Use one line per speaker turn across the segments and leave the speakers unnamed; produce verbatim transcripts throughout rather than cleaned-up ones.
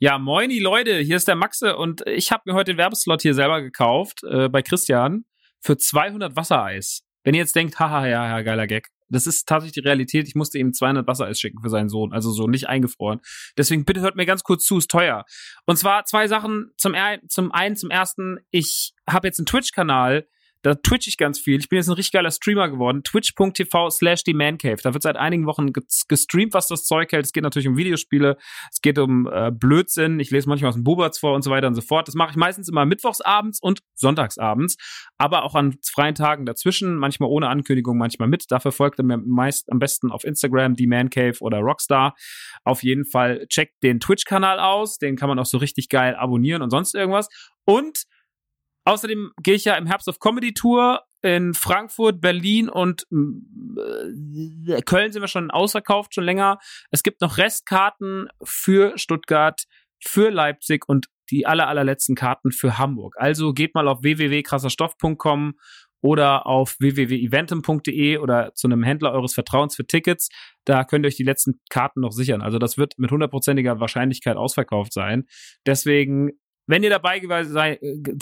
Ja, moini Leute, hier ist der Maxe und ich habe mir heute den Werbeslot hier selber gekauft äh, bei Christian für zweihundert Wassereis. Wenn ihr jetzt denkt, haha, ja, ja, geiler Gag. Das ist tatsächlich die Realität. Ich musste ihm zweihundert Wassereis schicken für seinen Sohn, also so nicht eingefroren. Deswegen bitte hört mir ganz kurz zu, ist teuer. Und zwar zwei Sachen. Zum, er- zum einen, zum ersten, ich habe jetzt einen Twitch-Kanal, da twitch ich ganz viel. Ich bin jetzt ein richtig geiler Streamer geworden. Twitch.tv slash die Man Cave. Da wird seit einigen Wochen ge- gestreamt, was das Zeug hält. Es geht natürlich um Videospiele. Es geht um äh, Blödsinn. Ich lese manchmal aus dem Buberts vor und so weiter und so fort. Das mache ich meistens immer mittwochsabends und sonntagsabends. Aber auch an freien Tagen dazwischen. Manchmal ohne Ankündigung, manchmal mit. Dafür folgt ihr mir meist am besten auf Instagram, die Man Cave oder Rockstar. Auf jeden Fall checkt den Twitch-Kanal aus. Den kann man auch so richtig geil abonnieren und sonst irgendwas. Und außerdem gehe ich ja im Herbst auf Comedy-Tour in Frankfurt, Berlin und äh, Köln sind wir schon ausverkauft, schon länger. Es gibt noch Restkarten für Stuttgart, für Leipzig und die aller, allerletzten Karten für Hamburg. Also geht mal auf w w w punkt krasserstoff punkt com oder auf w w w punkt eventim punkt d e oder zu einem Händler eures Vertrauens für Tickets. Da könnt ihr euch die letzten Karten noch sichern. Also das wird mit hundertprozentiger Wahrscheinlichkeit ausverkauft sein. Deswegen Wenn ihr dabei gewesen seid,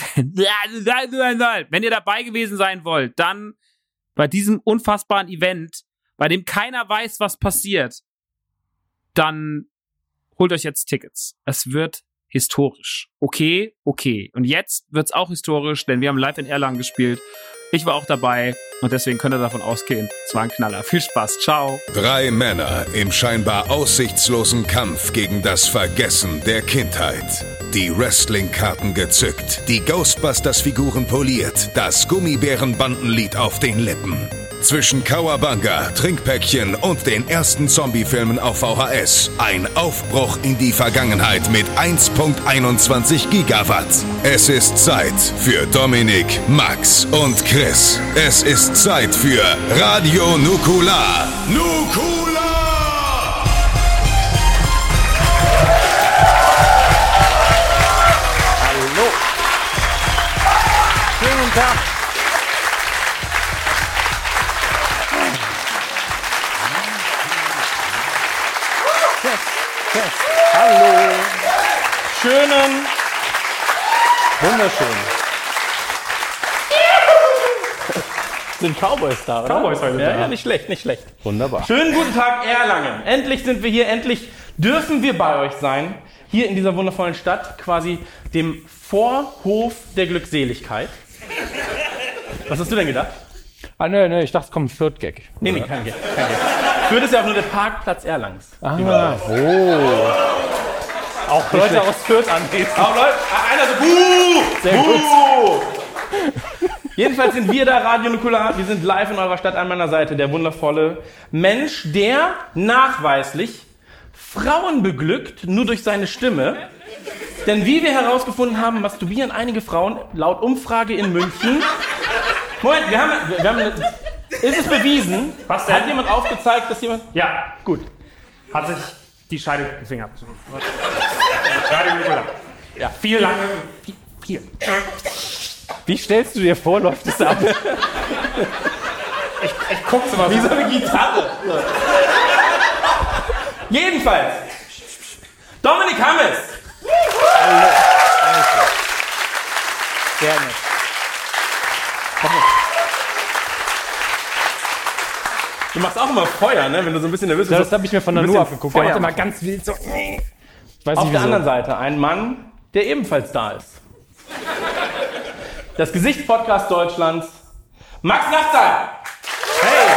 wenn ihr dabei gewesen sein wollt, dann bei diesem unfassbaren Event, bei dem keiner weiß, was passiert, dann holt euch jetzt Tickets. Es wird historisch. Okay, okay. Und jetzt wird's auch historisch, denn wir haben live in Erlangen gespielt. Ich war auch dabei und deswegen könnt ihr davon ausgehen, es war ein Knaller. Viel Spaß, ciao.
Drei Männer im scheinbar aussichtslosen Kampf gegen das Vergessen der Kindheit. Die Wrestling-Karten gezückt, die Ghostbusters-Figuren poliert, das Gummibärenbandenlied auf den Lippen. Zwischen Kawabanga, Trinkpäckchen und den ersten Zombie-Filmen auf V H S. Ein Aufbruch in die Vergangenheit mit eins Komma einundzwanzig Gigawatt. Es ist Zeit für Dominik, Max und Chris. Es ist Zeit für Radio Nukular. Nukular!
Hallo. Schönen guten Tag. Hallo. Schönen, wunderschön. Sind Cowboys da, oder?
Cowboys heute
ja,
da.
ja, nicht schlecht, nicht schlecht.
Wunderbar.
Schönen guten Tag, Erlangen. Endlich sind wir hier, endlich dürfen wir bei euch sein. Hier in dieser wundervollen Stadt, quasi dem Vorhof der Glückseligkeit. Was hast du denn gedacht?
Ah, ne, ne, ich dachte, es kommt ein Fürth-Gag.
Nee, nee, kein Gag. Kein Gag. Fürth ist ja auch nur der Parkplatz Erlangens.
Ah, oh.
Auch Leute aus Fürth anwesend. Auch Leute, einer so, buh,
Sehr
buh. Jedenfalls sind wir da, Radio Nukular. Wir sind live in eurer Stadt an meiner Seite. Der wundervolle Mensch, der nachweislich Frauen beglückt, nur durch seine Stimme. Denn wie wir herausgefunden haben, masturbieren einige Frauen laut Umfrage in München. Moment, wir haben, wir haben eine, ist es bewiesen?
Was denn?
Hat jemand aufgezeigt, dass jemand...
Ja,
Gut.
hat sich die Scheide gefingert. Radio Nukular. Ja, viel lange. Viel, viel. Wie stellst du dir vor, läuft es ab? ich, ich guck's mal.
Wie so eine Gitarre. Jedenfalls. Dominik Hammes.
Hallo. Sehr nett.
Du machst auch immer Feuer, ne? Wenn du so ein bisschen nervös bist.
Ja, das habe ich mir von der
Ein
Nur
bisschen
abgeguckt. Der
Feuer
macht immer
machen.
ganz wild so. Ich weiß
Auf
nicht,
der
wieso.
anderen Seite ein Mann, der ebenfalls da ist. Das Gesicht Podcast Deutschlands, Max Nachtsheim. Hey!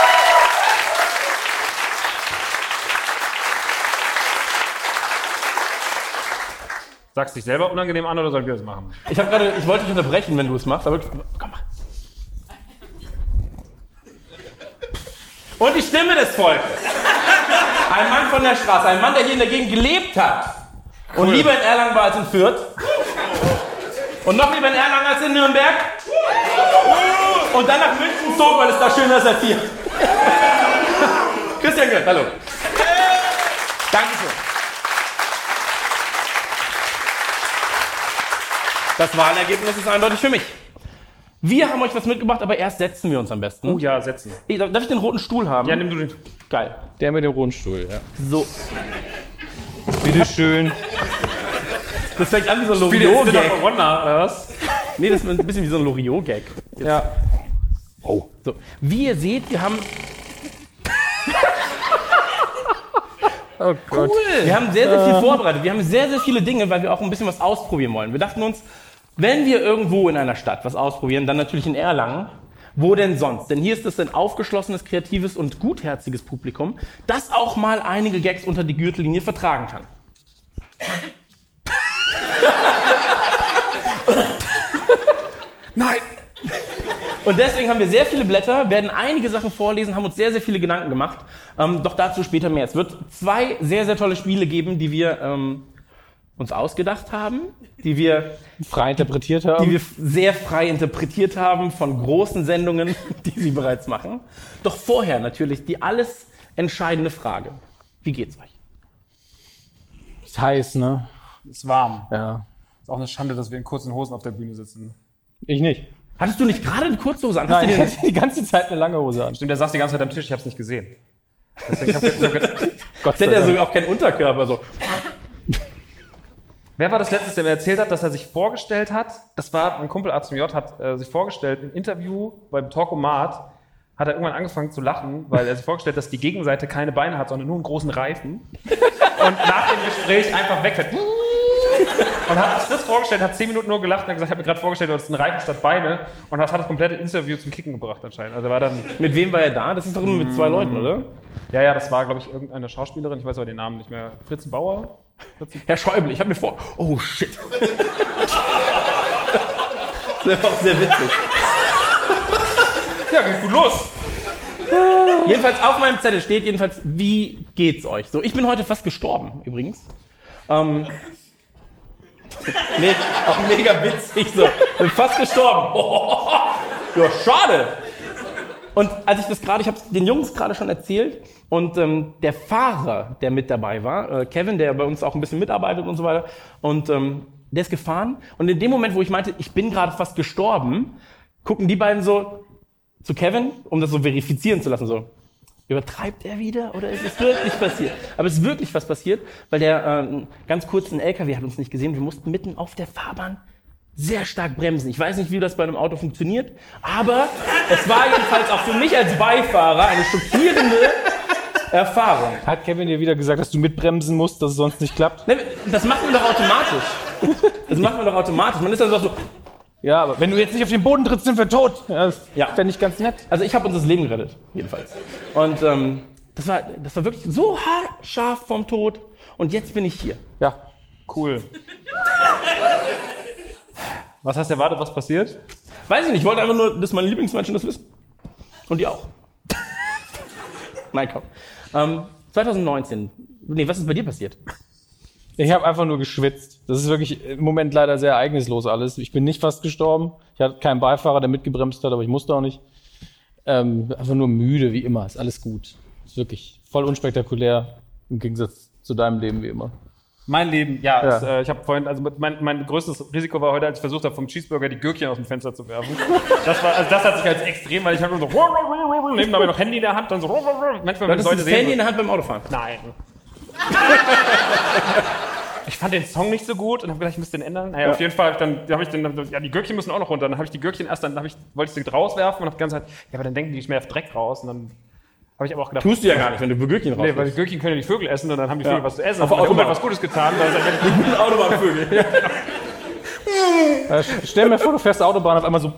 Sagst du dich selber unangenehm an oder sollen wir das machen?
Ich habe gerade, ich wollte dich unterbrechen, wenn du es machst, aber komm mal. Und die Stimme des Volkes. Ein Mann von der Straße, ein Mann, der hier in der Gegend gelebt hat. Und
Cool.
lieber in Erlangen war als in Fürth. Und noch lieber in Erlangen als in Nürnberg. Und dann nach München zog, weil es da schöner ist als hier. Christian Götz, hallo. Dankeschön. Das Wahlergebnis ist eindeutig für mich. Wir haben euch was mitgebracht, aber erst setzen wir uns am besten.
Oh ja, setzen.
Ey, darf ich den roten Stuhl haben?
Ja, nimm du den.
Geil.
Der mit dem Rundstuhl, ja.
So.
Bitteschön.
Das fängt an wie so ein
Spiel jetzt Dinner
Loriot-Gag.
for Wonder, oder was?
Nee, das ist ein bisschen wie so ein Loriot-Gag.
Ja.
Oh. So. Wie ihr seht, wir haben...
Oh Gott.
Cool. Wir haben sehr, sehr viel vorbereitet. Wir haben sehr, sehr viele Dinge, weil wir auch ein bisschen was ausprobieren wollen. Wir dachten uns, wenn wir irgendwo in einer Stadt was ausprobieren, dann natürlich in Erlangen. Wo denn sonst? Denn hier ist es ein aufgeschlossenes, kreatives und gutherziges Publikum, das auch mal einige Gags unter die Gürtellinie vertragen kann. Nein! Und deswegen haben wir sehr viele Blätter, werden einige Sachen vorlesen, haben uns sehr, sehr viele Gedanken gemacht. Ähm, doch dazu später mehr. Es wird zwei sehr, sehr tolle Spiele geben, die wir ähm, uns ausgedacht haben, die wir
frei interpretiert haben.
Die wir sehr frei interpretiert haben von großen Sendungen, die sie bereits machen. Doch vorher natürlich die alles entscheidende Frage. Wie geht's euch?
Ist heiß, ne?
Ist warm.
Ja.
Ist auch eine Schande, dass wir in kurzen Hosen auf der Bühne sitzen.
Ich nicht.
Hattest du nicht gerade eine kurze Hose an?
Nein, ich hatte die ganze Zeit eine lange Hose an.
Stimmt, der saß die ganze Zeit am Tisch, ich hab's nicht gesehen. Deswegen hab ich so gedacht,
Gott sei Dank. Der hat sogar auch keinen Unterkörper. So.
Wer war das Letzte, der mir erzählt hat, dass er sich vorgestellt hat? Das war, mein Kumpel A zum J hat äh, sich vorgestellt, im Interview beim Talkomat hat er irgendwann angefangen zu lachen, weil er sich vorgestellt hat, dass die Gegenseite keine Beine hat, sondern nur einen großen Reifen. Und nach dem Gespräch einfach wegfährt. Und hat sich das vorgestellt, hat zehn Minuten nur gelacht und hat gesagt, ich habe mir gerade vorgestellt, du hast einen Reifen statt Beine. Und hat, hat das komplette Interview zum Kicken gebracht anscheinend. Also war dann
mit wem war er da? Das ist doch immer mit zwei Leuten, oder?
Ja, ja, das war, glaube ich, irgendeine Schauspielerin, ich weiß aber den Namen nicht mehr. Fritz Bauer?
Herr Schäuble, ich habe mir vor... Oh, shit. Das war auch sehr witzig.
Ja, geht gut los.
Jedenfalls auf meinem Zettel steht jedenfalls, wie geht's euch? So, ich bin heute fast gestorben, übrigens. Ähm... Nee, auch mega witzig so. Bin fast gestorben. Oh, ja, schade. Und als ich das gerade, ich habe es den Jungs gerade schon erzählt, und ähm, der Fahrer, der mit dabei war, äh, Kevin, der bei uns auch ein bisschen mitarbeitet und so weiter, und ähm, der ist gefahren. Und in dem Moment, wo ich meinte, ich bin gerade fast gestorben, gucken die beiden so zu Kevin, um das so verifizieren zu lassen, so. Übertreibt er wieder oder ist es wirklich passiert? Aber es ist wirklich was passiert, weil der äh, ganz kurz ein L K W hat uns nicht gesehen. Wir mussten mitten auf der Fahrbahn sehr stark bremsen. Ich weiß nicht, wie das bei einem Auto funktioniert, aber es war jedenfalls auch für mich als Beifahrer eine schockierende Erfahrung.
Hat Kevin dir wieder gesagt, dass du mitbremsen musst, dass es sonst nicht klappt?
Ne, das macht man doch automatisch. Das macht man doch automatisch. Man ist dann so...
Ja, aber wenn du jetzt nicht auf den Boden trittst, sind wir tot. Ja, das
ja.
Fände ich ganz nett.
Also ich habe uns das Leben gerettet, jedenfalls. Und ähm, das war, das war wirklich so haarscharf vom Tod. Und jetzt bin ich hier.
Ja.
Cool. Was hast du erwartet, was passiert?
Weiß ich nicht, ich wollte einfach nur, dass meine Lieblingsmenschen das wissen. Und die auch. Nein, komm. Ähm, zwanzig neunzehn. Nee, was ist bei dir passiert?
Ich habe einfach nur geschwitzt. Das ist wirklich im Moment leider sehr ereignislos alles. Ich bin nicht fast gestorben. Ich hatte keinen Beifahrer, der mitgebremst hat, aber ich musste auch nicht. Ähm, einfach nur müde, wie immer. Ist alles gut. Ist wirklich voll unspektakulär im Gegensatz zu deinem Leben, wie immer.
Mein Leben, ja.
ja.
Es, äh, ich habe vorhin, also mein, mein größtes Risiko war heute, als ich versucht habe, vom Cheeseburger die Gürkchen aus dem Fenster zu werfen. Das war, also das hat sich als extrem, weil ich habe nur so neben dabei noch Handy in der Hand, dann so manchmal wenn
das
Leute
das
sehen.
Handy in der Hand beim Autofahren?
Nein. Ich fand den Song nicht so gut und habe gedacht, ich müsste den ändern. Naja, ja. Auf jeden Fall habe ich dann, hab ich den, ja, die Gürkchen müssen auch noch runter. Dann habe ich die Gürkchen erst, dann ich, wollte ich sie rauswerfen und habe die ganze Zeit, ja, aber dann denken die, ich schmeiß Dreck raus. Und dann habe ich aber auch gedacht,
tust du ja gar nicht, wenn du Gürkchen raus.
Nee, weil die Gürkchen können ja die Vögel essen und dann haben die Vögel ja. was zu essen.
Auf der
Autobahn was Gutes getan.
Die guten Autobahnvögel.
Ja. Stell mir vor, du fährst Autobahn auf einmal so.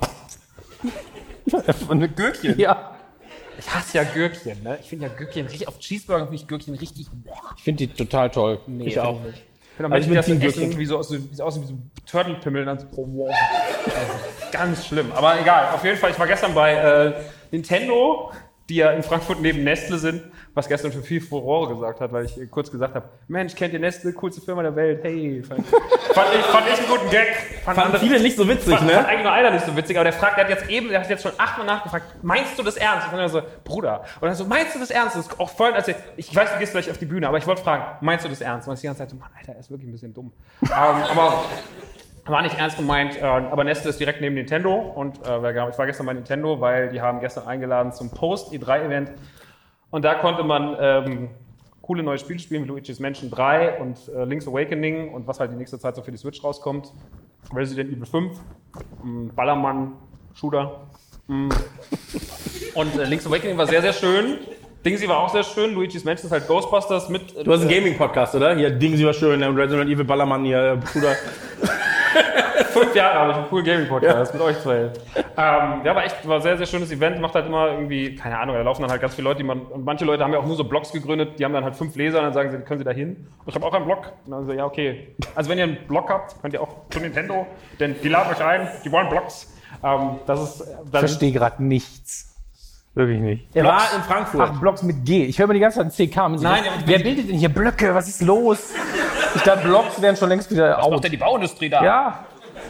Eine Gürkchen?
Ja.
Ich hasse ja Gürkchen, ne? Ich finde ja Gürkchen richtig, auf Cheeseburger finde ich Gürkchen richtig.
Ich finde die total toll.
Nee, ich auch nicht.
Ich finde auch also Menschen, die das essen, wie so aus, wie so aus wie so Turtelpimmel. Dann so, oh, wow. Also, ganz schlimm. Aber egal, auf jeden Fall, ich war gestern bei äh, Nintendo, die ja in Frankfurt neben Nestle sind, was gestern für viel Furore gesagt hat, weil ich kurz gesagt habe, Mensch, kennt ihr Nestle, coolste Firma der Welt, hey. Fand, fand, ich, fand ich einen guten Gag.
Fand Fanden viele nicht so witzig,
fand,
ne?
Fand eigentlich nur einer nicht so witzig, aber der fragt, der hat jetzt eben, der hat jetzt schon achtmal nachgefragt, meinst du das ernst? Und dann so, Bruder. Und dann so, meinst du das ernst? Das ist auch voll, als ich, ich weiß, du gehst gleich auf die Bühne, aber ich wollte fragen, meinst du das ernst? Und ich die ganze Zeit so, Mann, Alter, er ist wirklich ein bisschen dumm. ähm, aber war nicht ernst gemeint, äh, aber Nestle ist direkt neben Nintendo und äh, ich war gestern bei Nintendo, weil die haben gestern eingeladen zum Post-E drei Event und da konnte man ähm, coole neue Spiele spielen, wie Luigi's Mansion drei und äh, Link's Awakening und was halt die nächste Zeit so für die Switch rauskommt. Resident Evil fünf, ähm, Ballermann, Shooter. Ähm. Und äh, Link's Awakening war sehr, sehr schön. Dingsy war auch sehr schön. Luigi's Mansion ist halt Ghostbusters mit... Äh,
du hast einen Gaming-Podcast, oder? Hier, Dingsy war schön, Resident Evil, Ballermann, hier, Shooter.
Fünf Jahre habe ich einen coolen Gaming-Podcast ja. mit euch zwei. Ähm, ja, aber echt, war ein sehr, sehr schönes Event. Macht halt immer irgendwie, keine Ahnung, da laufen dann halt ganz viele Leute, die man, und manche Leute haben ja auch nur so Blogs gegründet, die haben dann halt fünf Leser und dann sagen sie, können sie da hin. Und ich habe auch einen Blog. Und dann so, ja, okay. Also wenn ihr einen Blog habt, könnt ihr auch zu Nintendo, denn die laden euch ein, die wollen Blogs. Ähm, das ist... Das
ich verstehe gerade nichts. Wirklich nicht.
Er Blocks. war in Frankfurt.
Ach, Blogs mit G. Ich höre mir die ganze Zeit C K.
Nein,
ja, wer bildet denn hier Blöcke? Was ist los? Ich dachte, Blogs wären schon längst wieder
out. Was macht denn die Bauindustrie da?
Ja.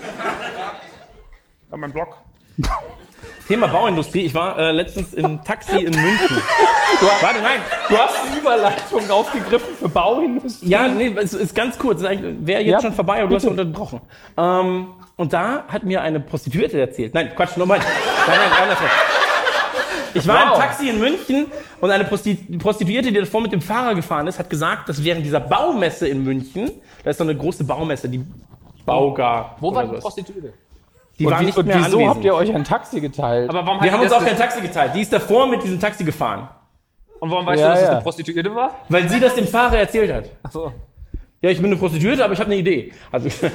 Ja, mein Blog.
Thema Bauindustrie. Ich war äh, letztens im Taxi in München.
Du hast, Warte, nein. Du hast eine Überleitung aufgegriffen für Bauindustrie.
Ja, nee, es ist ganz kurz. Wäre jetzt ja, schon vorbei, aber du hast ja unterbrochen. Ähm, und da hat mir eine Prostituierte erzählt. Nein, Quatsch, nochmal. Nein, nein, anders. Ich war wow. im Taxi in München und eine Prostituierte, die davor mit dem Fahrer gefahren ist, hat gesagt, dass während dieser Baumesse in München, da ist so eine große Baumesse, die Baugar.
Wo war die Prostituierte?
Die
und
war
wie,
nicht
und
mehr
wieso
anwesend.
Habt ihr euch ein Taxi geteilt?
Aber warum wir haben uns auch kein Taxi geteilt. Die ist davor mit diesem Taxi gefahren.
Und warum weißt
ja,
du, dass
ja.
das eine Prostituierte war?
Weil sie das dem Fahrer erzählt hat.
Ach so.
Ja, ich bin eine Prostituierte, aber ich habe eine Idee. Also, ich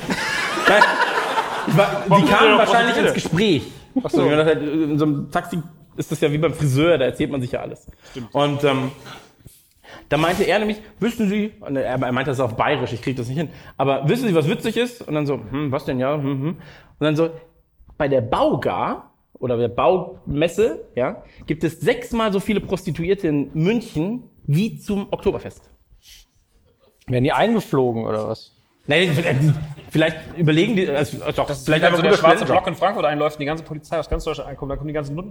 war, die kamen wahrscheinlich ins Gespräch. Ach so. In so einem Taxi ist das ja wie beim Friseur, da erzählt man sich ja alles.
Stimmt.
Und ähm, da meinte er nämlich, wissen Sie, er meinte das auf Bayerisch, ich kriege das nicht hin, aber wissen Sie, was witzig ist? Und dann so, hm, was denn, ja, hm, hm. Und dann so, bei der Baugar oder der Baumesse, ja, gibt es sechsmal so viele Prostituierte in München wie zum Oktoberfest.
Werden die eingeflogen oder was?
Nein, vielleicht überlegen die, also, doch,
das
vielleicht
wenn
einfach
so der schwarze
Block
Block in Frankfurt einläuft und die ganze Polizei aus ganz Deutschland einkommt, dann kommen die ganzen Nutten.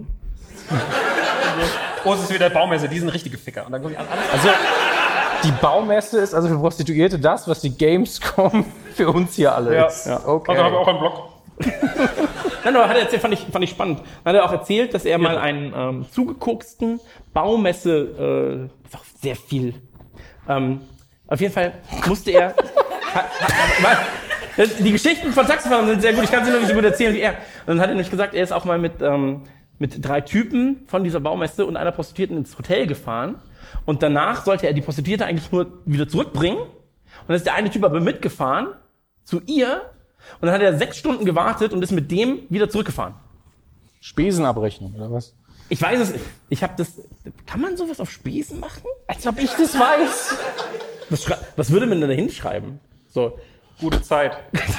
Oh, es ist wieder Baumesse, die sind richtige Ficker. Und dann kommen die alle.
Also, die Baumesse ist also für Prostituierte das, was die Gamescom für uns hier alle
ja.
ist.
Ja, okay. Also habe ich auch einen Blog.
Nein, aber hat er erzählt, fand ich, fand ich spannend. Dann hat er auch erzählt, dass er ja. mal einen ähm, zugekoksten Baumesse, äh, ist auch sehr viel. Ähm, auf jeden Fall musste er. ha, ha, die Geschichten von Taxifahrern sind sehr gut. Ich kann sie noch nicht so gut erzählen wie er. Und dann hat er nämlich gesagt, er ist auch mal mit ähm, mit drei Typen von dieser Baumesse und einer Prostituierten ins Hotel gefahren. Und danach sollte er die Prostituierte eigentlich nur wieder zurückbringen. Und dann ist der eine Typ aber mitgefahren zu ihr. Und dann hat er sechs Stunden gewartet und ist mit dem wieder zurückgefahren.
Spesenabrechnung, oder was?
Ich weiß es, ich habe das, kann man sowas auf Spesen machen?
Als ob ich das weiß.
Was, was würde man denn da hinschreiben? So.
Gute Zeit.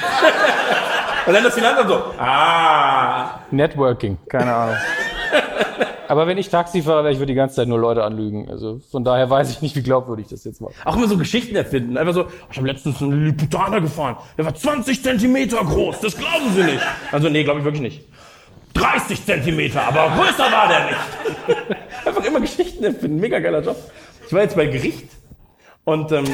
Und dann das Finanzamt so, ah.
Networking, keine Ahnung. Aber wenn ich Taxi fahre, werde ich die ganze Zeit nur Leute anlügen. Also von daher weiß ich nicht, wie glaubwürdig das jetzt war.
Auch immer so Geschichten erfinden. Einfach so, ich habe letztens einen Lilliputaner gefahren. Der war zwanzig Zentimeter groß. Das glauben Sie nicht. Also nee, glaube ich wirklich nicht. dreißig Zentimeter, aber größer war der nicht. Einfach immer Geschichten erfinden. Mega geiler Job. Ich war jetzt bei Gericht und ähm,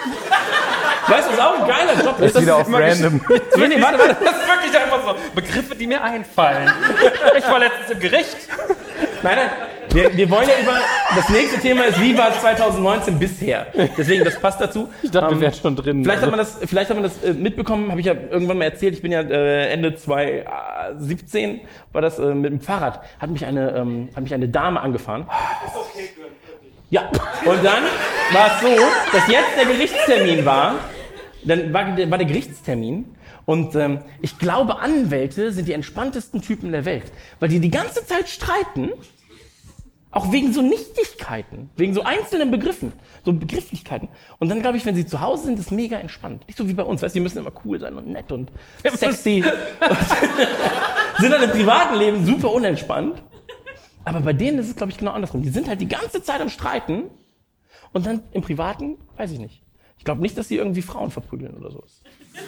weißt du, was auch ein geiler Job ist?
Das ist wieder auf random.
Nee, nee, warte, warte. Das ist wirklich einfach so Begriffe, die mir einfallen. Ich war letztens im Gericht.
Nein, nein, wir, wir wollen ja über, das nächste Thema ist, wie war es zwanzig neunzehn bisher? Deswegen, das passt dazu.
Ich dachte,
ähm,
wir wären schon drin.
Vielleicht hat man das, vielleicht hat man das äh, mitbekommen, habe ich ja irgendwann mal erzählt, ich bin ja äh, Ende zwanzig siebzehn, war das äh, mit dem Fahrrad, hat mich eine, ähm, hat mich eine Dame angefahren. Ist okay, good. Ja, und dann war es so, dass jetzt der Gerichtstermin war, dann war, war der Gerichtstermin. Und ähm, ich glaube, Anwälte sind die entspanntesten Typen der Welt, weil die die ganze Zeit streiten, auch wegen so Nichtigkeiten, wegen so einzelnen Begriffen, so Begrifflichkeiten. Und dann glaube ich, wenn sie zu Hause sind, ist mega entspannt. Nicht so wie bei uns, weißt du, die müssen immer cool sein und nett und sexy. und sind dann im privaten Leben super unentspannt. Aber bei denen ist es, glaube ich, genau andersrum. Die sind halt die ganze Zeit am Streiten und dann im Privaten, weiß ich nicht. Ich glaube nicht, dass sie irgendwie Frauen verprügeln oder sowas.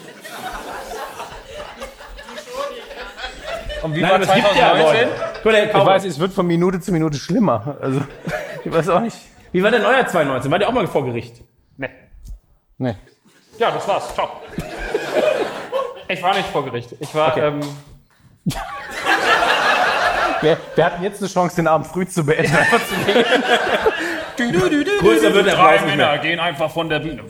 Und wie
Nein,
war
aber es gibt ja
zwanzig neunzehn?
Ich weiß, es wird von Minute zu Minute schlimmer. Also, ich weiß auch nicht.
Wie war denn euer zwanzig neunzehn? War der auch mal vor Gericht?
Nee.
Nee.
Ja, das war's. Ciao. Ich war nicht vor Gericht. Ich war,
Okay.
ähm,
Wir, wir hatten jetzt eine Chance, den Abend früh zu beenden. Einfach zu gehen.
Größer wird der
Drei
Applaus nicht
Männer
mehr.
gehen einfach von der Bühne.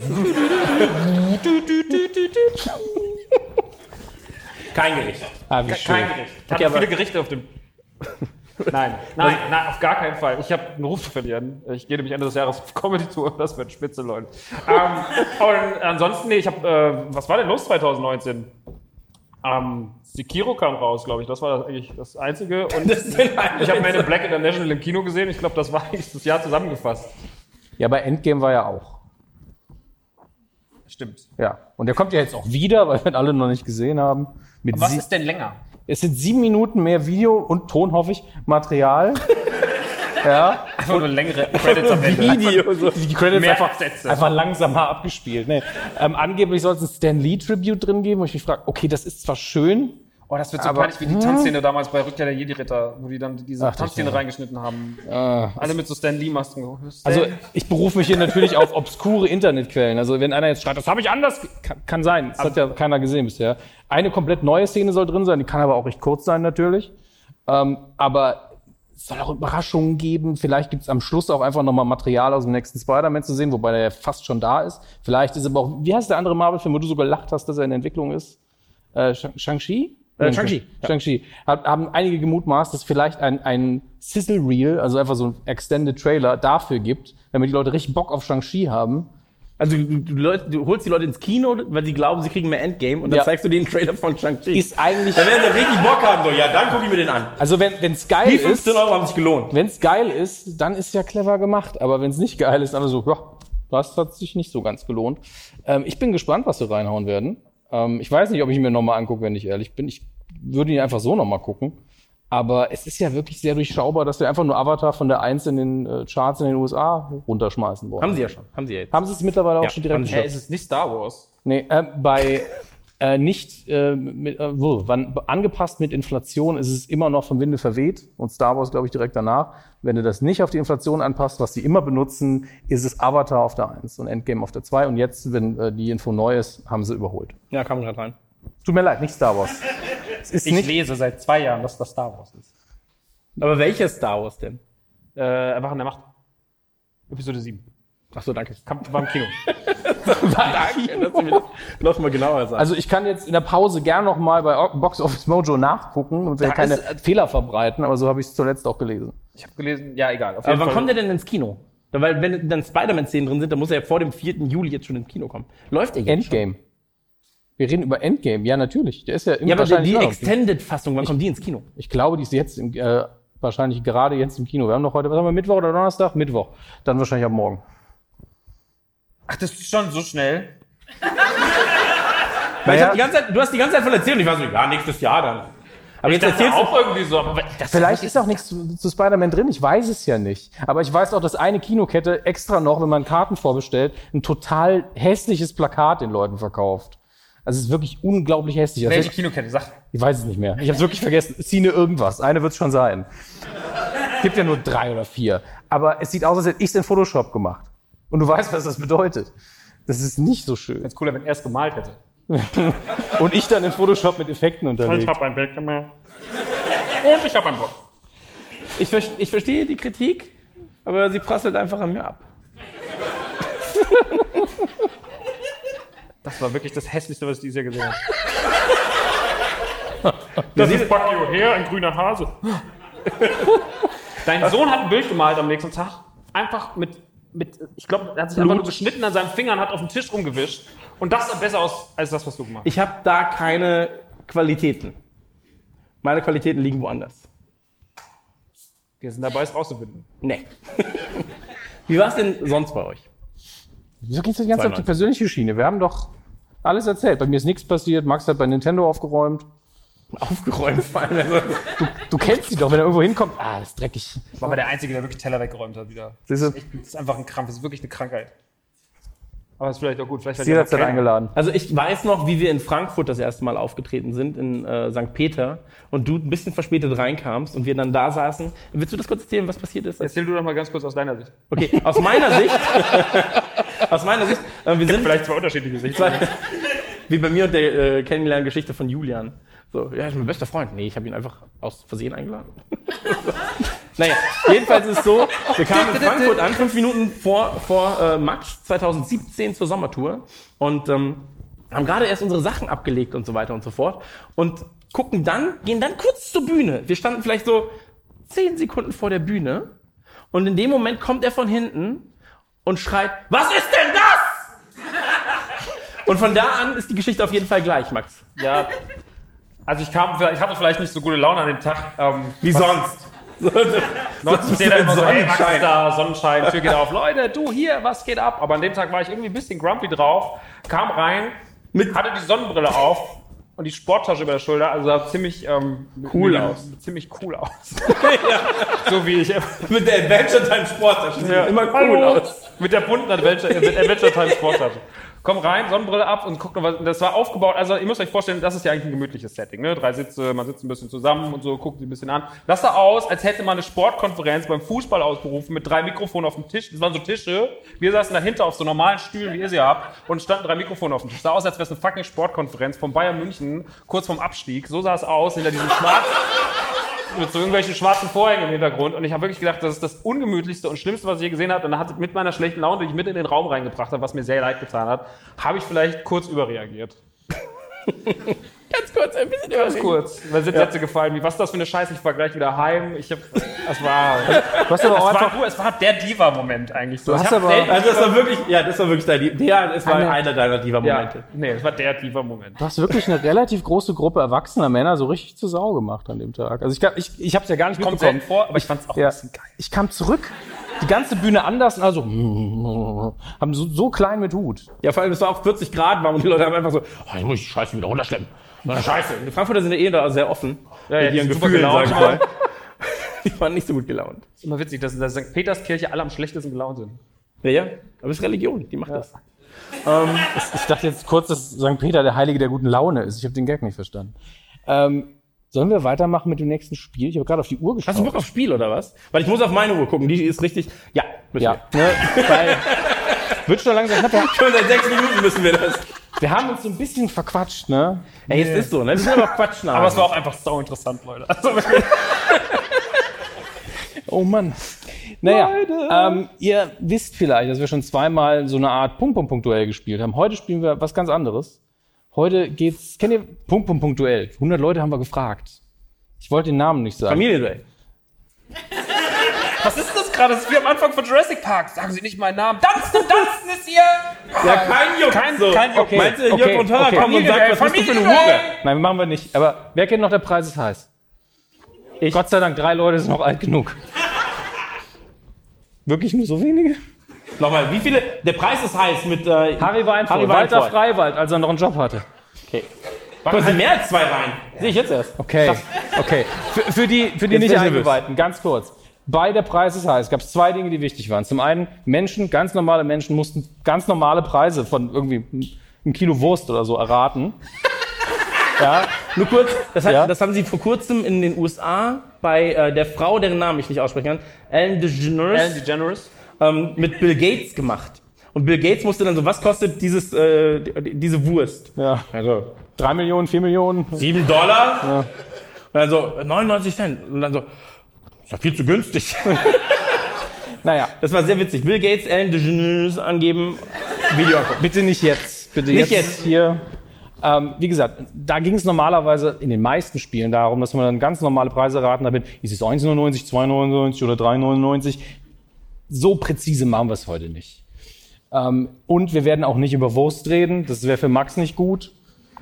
Kein Gericht.
Ah, wie schön.
Kein Gericht. Ich
Okay,
habe
aber-
viele Gerichte auf dem... Nein, nein, nein, auf gar keinen Fall. Ich habe einen Ruf zu verlieren. Ich gehe nämlich Ende des Jahres auf Comedy-Tour. Das wird spitze, Leute. ähm, und ansonsten, nee, ich habe... Äh, was war denn los zwanzig neunzehn? Ähm, Sekiro kam raus, glaube ich. Das war das eigentlich das Einzige. Und
Das ist denn
ich habe Man in Black International im Kino gesehen. Ich glaube, das war eigentlich das Jahr zusammengefasst.
Ja, aber Endgame war ja auch.
Stimmt.
Ja. Und der kommt ja jetzt auch wieder, weil wir ihn alle noch nicht gesehen haben. Mit
Was
sie-
ist denn länger?
Es sind sieben Minuten mehr Video und Ton, hoffe ich, Material. Ja.
Einfach nur längere Credits am Ende.
Video. So.
Die Credits
Mehr
einfach,
Sätze.
einfach langsamer abgespielt. Nee. Ähm, angeblich soll es ein Stan Lee Tribute drin geben, wo ich mich frage, okay, das ist zwar schön.
Oh, das wird so
Aber-
peinlich wie die Tanzszene damals bei Rückkehr der Jedi-Ritter, wo die dann diese
Ach,
Tanzszene
ja.
reingeschnitten haben.
Äh,
Alle mit so Stan Lee-Masken.
Also ich berufe mich hier natürlich auf obskure Internetquellen. Also wenn einer jetzt schreibt, das habe ich anders, ge- kann, kann sein. Das hat ja keiner gesehen bisher. Eine komplett neue Szene soll drin sein, die kann aber auch recht kurz sein natürlich. Ähm, aber es soll auch Überraschungen geben. Vielleicht gibt es am Schluss auch einfach nochmal Material aus dem nächsten Spider-Man zu sehen, wobei der ja fast schon da ist. Vielleicht ist aber auch, wie heißt der andere Marvel-Film, wo du so gelacht hast, dass er in Entwicklung ist? Äh, Shang- Shang-Chi?
Äh, Shang-Chi. Ja.
Shang-Chi. Hab, haben einige gemutmaßt, dass es vielleicht ein, ein Sizzle-Reel, also einfach so ein Extended Trailer dafür gibt, damit die Leute richtig Bock auf Shang-Chi haben.
Also du, du, Leute, du holst die Leute ins Kino, weil sie glauben, sie kriegen mehr Endgame und dann
Ja.
zeigst du denen einen Trailer von Shang-Chi.
Ist eigentlich,
Da werden sie richtig Bock haben, so, ja, dann guck ich mir den an.
also wenn es geil
Die
ist,
fünfzehn Euro haben sich gelohnt.
wenn es geil ist, dann ist ja clever gemacht. Aber wenn es nicht geil ist, dann so, ja, das hat sich nicht so ganz gelohnt. Ähm, ich bin gespannt, was sie reinhauen werden. Ähm, ich weiß nicht, ob ich ihn mir nochmal angucke, wenn ich ehrlich bin. Ich würde ihn einfach so nochmal gucken. Aber es ist ja wirklich sehr durchschaubar, dass wir einfach nur Avatar von der eins in den äh, Charts in den U S A runterschmeißen wollen.
Haben sie ja schon. Haben sie ja jetzt.
Haben sie es mittlerweile auch
Ja,
schon direkt
haben sie.
geschafft?
Hä, ist es nicht Star Wars?
Nee, äh, bei äh, nicht äh, mit, äh, wo, wann, angepasst mit Inflation ist es immer noch vom Winde verweht und Star Wars, glaube ich, direkt danach. Wenn du das nicht auf die Inflation anpasst, was sie immer benutzen, ist es Avatar auf der eins und Endgame auf der zwei. Und jetzt, wenn äh, die Info neu ist, haben sie überholt.
Ja, kam gerade rein.
Tut mir leid, nicht Star Wars. Es ist
Ich
nicht.
lese seit zwei Jahren, dass das Star Wars ist.
Aber welches Star Wars denn?
Äh, Erwachen der Macht. Episode sieben.
Ach so, danke.
Kam, war im Kino.
Danke, dass du mir das noch mal genauer sagst.
Also ich kann jetzt in der Pause gern noch mal bei Box Office Mojo nachgucken und will
Da
keine
ist-
Fehler verbreiten, aber so habe ich es zuletzt auch gelesen.
Ich habe gelesen, ja, egal. Auf
Aber
jeden
wann
Fall.
kommt der denn ins Kino? Weil wenn dann Spider-Man-Szenen drin sind, dann muss er ja vor dem vierten Juli jetzt schon ins Kino kommen. Läuft er jetzt
Endgame. Wir reden über Endgame, ja natürlich. Der ist ja,
schon? Ja, aber die,
wahrscheinlich
die
immer noch-
Extended-Fassung, wann kommt die ins Kino?
Ich glaube, die ist jetzt im, äh, wahrscheinlich gerade jetzt im Kino. Wir haben noch heute, was haben wir, Mittwoch oder Donnerstag? Mittwoch. Dann wahrscheinlich ab morgen.
Ach, das ist schon so schnell.
Weil ich
Naja.
hab die ganze Zeit, du hast die ganze Zeit von erzählt und ich war so, ja, nächstes Jahr dann. Aber jetzt
Das ist
erzählst du,
auch irgendwie so. Aber das
Vielleicht ist auch nichts zu, zu Spider-Man drin, ich weiß es ja nicht. Aber ich weiß auch, dass eine Kinokette extra noch, wenn man Karten vorbestellt, ein total hässliches Plakat den Leuten verkauft. Also es ist wirklich unglaublich hässlich.
welche
Also,
Kinokette? Sag.
ich weiß es nicht mehr. Ich habe es wirklich vergessen. Cine irgendwas. Eine wird es schon sein. Gibt ja nur drei oder vier. Aber es sieht aus, als hätte ich es in Photoshop gemacht. Und du weißt, was das bedeutet. Das ist nicht so schön.
Jetzt cooler, wenn er es gemalt hätte.
Und ich dann in Photoshop mit Effekten unterlegt.
hab ein Bild gemacht. Und ich hab einen Bock.
ich, ver- ich verstehe die Kritik, aber sie prasselt einfach an mir ab.
Das war wirklich das Hässlichste, was ich dieses Jahr gesehen habe.
Das
ist Bucky her, ein grüner Hase. Dein Sohn hat ein Bild gemalt am nächsten Tag. Einfach mit, mit ich glaube, er hat sich einfach nur geschnitten an seinen Fingern, hat auf den Tisch rumgewischt. Und das sah besser aus, als das, was du gemacht hast.
Ich habe da keine Qualitäten. Meine Qualitäten liegen woanders.
Wir sind dabei, es rauszufinden.
Nee. Wie war es denn sonst bei euch?
Wieso gehst du die ganze Zeit auf die persönliche Schiene? Wir haben doch alles erzählt. Bei mir ist nichts passiert. Max hat bei Nintendo aufgeräumt.
Aufgeräumt vor allem. Also,
Du kennst sie doch, wenn er irgendwo hinkommt. Ah, das ist dreckig.
War aber der Einzige, der wirklich Teller weggeräumt hat wieder.
Siehst du?
Das ist, echt, das ist einfach ein Krampf, das ist wirklich eine Krankheit. Aber es ist vielleicht auch gut. Vielleicht
Ist jederzeit eingeladen.
also ich weiß noch, wie wir in Frankfurt das erste Mal aufgetreten sind, in äh, Sankt Peter, und du ein bisschen verspätet reinkamst und wir dann da saßen. Willst du das kurz erzählen, was passiert ist?
Erzähl du doch mal ganz kurz aus deiner Sicht.
Okay, aus meiner Sicht, aus meiner Sicht, äh, wir sind
Vielleicht zwei unterschiedliche Sichten.
zwei, wie bei mir und der äh, Kennenlerngeschichte von Julian. So, ja, ist mein bester Freund. Nee, ich habe ihn einfach aus Versehen eingeladen. Naja, jedenfalls ist es so, wir kamen in Frankfurt an, fünf Minuten vor, vor äh, Max zwanzig siebzehn zur Sommertour und ähm, haben gerade erst unsere Sachen abgelegt und so weiter und so fort und gucken dann, gehen dann kurz zur Bühne. Wir standen vielleicht so zehn Sekunden vor der Bühne und in dem Moment kommt er von hinten und schreit, was ist denn das? Und von da an ist die Geschichte auf jeden Fall gleich, Max.
Ja, also ich kam, ich hatte vielleicht nicht so gute Laune an dem Tag. Ähm,
Wie sonst?
Sonst steht da immer so, hey, Max ist da, Sonnenschein, Tür geht auf. Leute, du hier, was geht ab? Aber an dem Tag war ich irgendwie ein bisschen grumpy drauf, kam rein,
Mit
hatte die Sonnenbrille auf und die Sporttasche über der Schulter, also sah ziemlich ähm,
Cool
mit,
aus.
Ziemlich cool aus.
ja.
So wie ich.
Mit der Adventure Time Sporttasche. Sieht
Ja.
immer cool
Hallo.
aus.
Mit der bunten Adventure, mit Adventure Time Sporttasche. Komm rein, Sonnenbrille ab und guck noch was. Das war aufgebaut. Also ihr müsst euch vorstellen, das ist ja eigentlich ein gemütliches Setting. Ne? Drei Sitze, man sitzt ein bisschen zusammen und so, guckt sich ein bisschen an. Das sah aus, als hätte man eine Sportkonferenz beim Fußball ausgerufen mit drei Mikrofonen auf dem Tisch. Das waren so Tische. Wir saßen dahinter auf so normalen Stühlen, wie ihr sie habt, und standen drei Mikrofone auf dem Tisch. Das sah aus, als wäre es eine fucking Sportkonferenz von Bayern München, kurz vorm Abstieg. So sah es aus, hinter diesem schwarzen, mit so irgendwelchen schwarzen Vorhängen im Hintergrund. Und ich habe wirklich gedacht, das ist das Ungemütlichste und Schlimmste, was ich je gesehen habe. Und dann hat es mit meiner schlechten Laune, die ich mit in den Raum reingebracht habe, was mir sehr leid getan hat, habe ich vielleicht kurz überreagiert.
Ganz kurz, ein bisschen
Ganz kurz. Weil sind Sätze gefallen, wie, was ist das für eine Scheiße, ich fahr gleich wieder heim. Ich hab, es war,
Du hast aber
es
auch
war,
einfach,
du, es war der Diva-Moment eigentlich. So.
Du hast
Ich hab
aber-
selten-
Also das war wirklich, ja, das war wirklich dein, der, es war
Eine-
einer deiner Diva-Momente.
ja, nee, es war der Diva-Moment.
du hast wirklich eine relativ große Gruppe erwachsener Männer so richtig zur Sau gemacht an dem Tag. Also ich, glaub, ich, ich habe es ja gar nicht
Kommt
mitbekommen.
selten vor, aber ich fand's auch
Ja.
ein bisschen geil.
Ich kam zurück, die ganze Bühne anders und also haben so, so klein mit Hut.
Ja, vor allem, es war auch vierzig Grad warm und die Leute haben einfach so, oh, ich muss die Scheiße wieder runterschleppen. Na, Scheiße. Die Frankfurter sind ja eh da sehr offen.
Ja, ja,
mit ihren
die sind super
Gefühlen,
gelaunt.
sag ich mal. Die waren nicht so gut gelaunt.
Ist immer witzig, dass in der Sankt Peterskirche alle am schlechtesten gelaunt sind.
Ja, ja. Aber es ist Religion, die macht das.
Ich dachte jetzt kurz, dass Sankt Peter der Heilige der guten Laune ist. Ich habe den Gag nicht verstanden. Ähm, sollen wir weitermachen mit dem nächsten Spiel? Ich habe gerade auf die Uhr geschaut.
Hast du Bock auf Spiel oder was? Weil ich muss auf meine Uhr gucken, die ist richtig. Ja, müssen
Ja, ne, weil wird schon langsam knapp.
wir. Schon seit sechs Minuten müssen wir das.
Wir haben uns so ein bisschen verquatscht, ne?
Ey, es ist so, ne? Wir sind aber Quatsch
Aber es war auch einfach sau interessant, Leute. Also,
Oh Mann. Naja, ähm, ihr wisst vielleicht, dass wir schon zweimal so eine Art Punkt-Punkt-Punkt-Duell gespielt haben. Heute spielen wir was ganz anderes. Heute geht's, kennt ihr Punkt-Punkt-Punkt-Duell? hundert Leute haben wir gefragt. Ich wollte den Namen nicht sagen.
Familienduell.
was ist das gerade? Das ist wie am Anfang von Jurassic Park. Sagen Sie nicht meinen Namen. Tanzen, tanzen ist hier.
Ja, kein Juck.
Kein-
so.
kein Juck.
Okay. Meinst du, Jörg
Okay,
und Tonner
okay.
kommen und sagen, was bist du für eine Hure?
Nein, machen wir nicht. Aber wer kennt noch der Preis ist heiß?
Ich.
Gott sei Dank, drei Leute sind noch alt genug. Wirklich nur so wenige?
Nochmal, wie viele? Der Preis ist heiß mit äh,
Harry Weinfurt,
Harry
Walter
Weinfurt.
Freiwald, als er noch einen Job hatte.
Okay. Können Sie mehr als zwei rein? Sehe ich jetzt erst.
Okay, okay. Für, für die, für die
Jetzt
nicht
bin ich
Eingeweihten, ganz kurz. Bei der Preis ist heiß gab es zwei Dinge, die wichtig waren. Zum einen, Menschen, ganz normale Menschen mussten ganz normale Preise von irgendwie einem Kilo Wurst oder so erraten. Ja,
Nur kurz, das, hat,
Ja.
das haben sie vor kurzem in den U S A bei äh, der Frau, deren Namen ich nicht aussprechen kann, Ellen DeGeneres,
Ellen DeGeneres.
ähm, mit Bill Gates gemacht. Und Bill Gates musste dann so, was kostet dieses, äh, die- diese Wurst?
ja.
Also,
Drei Millionen, vier Millionen.
sieben Dollar? Ja. Und dann so, neunundneunzig Cent. Und dann so, ist ja viel zu günstig.
Naja,
Das war sehr witzig. Bill Gates, Ellen DeGeneres angeben, Video angucken.
bitte nicht jetzt. Bitte
Nicht
jetzt,
jetzt.
hier. Ähm, wie gesagt, da ging es normalerweise in den meisten Spielen darum, dass man dann ganz normale Preise erraten damit. Ist es eins neunundneunzig, zwei neunundneunzig oder drei neunundneunzig? So präzise machen wir es heute nicht. Ähm, und wir werden auch nicht über Wurst reden. Das wäre für Max nicht gut.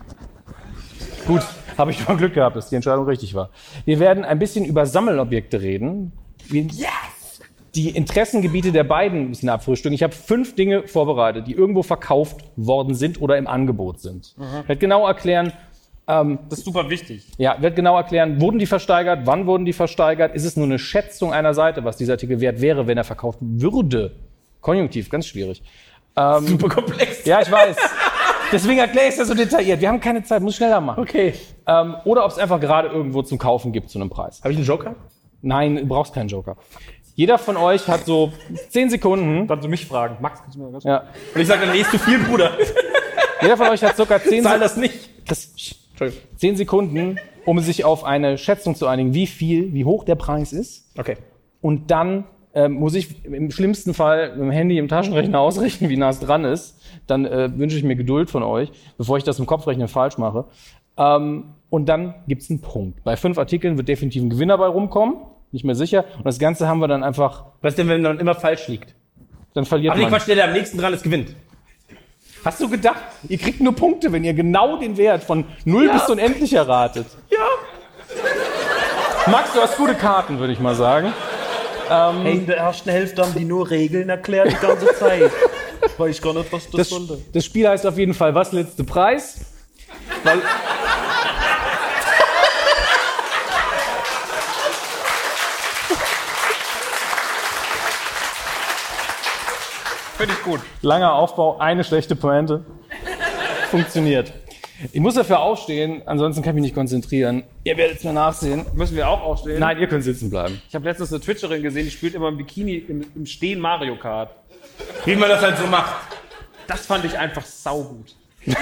Gut, habe ich mal Glück gehabt, dass die Entscheidung richtig war. Wir werden ein bisschen über Sammelobjekte reden. Wir, die Interessengebiete der beiden ein bisschen abfrühstücken. Ich habe fünf Dinge vorbereitet, die irgendwo verkauft worden sind oder im Angebot sind. Ich werde genau erklären, ähm,
Das ist super wichtig.
ja, wird genau erklären, wurden die versteigert, wann wurden die versteigert, ist es nur eine Schätzung einer Seite, was dieser Artikel wert wäre, wenn er verkauft würde. Konjunktiv, ganz schwierig. Ähm,
Super komplex.
ja, ich weiß. Deswegen erkläre ich es ja so detailliert. Wir haben keine Zeit, muss schneller machen.
Okay.
Ähm, oder ob es einfach gerade irgendwo zum Kaufen gibt zu einem Preis.
Habe ich einen Joker?
Nein, du brauchst keinen Joker. Jeder von euch hat so zehn Sekunden.
Dann du mich fragen. Max, kannst du mir das?
Ja,
Und ich sage dann, nee, ist zu viel, Bruder.
jeder von euch hat circa zehn,
Zahl
Se
das nicht.
das,
Entschuldigung.
zehn Sekunden, um sich auf eine Schätzung zu einigen, wie viel, wie hoch der Preis ist.
Okay.
und dann ähm, muss ich im schlimmsten Fall mit dem Handy im Taschenrechner ausrechnen, wie nah es dran ist. Dann äh, wünsche ich mir Geduld von euch, bevor ich das im Kopfrechnen falsch mache. Ähm, und dann gibt's einen Punkt. Bei fünf Artikeln wird definitiv ein Gewinner bei rumkommen, nicht mehr sicher. Und das Ganze haben wir dann einfach...
Was denn, wenn man immer falsch liegt?
Dann verliert
Ach nee,
man.
Quatsch, der, der am nächsten dran ist, gewinnt.
Hast du gedacht, ihr kriegt nur Punkte, wenn ihr genau den Wert von null
Ja.
bis unendlich erratet?
Ja.
Max, du hast gute Karten, würde ich mal sagen.
Hey, in der ersten Hälfte haben die nur Regeln erklärt die ganze Zeit. Weiß gar nicht, was das,
Das,
sollte.
das Spiel heißt auf jeden Fall, was letzte Preis? Weil
Finde ich gut.
langer Aufbau, eine schlechte Pointe. Funktioniert. Ich muss dafür aufstehen, ansonsten kann ich mich nicht konzentrieren. Ihr werdet es mir nachsehen.
Müssen wir auch aufstehen?
Nein, ihr könnt sitzen bleiben.
Ich habe letztens eine Twitcherin gesehen, die spielt immer im Bikini im, im Stehen Mario Kart.
Wie man das halt so macht.
Das fand ich einfach saugut.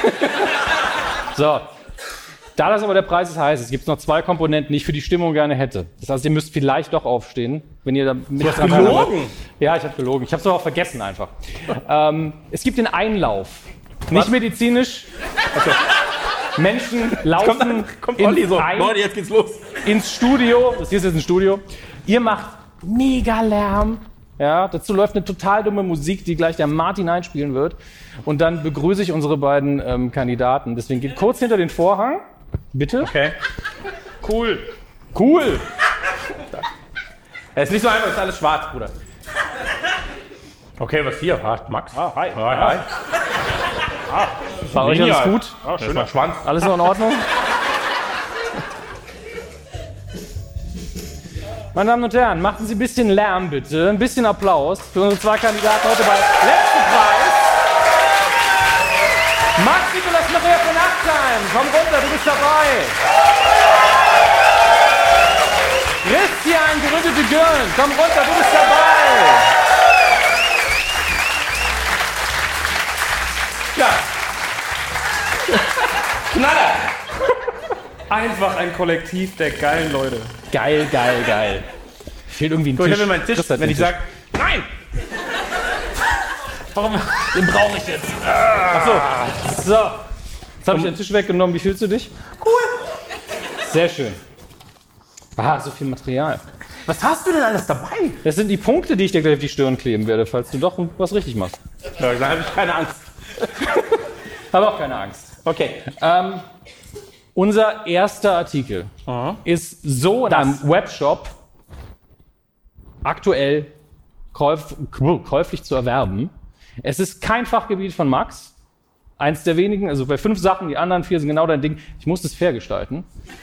So. Da das aber der Preis ist heiß, es gibt noch zwei Komponenten, die ich für die Stimmung gerne hätte. Das heißt, ihr müsst vielleicht doch aufstehen, wenn ihr da mit
Du hast gelogen?
Ja, ich habe gelogen. Ich habe es aber auch vergessen einfach. ähm, es gibt den Einlauf. Nicht medizinisch. Okay. Menschen laufen
Kommt
in
Olli so.
ein,
Leute, jetzt geht's los.
ins Studio. Das hier ist jetzt ein Studio. Ihr macht mega Lärm. Ja, dazu läuft eine total dumme Musik, die gleich der Martin einspielen wird. Und dann begrüße ich unsere beiden ähm, Kandidaten. Deswegen geht kurz hinter den Vorhang. Bitte.
Okay.
Cool.
Cool.
Es ist nicht so einfach, es ist alles schwarz, Bruder. Okay, was hier? Ah, Max.
Ah, hi.
Hi, hi.
Bei euch alles
Lineal.
gut?
Ah, schöner Schwanz.
Alles noch in Ordnung? Meine Damen und Herren, machen Sie ein bisschen Lärm bitte, ein bisschen Applaus für unsere zwei Kandidaten heute bei letzten Preis. Max Nicolas Maria von Achtheim, komm runter, du bist dabei. Christian Gerüttete Girl, komm runter, du bist dabei.
Ja. Knaller.
Einfach ein Kollektiv der geilen Leute.
Geil, geil, geil. Fehlt irgendwie ein
So,
Tisch.
ich habe mir meinen Tisch,
Chris hat
wenn
den
ich
Tisch.
sage, nein,
Warum?
den brauche ich jetzt.
So, jetzt habe ich den Tisch weggenommen. Wie fühlst du dich? Cool. Sehr schön. Ah, so viel Material.
Was hast du denn alles dabei?
Das sind die Punkte, die ich dir gleich auf die Stirn kleben werde, falls du doch was richtig machst.
Ja, da habe ich keine Angst.
Habe auch keine Angst.
Okay.
Ähm, unser erster Artikel ist so in einem Webshop aktuell käuf, käuflich zu erwerben. Es ist kein Fachgebiet von Max. Eins der wenigen, also bei fünf Sachen, die anderen vier sind genau dein Ding. Ich muss es fair gestalten.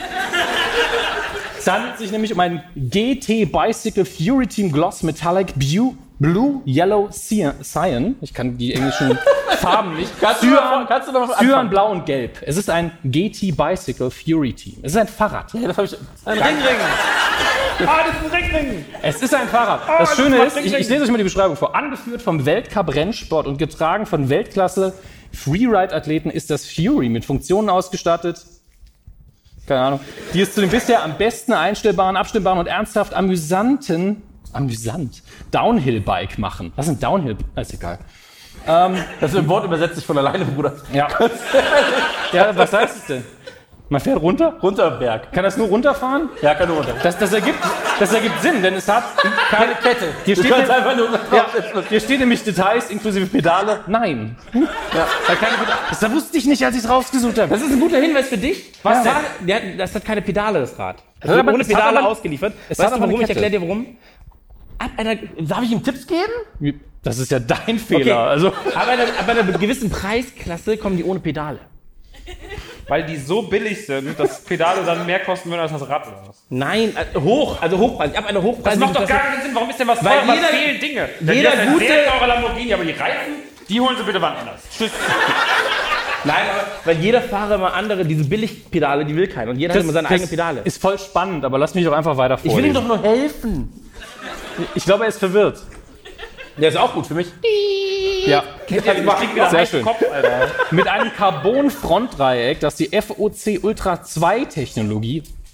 Es handelt sich nämlich um ein G T Bicycle Fury Team Gloss Metallic Blue, Blue Yellow Cyan. Ich kann die englischen Farben nicht.
Kannst du
Cyan,
noch- kannst du noch was
Cyan,
anfangen?
Blau und Gelb. Es ist ein G T Bicycle Fury Team. Es ist ein Fahrrad.
Ja, das habe ich.
Ein Ringring. Ah, das ist ein Ringring.
Es ist ein Fahrrad. Das
das
Schöne
macht
ist, ich,
Ring-Ring.
ich lese euch mal die Beschreibung vor. Angeführt vom Weltcup-Rennsport und getragen von Weltklasse Freeride-Athleten ist das Fury mit Funktionen ausgestattet, keine Ahnung, die es zu dem bisher am besten einstellbaren, abstimmbaren und ernsthaft amüsanten, amüsant, Downhill-Bike machen. Was ist ein Downhill? Ist egal.
Das ist im Wort übersetzt sich von alleine, Bruder.
Ja. Ja, was heißt es denn? Man fährt runter?
Runterberg.
Kann das nur runterfahren?
Ja, kann nur runter.
Das, das, ergibt, das ergibt Sinn, denn es hat keine Kette. Hier
Du
steht,
kannst
ne-
einfach nur.
ja, hier steht nämlich Details inklusive Pedale. Nein.
Ja.
Hat keine Pedale. Das wusste ich nicht, als ich es rausgesucht habe.
Das ist ein guter Hinweis für dich.
Was
das,
denn?
war, der, das hat keine Pedale, das Rad. Das
hat
wird
aber-
ohne
es hat
Pedale
aber-
ausgeliefert.
es
Weißt
hat
du
aber eine
warum? Ich
Kette.
erkläre dir warum. Ab einer, darf ich ihm Tipps geben?
Das ist ja dein Fehler. Also,
ab, einer, ab einer gewissen Preisklasse kommen die ohne Pedale.
Weil die so billig sind, dass Pedale dann mehr kosten würden als das Rad oder was?
Nein, äh, hoch, also hochpreisig. Ab einer
Das
hochpreisigen
macht doch
Klasse-
gar keinen Sinn. Warum ist denn was
Weil
teurer?
jeder-
fehlen Dinge.
jeder
das ist ein
gute-
sehr teurer Lamborghini, aber die Reifen, die holen sie bitte woanders. Tschüss.
Nein, aber weil jeder Fahrer mal andere, diese Billigpedale, die will keiner. Und jeder hat immer seine eigenen Pedale.
ist voll spannend, aber lass mich doch einfach weiter
Ich
vorlesen.
will ihm doch nur helfen.
Ich glaube, er ist verwirrt.
Der ist auch gut für mich.
Ja.
Jetzt mach ich wieder
Sehr
einen
schön.
Kopf, Alter.
Mit einem Carbon-Frontdreieck, das die F O C Ultra zwei Technologie,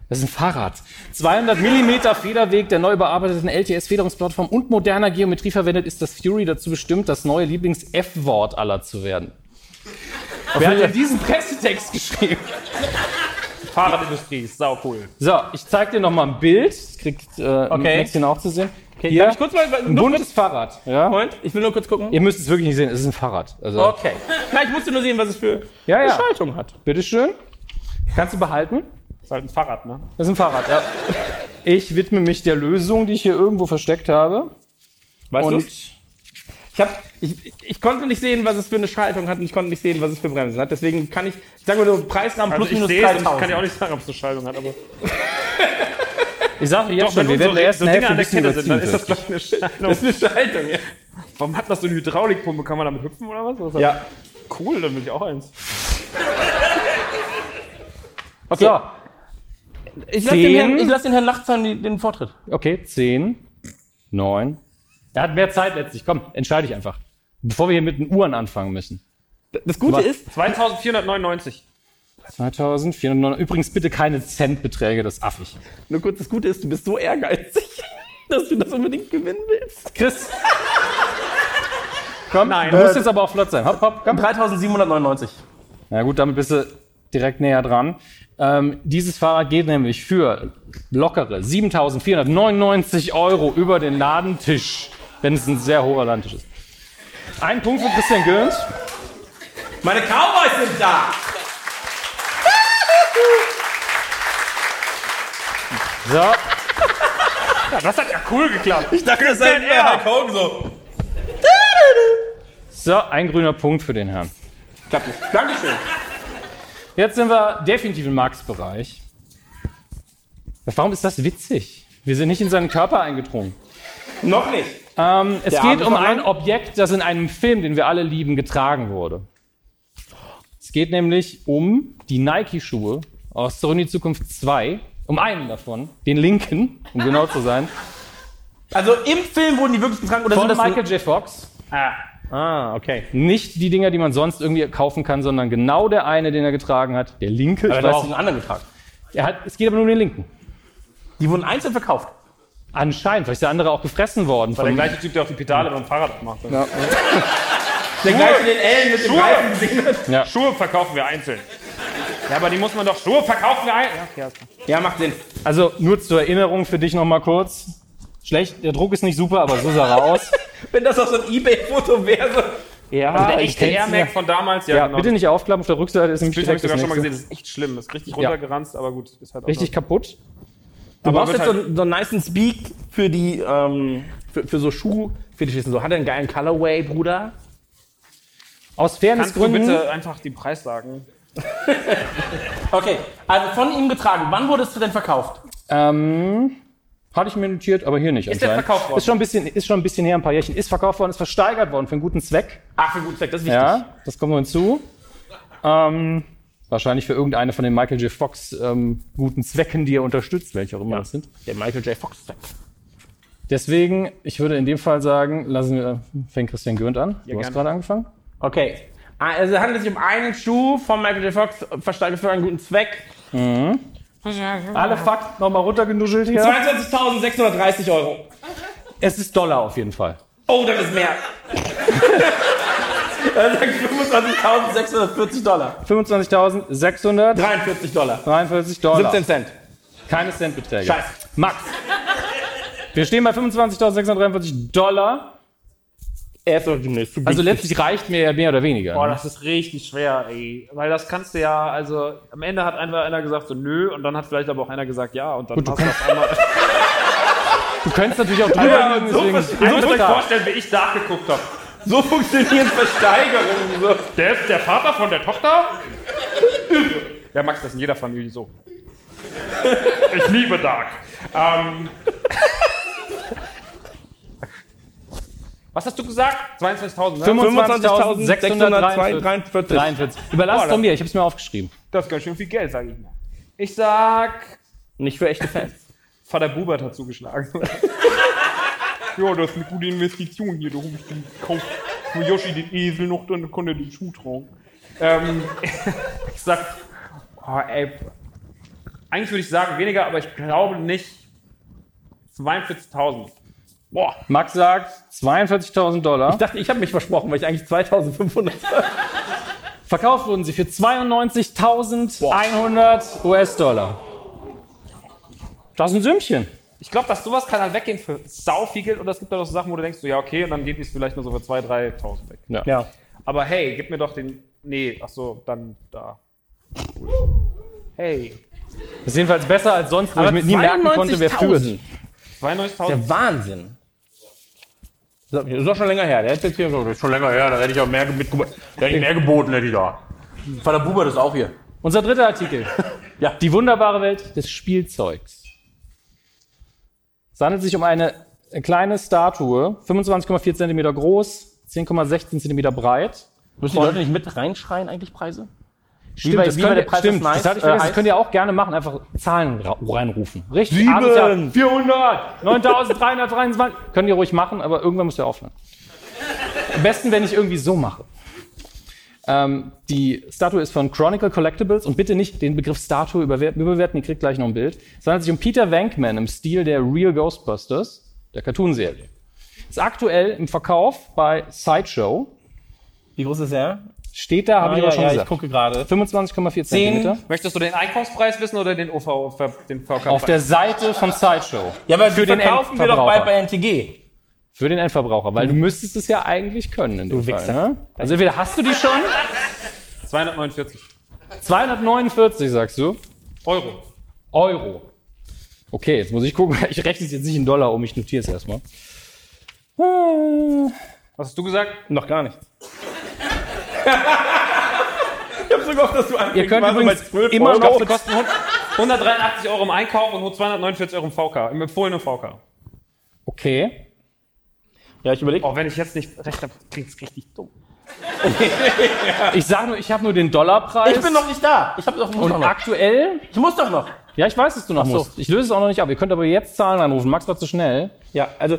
Das ist ein Fahrrad. zweihundert Millimeter Federweg der neu überarbeiteten L T S-Federungsplattform und moderner Geometrie verwendet, ist das Fury dazu bestimmt, das neue Lieblings-F-Wort aller zu werden. Wer hat denn diesen Pressetext geschrieben?
Fahrradindustrie, ist sau cool.
So, ich zeig dir noch mal ein Bild. Das kriegt äh,
Okay.
Maxchen auch zu sehen.
Okay,
Hier,
darf ich kurz mal,
ein
nur
buntes
kurz,
Fahrrad. Ja?
Moment, ich will nur kurz gucken.
Ihr müsst es wirklich nicht sehen, es ist ein Fahrrad. Also,
Okay. Na, ich musste nur sehen, was es für
Ja, ja.
eine Schaltung hat.
bitteschön. Kannst du behalten?
Ist halt ein Fahrrad, ne?
Das ist ein Fahrrad, ja. Ich widme mich der Lösung, die ich hier irgendwo versteckt habe.
Weißt
Und
du? Ich, hab, ich, ich konnte nicht sehen, was es für eine Schaltung hat und ich konnte nicht sehen, was es für Bremsen hat. Deswegen kann ich, ich sag mal so, Preisrahmen plus minus dreitausend.
Ich kann ja auch nicht sagen, ob es eine Schaltung hat, aber...
ich sage jetzt
Doch,
schon,
wenn
wir werden in der ersten
so Dinger
Hälfte ein
an der
bisschen
Kette sind, dann
überziehen.
ist das gleich eine Schaltung.
Das ist eine Schaltung, ja.
Warum hat das so eine Hydraulikpumpe? Kann man damit hüpfen oder was? was
Ja.
Cool, dann will ich auch eins.
Okay.
So,
Ich lasse den,
Zehn.
Herrn- ich lass den Herrn Lachzahn den, den Vortritt.
okay, zehn, neun. Er hat mehr Zeit letztlich. Komm, entscheide dich einfach. Bevor wir hier mit den Uhren anfangen müssen.
Das Gute
Was?
ist,
zweitausendvierhundertneunundneunzig.
zweitausendvierhundert. Übrigens bitte keine Centbeträge, das ist affig.
nur kurz, das Gute ist, du bist so ehrgeizig, dass du das unbedingt gewinnen willst.
Chris. Komm,
Nein.
du musst jetzt aber auch flott sein. Hopp, hopp, komm.
dreitausendsiebenhundertneunundneunzig.
Na gut, damit bist du direkt näher dran. Ähm, dieses Fahrrad geht nämlich für lockere siebentausendvierhundertneunundneunzig Euro über den Ladentisch, wenn es ein sehr hoher Ladentisch ist. Ein Punkt für Christian Gürnt.
Meine Cowboys sind da!
So,
Ja, das hat ja cool geklappt.
Ich dachte, das sei
er.
Hulk Hogan so.
so, ein grüner Punkt für den Herrn.
Klappt nicht. Dankeschön.
Jetzt sind wir definitiv im Max-Bereich. Warum ist das witzig? Wir sind nicht in seinen Körper eingedrungen.
Noch nicht.
Ähm, es
Der
geht
Arm ist
um
noch
ein
lang.
Objekt, das in einem Film, den wir alle lieben, getragen wurde. Es geht nämlich um die Nike-Schuhe aus Zurück in die Zukunft zwei. Um einen davon, den linken, um genau zu sein,
Also im Film wurden die wirklich getragen oder
von
sind das
Michael J. Fox.
Ah, okay.
Nicht die Dinger, die man sonst irgendwie kaufen kann, sondern genau der eine, den er getragen hat, der linke.
Aber
Ich
du
weiß
hast
nicht,
einen anderen getragen.
er hat, es geht aber nur um den linken.
Die wurden einzeln verkauft.
Anscheinend, vielleicht ist der andere auch gefressen worden.
War der
Von,
gleiche Typ, der auch die Pedale beim Fahrrad macht.
ja,
Der gleiche den Ellen mit dem
Schuhe.
Reifen gesehen hat.
ja.
Schuhe verkaufen wir einzeln. Ja, aber die muss man doch... Schuhe verkaufen wir einzeln. Ja, okay, alles klar.
Ja, macht Sinn.
Also nur zur Erinnerung für dich noch mal kurz. Schlecht, der Druck ist nicht super, aber so sah er aus.
Wenn das auch so ein Ebay-Foto wäre. So.
Ja,
Also der
ich
echte
kenn's
Air Max
ja.
von damals.
Ja,
genau.
bitte nicht aufklappen, auf der Rückseite ist nämlich
Das Bild habe ich
direkt
sogar
das
schon mal
nächste.
gesehen. Das ist echt schlimm. Das ist richtig
Ja.
runtergeranzt, aber gut. Ist halt auch
Richtig
noch-
kaputt.
Du
Aber
brauchst
wird
jetzt so,
halt-
einen- so einen nicen Speak für die, ähm, für, für so Schuhfetischisten. So, hat er einen geilen Colorway, Bruder?
Aus
Kannst du
Fairnessgründen.
bitte einfach den Preis sagen?
Okay, also von ihm getragen. Wann wurde es denn verkauft?
Ähm, hatte ich mir notiert, aber hier nicht.
Ist der
anscheinend.
verkauft worden?
Ist schon ein bisschen, ist schon ein bisschen her, ein paar Jährchen. Ist verkauft worden, ist versteigert worden für einen guten Zweck.
Ach, für guten Zweck, das ist wichtig.
Ja, das kommt noch hinzu. Ähm, wahrscheinlich für irgendeine von den Michael J. Fox ähm, guten Zwecken, die er unterstützt, welche auch immer das sind.
Der Michael J. Fox-Zweck.
Deswegen, ich würde in dem Fall sagen, lassen wir, fängt Christian Gürnt an. Du hast
gerne.
gerade angefangen.
Okay. Also handelt es sich um einen Schuh von Michael J. Fox, versteigert für einen guten Zweck.
Alle Fakten nochmal runtergenuschelt hier.
zweiundzwanzigtausendsechshundertdreißig Euro.
Es ist Dollar auf jeden Fall.
Oh, das ist mehr. Er sagt fünfundzwanzigtausendsechshundertvierzig Dollar.
fünfundzwanzigtausendsechshundertdreiundvierzig
dreiundvierzig
Dollar.
siebzehn Cent.
Keine Centbeträge.
Scheiße.
Max. Wir stehen bei fünfundzwanzigtausendsechshundertdreiundvierzig Dollar.
Er ist doch demnächst zu
Also
günstig.
letztlich reicht mir ja mehr oder weniger.
Boah,
ne?
das ist richtig schwer, ey. Weil das kannst du ja, also am Ende hat einfach einer gesagt so nö und dann hat vielleicht aber auch einer gesagt ja und dann
Gut, du
hast du auf einmal...
Du könntest natürlich auch drüber
Ja,
liegen,
so
deswegen-
was- Ihr müsst euch vorstellen, wie ich nachgeguckt habe.
So funktionieren Versteigerungen. So.
Der ist der Vater von der Tochter? Ja, Max, das ist in jeder Familie so. Ich liebe Dark. Ähm, was hast du gesagt? zweiundzwanzigtausend, ne?
fünfundzwanzigtausendsechshundertdreiundvierzig.
dreiundvierzig. Überlass es doch mir, ich habe es mir aufgeschrieben.
Das ist ganz schön viel Geld, sage ich mal. Ich sag...
Nicht für echte Fans.
Vater Bubert hat zugeschlagen. Ja, das ist eine gute Investition hier. Da habe ich den gekauft. Für Yoshi den Esel noch, dann konnte er den Schuh tragen. Ähm, ich sag, oh, ey, eigentlich würde ich sagen weniger, aber ich glaube nicht. zweiundvierzigtausend.
Boah.
Max sagt zweiundvierzigtausend Dollar.
Ich dachte, ich habe mich versprochen, weil ich eigentlich zweitausendfünfhundert
Verkauft wurden sie für zweiundneunzigtausendeinhundert U S-Dollar. Das ist ein Sümmchen.
Ich glaube, dass sowas kann dann weggehen für sau viel Geld. Oder es gibt da doch so Sachen, wo du denkst, so, ja, okay, und dann geht es vielleicht nur so für zweitausend, dreitausend weg.
Ja.
Ja.
Aber hey, gib mir doch den. Nee, ach so, dann da. Hey.
Das ist jedenfalls besser als sonst, wo
Aber
ich mir nie merken konnte, wer führt.
zweiundneunzigtausend.
Der Wahnsinn. Das ist doch schon länger her. Der hat jetzt hier so, das ist schon länger her, da hätte ich auch mehr, mit, da hätte ich mehr geboten, hätte ich da. Vater Buber, das ist auch hier.
Unser dritter Artikel.
Ja.
Die wunderbare Welt des Spielzeugs. Es handelt sich um eine kleine Statue, fünfundzwanzig Komma vier Zentimeter groß, zehn Komma sechzehn Zentimeter breit.
Müssen die Leute nicht mit reinschreien, eigentlich Preise?
Stimmt,
bei-
das,
wie
könnt
bei
ihr,
der Preis
stimmt
ist nice,
das, hatte ich
äh,
vergessen, das
heißt-
könnt ihr auch gerne machen, einfach Zahlen ra reinrufen. Richtig,
Sieben.
asozial. vierhundert, neuntausenddreihundertdreiundzwanzig, könnt ihr ruhig machen, aber irgendwann müsst ihr aufhören. Am besten, wenn ich irgendwie so mache. Ähm, die Statue ist von Chronicle Collectibles und bitte nicht den Begriff Statue überwerten, überbewerten, ihr kriegt gleich noch ein Bild. Es handelt sich um Peter Venkman im Stil der Real Ghostbusters, der Cartoonserie. Ist aktuell im Verkauf bei Sideshow.
Wie groß ist er?
Steht da, habe
Ah,
ich
ja,
aber schon
ja,
gesagt.
ich gucke gerade.
fünfundzwanzig Komma vier Zentimeter.
Möchtest du den Einkaufspreis wissen oder den O V, den V K?
Auf der Seite von Sideshow.
Ja, aber
Für
die
den
verkaufen wir doch
Endverbraucher.
bald bei N T G.
Für den Endverbraucher, weil du müsstest es ja eigentlich können in dem
Du
Fall.
Wichser.
Ne? Also entweder hast du die schon,
zweihundertneunundvierzig
zweihundertneunundvierzig sagst du,
Euro.
Euro. Okay, jetzt muss ich gucken, ich rechne es jetzt nicht in Dollar um, ich notiere es erstmal. Äh,
Was hast du gesagt?
Noch gar nicht. Ich hab so gehofft, dass du anfängst.
Ihr könnt
mal so
übrigens
bei zwölf
immer
Euro.
noch
Die kosten hundertdreiundachtzig Euro im Einkauf und nur zweihundertneunundvierzig Euro im V K. Im empfohlenen V K.
Okay.
Ja, ich überlege.
Auch wenn ich jetzt nicht recht habe, klingt es richtig dumm.
Ich sage nur, ich habe nur den Dollarpreis.
Ich bin noch nicht da. Ich, hab doch, muss
und
doch noch.
aktuell,
Ich muss doch noch.
ja, ich weiß, dass du noch
Ach so.
musst. Ich löse es auch noch nicht ab. Ihr könnt aber jetzt Zahlen anrufen. Max war zu schnell.
Ja, also.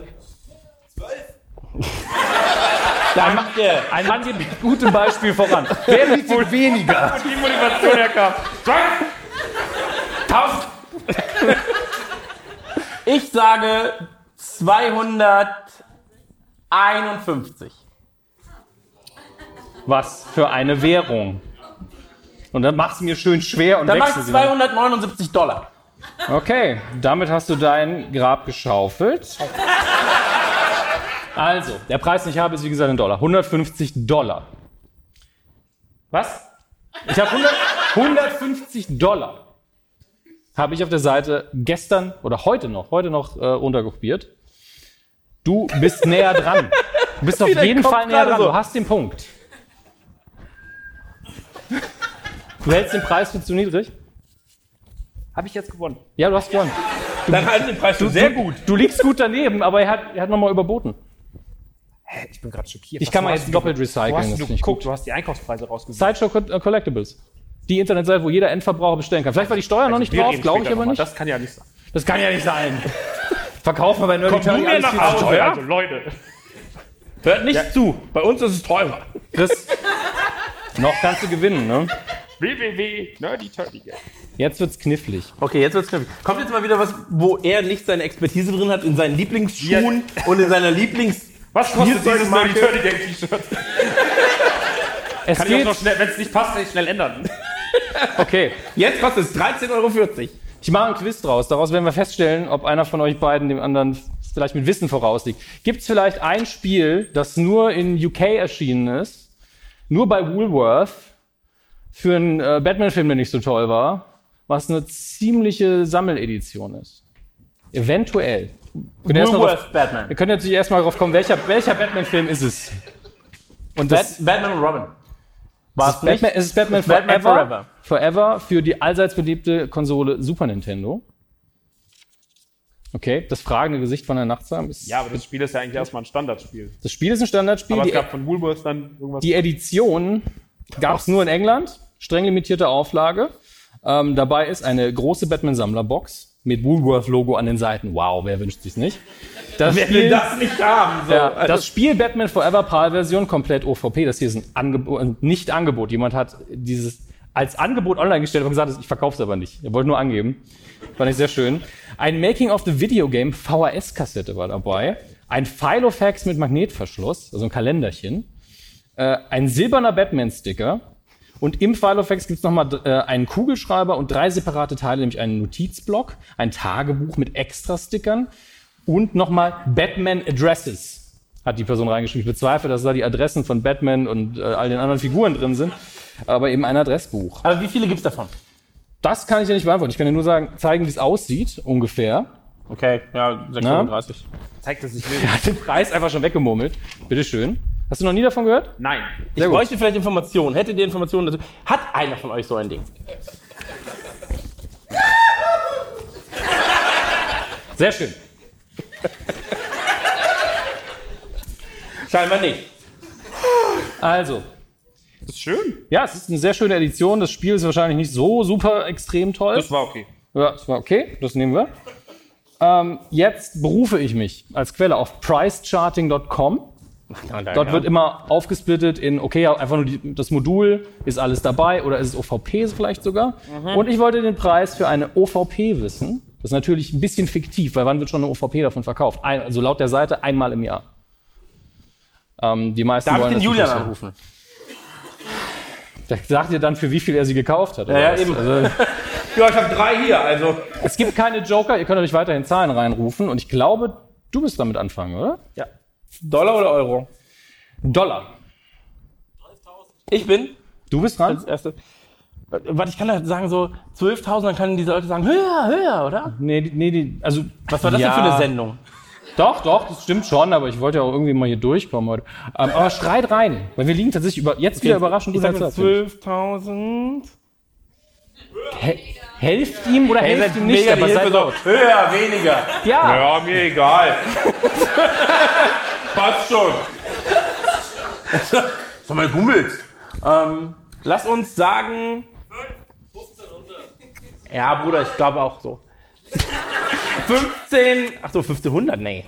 Da macht der.
Ein Mann geht mit gutem Beispiel voran. Wer liegt wohl weniger?
Die Motivation herkam.
tausend. Ich sage zweihunderteinundfünfzig.
Was für eine Währung. Und dann machst du mir schön schwer und
Dann mach ich
wechselst sie dann.
zweihundertneunundsiebzig Dollar.
Okay, damit hast du dein Grab geschaufelt. Also, der Preis, den ich habe, ist wie gesagt in Dollar. hundertfünfzig Dollar. Was? Ich habe hundertfünfzig Dollar. Habe ich auf der Seite gestern oder heute noch, heute noch äh, runterkopiert. Du bist näher dran. Du bist auf
Wie dein
jeden
Kopf
Fall näher
gerade
dran.
so.
Du hast den Punkt. Du hältst den Preis für zu niedrig?
Habe ich jetzt gewonnen?
Ja, du hast gewonnen.
Dann halten den Preis du sehr gut.
Du liegst gut daneben, aber er hat, er hat nochmal überboten.
Hä, ich bin gerade schockiert.
Ich
Was
kann mal
hast
jetzt
du
doppelt
geguckt?
recyceln,
Wo hast
das
du
finde ich
geguckt?
gut.
Du hast die Einkaufspreise rausgesucht.
Sideshow Co- äh, Collectibles. Die Internetseite, wo jeder Endverbraucher bestellen kann. Vielleicht war die Steuer noch nicht
Wir
drauf,
reden
glaube ich
später
aber
noch
nicht.
mal. Das kann ja nicht sein.
Das kann ja nicht sein. Verkaufen wir bei Nerdy
Komm du mir nach Hause,
Also,
ja?
also Leute.
Hört nicht zu. Bei uns ist es teurer.
Chris, noch kannst du gewinnen, ne?
w w w punkt nerdy turdy
Jetzt wird's knifflig.
Okay, jetzt wird's knapp. Kommt jetzt mal wieder was, wo er nicht seine Expertise drin hat, in seinen Lieblingsschuhen und in seiner Lieblings...
Was kostet dieses
Spielzeugmarke?
Nerdy Turdy Gang T-Shirt?
Es
Kann ich auch
geht,
noch schnell, wenn es nicht passt, kann ich schnell ändern.
okay.
Jetzt kostet es dreizehn Euro vierzig.
Ich mache einen Quiz draus. Daraus werden wir feststellen, ob einer von euch beiden dem anderen vielleicht mit Wissen vorausliegt. Gibt es vielleicht ein Spiel, das nur in U K erschienen ist, nur bei Woolworth, für einen äh, Batman-Film, der nicht so toll war, was eine ziemliche Sammeledition ist? Eventuell. Wir können, erst mal drauf,
Woolworth Batman.
wir können natürlich erstmal drauf kommen, welcher, welcher Batman-Film ist es? Und
Bat
das,
Batman und Robin. War
ist Batman, es ist Batman,
Ist Batman
Forever,
Forever.
Forever für die allseits beliebte Konsole Super Nintendo. Okay, das fragende Gesicht von der Nachtsam ist.
Ja, aber das Spiel ist ja eigentlich erstmal ein Standardspiel.
Das Spiel ist ein Standardspiel.
Aber es
Die,
gab von Woolworth dann irgendwas.
die Edition gab es nur in England, streng limitierte Auflage. Ähm, dabei ist eine große Batman-Sammlerbox mit Woolworth-Logo an den Seiten. Wow, wer wünscht sich's nicht? Das
Wer will das nicht haben? So.
Ja,
Also,
das Spiel Batman Forever PAL-Version komplett O V P. Das hier ist ein Angebot, ein Nicht-Angebot. Jemand hat dieses als Angebot online gestellt, aber gesagt, ich verkaufe es aber nicht. Er wollte nur angeben. Fand ich sehr schön. Ein Making of the Video Game V H S-Kassette war dabei. Ein Filofax mit Magnetverschluss, also ein Kalenderchen. Äh, ein silberner Batman-Sticker. Und im Filofax gibt's nochmal äh, einen Kugelschreiber und drei separate Teile, nämlich einen Notizblock, ein Tagebuch mit Extra-Stickern und nochmal Batman Addresses, hat die Person reingeschrieben. Ich bezweifle, dass da die Adressen von Batman und äh, all den anderen Figuren drin sind, aber eben ein Adressbuch.
Aber wie viele gibt's davon?
Das kann ich ja nicht beantworten. Ich kann dir nur sagen, zeigen, wie es aussieht, ungefähr.
Okay, ja, sechshundertdreißig.
Zeigt, dass ich will.
Er hat den Preis einfach schon weggemurmelt. Bitteschön. Hast du noch nie davon gehört?
Nein.
Ich bräuchte vielleicht Informationen. Hättet ihr Informationen dazu? Hat einer von euch so ein Ding?
Sehr schön.
Scheinbar nicht.
Also.
Das ist schön.
Ja, es ist eine sehr schöne Edition. Das Spiel ist wahrscheinlich nicht so super extrem toll.
Das war okay.
Ja, das war okay. Das nehmen wir. Ähm, jetzt berufe ich mich als Quelle auf price charting dot com. Dort wird immer aufgesplittet in, okay, einfach nur die, das Modul, ist alles dabei oder ist es O V P vielleicht sogar. Mhm. Und ich wollte den Preis für eine O V P wissen. Das ist natürlich ein bisschen fiktiv, weil wann wird schon eine O V P davon verkauft? Ein, also laut der Seite einmal im Jahr. Ähm, die meisten
Darf ich
wollen
den
das
Julian
nicht.
anrufen?
Der sagt dir dann, für wie viel er sie gekauft hat.
Ja, ja,
was?
eben.
Also,
Ja, ich habe drei hier, also.
es gibt keine Joker, ihr könnt euch weiterhin Zahlen reinrufen. Und ich glaube, du bist damit anfangen, oder?
Ja. Dollar oder Euro?
Dollar.
Ich bin
Du bist dran?
als Erste. Warte, ich kann da sagen so zwölftausend, dann können diese Leute sagen, höher, höher, oder?
Nee, die- nee, die, also.
Was war das
ja,
denn für eine Sendung?
Doch, doch, das stimmt schon, aber ich wollte ja auch irgendwie mal hier durchkommen heute. Ähm, aber schreit rein, weil wir liegen tatsächlich über, jetzt wieder überraschend
Ich
gut
sag
in der
jetzt
Zeit.
zwölftausend.
He helft ihm oder
Hey,
helft
seid
ihm nicht,
mega
aber
die
seid
Hilfe
laut.
so, höher, weniger.
Ja,
Ja, mir egal. Passt schon. Sag mal, gummelst. Ähm, lass uns sagen. Ja, Bruder, ich glaube auch so. fünfzehn. Ach so, fünfzehnhundert, nee.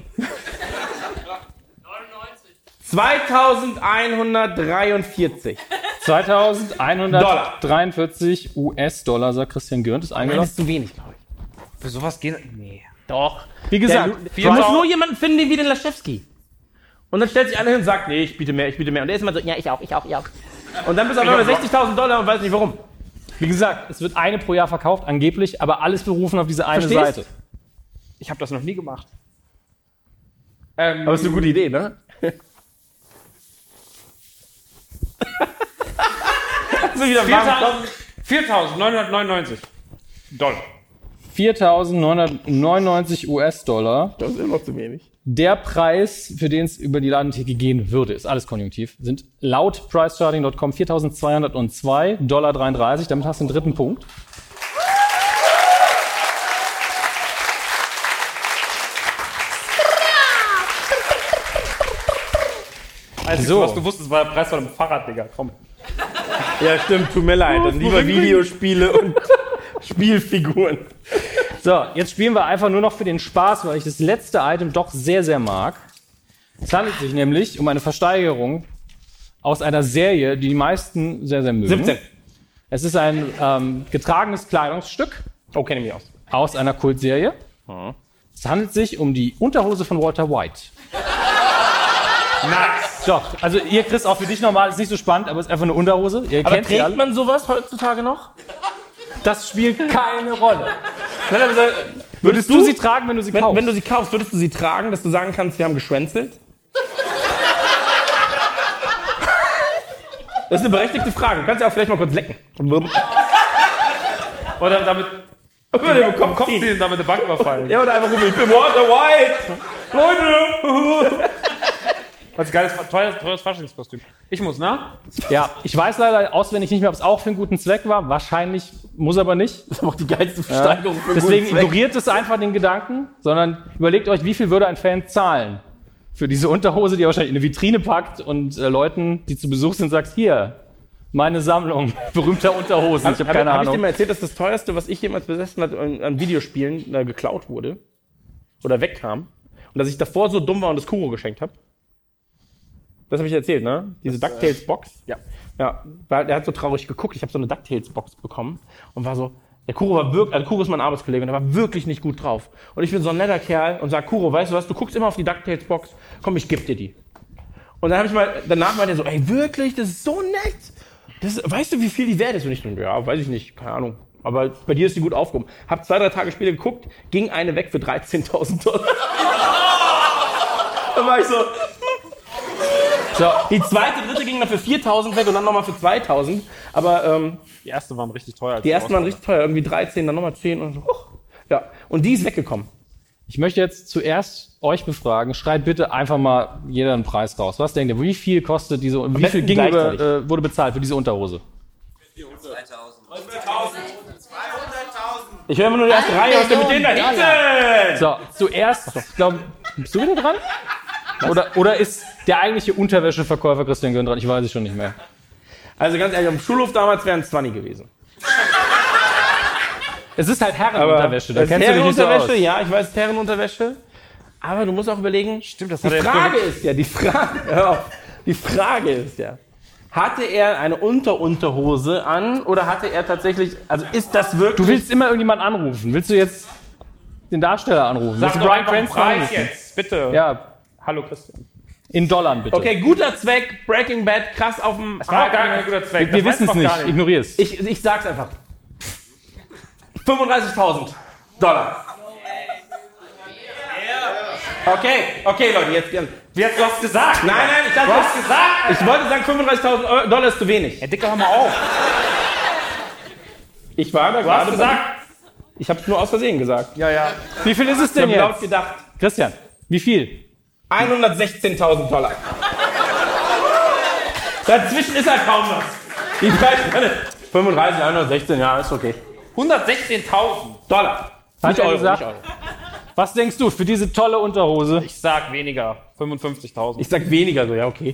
zweitausendeinhundertdreiundvierzig.
zweitausendeinhundertdreiundvierzig U S-Dollar, sagt Christian Gürnt, ist
Das
eingeloggt.
ist zu wenig, glaube ich.
Für sowas gehen. Nee.
Doch.
Wie gesagt,
Du musst nur jemanden finden wie den Laschewski. Und dann stellt sich einer hin und sagt, nee, ich biete mehr, ich biete mehr. Und der ist immer so, ja, ich auch, ich auch, ich auch. Und dann bist du aber sechzigtausend Dollar und weiß nicht warum.
wie gesagt, es wird eine pro Jahr verkauft, angeblich, aber alles berufen auf diese eine
Verstehst?
Seite.
Ich habe das noch nie gemacht. Ähm,
Aber ist eine gute Idee, ne? Also wieder warm.
viertausendneunhundertneunundneunzig Dollar.
viertausendneunhundertneunundneunzig U S-Dollar.
Das ist immer noch zu wenig.
Der Preis, für den es über die Ladentheke gehen würde, ist alles konjunktiv, sind laut price charting dot com viertausendzweihundertzwei Dollar dreiunddreißig. Damit hast du den dritten Punkt.
Einzige,
So.
was du wusstest, war der Preis von einem Fahrrad, Digga. Komm.
Ja, stimmt, tut mir leid. Dann lieber Videospiele und Spielfiguren.
So, jetzt spielen wir einfach nur noch für den Spaß, weil ich das letzte Item doch sehr, sehr mag. Es handelt sich nämlich um eine Versteigerung aus einer Serie, die die meisten sehr, sehr mögen.
siebzehn.
Es ist ein ähm, getragenes Kleidungsstück
Oh, kenne ich mich aus.
aus einer Kultserie. Es handelt sich um die Unterhose von Walter White.
Nice.
Doch, also ihr, Chris, auch für dich normal, ist nicht so spannend, aber es ist einfach eine Unterhose. Ihr
Aber
kennt sie
trägt
alle.
man sowas heutzutage noch?
Das spielt keine Rolle.
Nein, aber so-
Würdest du sie tragen, wenn du sie
wenn,
kaufst?
wenn du sie kaufst, würdest du sie tragen, dass du sagen kannst, wir haben geschwänzelt? Das ist eine berechtigte Frage. Du kannst ja auch vielleicht mal kurz lecken.
Oder damit.
Über den
Komm,
Kopf
Kopf
ziehen.
ziehen, damit eine Bank überfallen.
Ja, oder einfach rufen, ich bin Walter White. Leute.
Was geiles, teures, teures Faschingskostüm. Ich muss, ne?
Ja, ich weiß leider auswendig nicht mehr, ob es auch für einen guten Zweck war. Wahrscheinlich, muss aber nicht.
Das ist auch die geilste Versteigerung für einen
Deswegen
guten Zweck.
ignoriert es einfach den Gedanken, sondern überlegt euch, wie viel würde ein Fan zahlen für diese Unterhose, die ihr wahrscheinlich in eine Vitrine packt und äh, Leuten, die zu Besuch sind, sagt, hier, meine Sammlung berühmter Unterhosen. Ich habe keine
Hab ich dir
Ahnung.
mal erzählt, dass das teuerste, was ich jemals besessen hat an, an Videospielen, da geklaut wurde? Oder wegkam? Und dass ich davor so dumm war und das Kuro geschenkt habe? Das habe ich erzählt, ne? Diese DuckTales-Box. Ja. Ja, weil der hat so traurig geguckt. Ich habe so eine DuckTales-Box bekommen und war so, der Kuro war wirklich, also Kuro ist mein Arbeitskollege und der war wirklich nicht gut drauf. Und ich bin so ein netter Kerl und sag, Kuro, weißt du was, du guckst immer auf die DuckTales-Box, komm, ich geb dir die. Und dann habe ich mal, danach meinte er so, ey, wirklich, das ist so nett. Das, weißt du, wie viel die wert ist? Und ich so, ja, weiß ich nicht, keine Ahnung. Aber bei dir ist die gut aufgehoben. Hab zwei, drei Tage später geguckt, ging eine weg für dreizehntausend Dollar. Dann war ich so... So, die zweite, dritte ging dann für viertausend weg und dann nochmal für zweitausend. Aber ähm,
Die ersten waren richtig teuer.
die ersten waren richtig teuer, irgendwie dreizehn, dann nochmal zehn und so. Huch. Ja, und die ist weggekommen.
Ich möchte jetzt zuerst euch befragen. Schreibt bitte einfach mal jeder einen Preis raus. Was denkt ihr? Wie viel kostet diese, wie viel
besten
ging über,
gleichzeitig.
äh, wurde bezahlt für diese Unterhose?
Ich höre immer nur die erste Reihe, was denn mit denen da hinten?
So, zuerst, ich glaube, bist du wieder dran? Oder, oder ist der eigentliche Unterwäscheverkäufer Christian Gönn dran? Ich weiß es schon nicht mehr.
Also ganz ehrlich, am Schulhof damals wären es zwanzig gewesen.
Es ist halt Herrenunterwäsche, da
das
kennst du dich nicht so aus.
Herrenunterwäsche, ja, ich weiß, Herrenunterwäsche. Aber du musst auch überlegen,
Stimmt, das
die
hat er
Frage ist ja, die Frage, hör auf, die Frage ist ja, hatte er eine Unterunterhose an oder hatte er tatsächlich, also ist das wirklich...
Du willst immer irgendjemanden anrufen. Willst du jetzt den Darsteller anrufen? willst du Bryan Cranston anrufen?
jetzt, bitte.
Ja,
Hallo Christian.
in Dollar bitte.
Okay, guter Zweck, Breaking Bad, krass auf dem...
Das war gar kein guter Zweck.
Wir wissen es nicht, ignorier es.
Ich, ich sag's einfach. fünfunddreißigtausend Dollar. Okay, okay, Leute, jetzt...
Wie hast du hast gesagt?
Nein, nein, ich dachte,
Du hast gesagt.
ich wollte sagen, fünfunddreißigtausend Dollar ist zu wenig.
Ja, Dicker, hör mal auf.
Ich war da
Du hast
gerade...
gesagt.
Ich hab's nur aus Versehen gesagt.
Ja, ja.
Wie viel ist es
Ich
denn
hab laut
jetzt?
gedacht.
Christian, wie viel?
hundertsechzehntausend Dollar. Dazwischen ist halt kaum was. Die Preise, fünfunddreißig, hundertsechzehn, ja, ist okay.
hundertsechzehntausend.
Dollar.
Hat
Nicht
er
Euro,
gesagt?
nicht Euro.
Was denkst du für diese tolle Unterhose?
Ich sag weniger. fünfundfünfzigtausend.
Ich sag weniger so, ja, okay.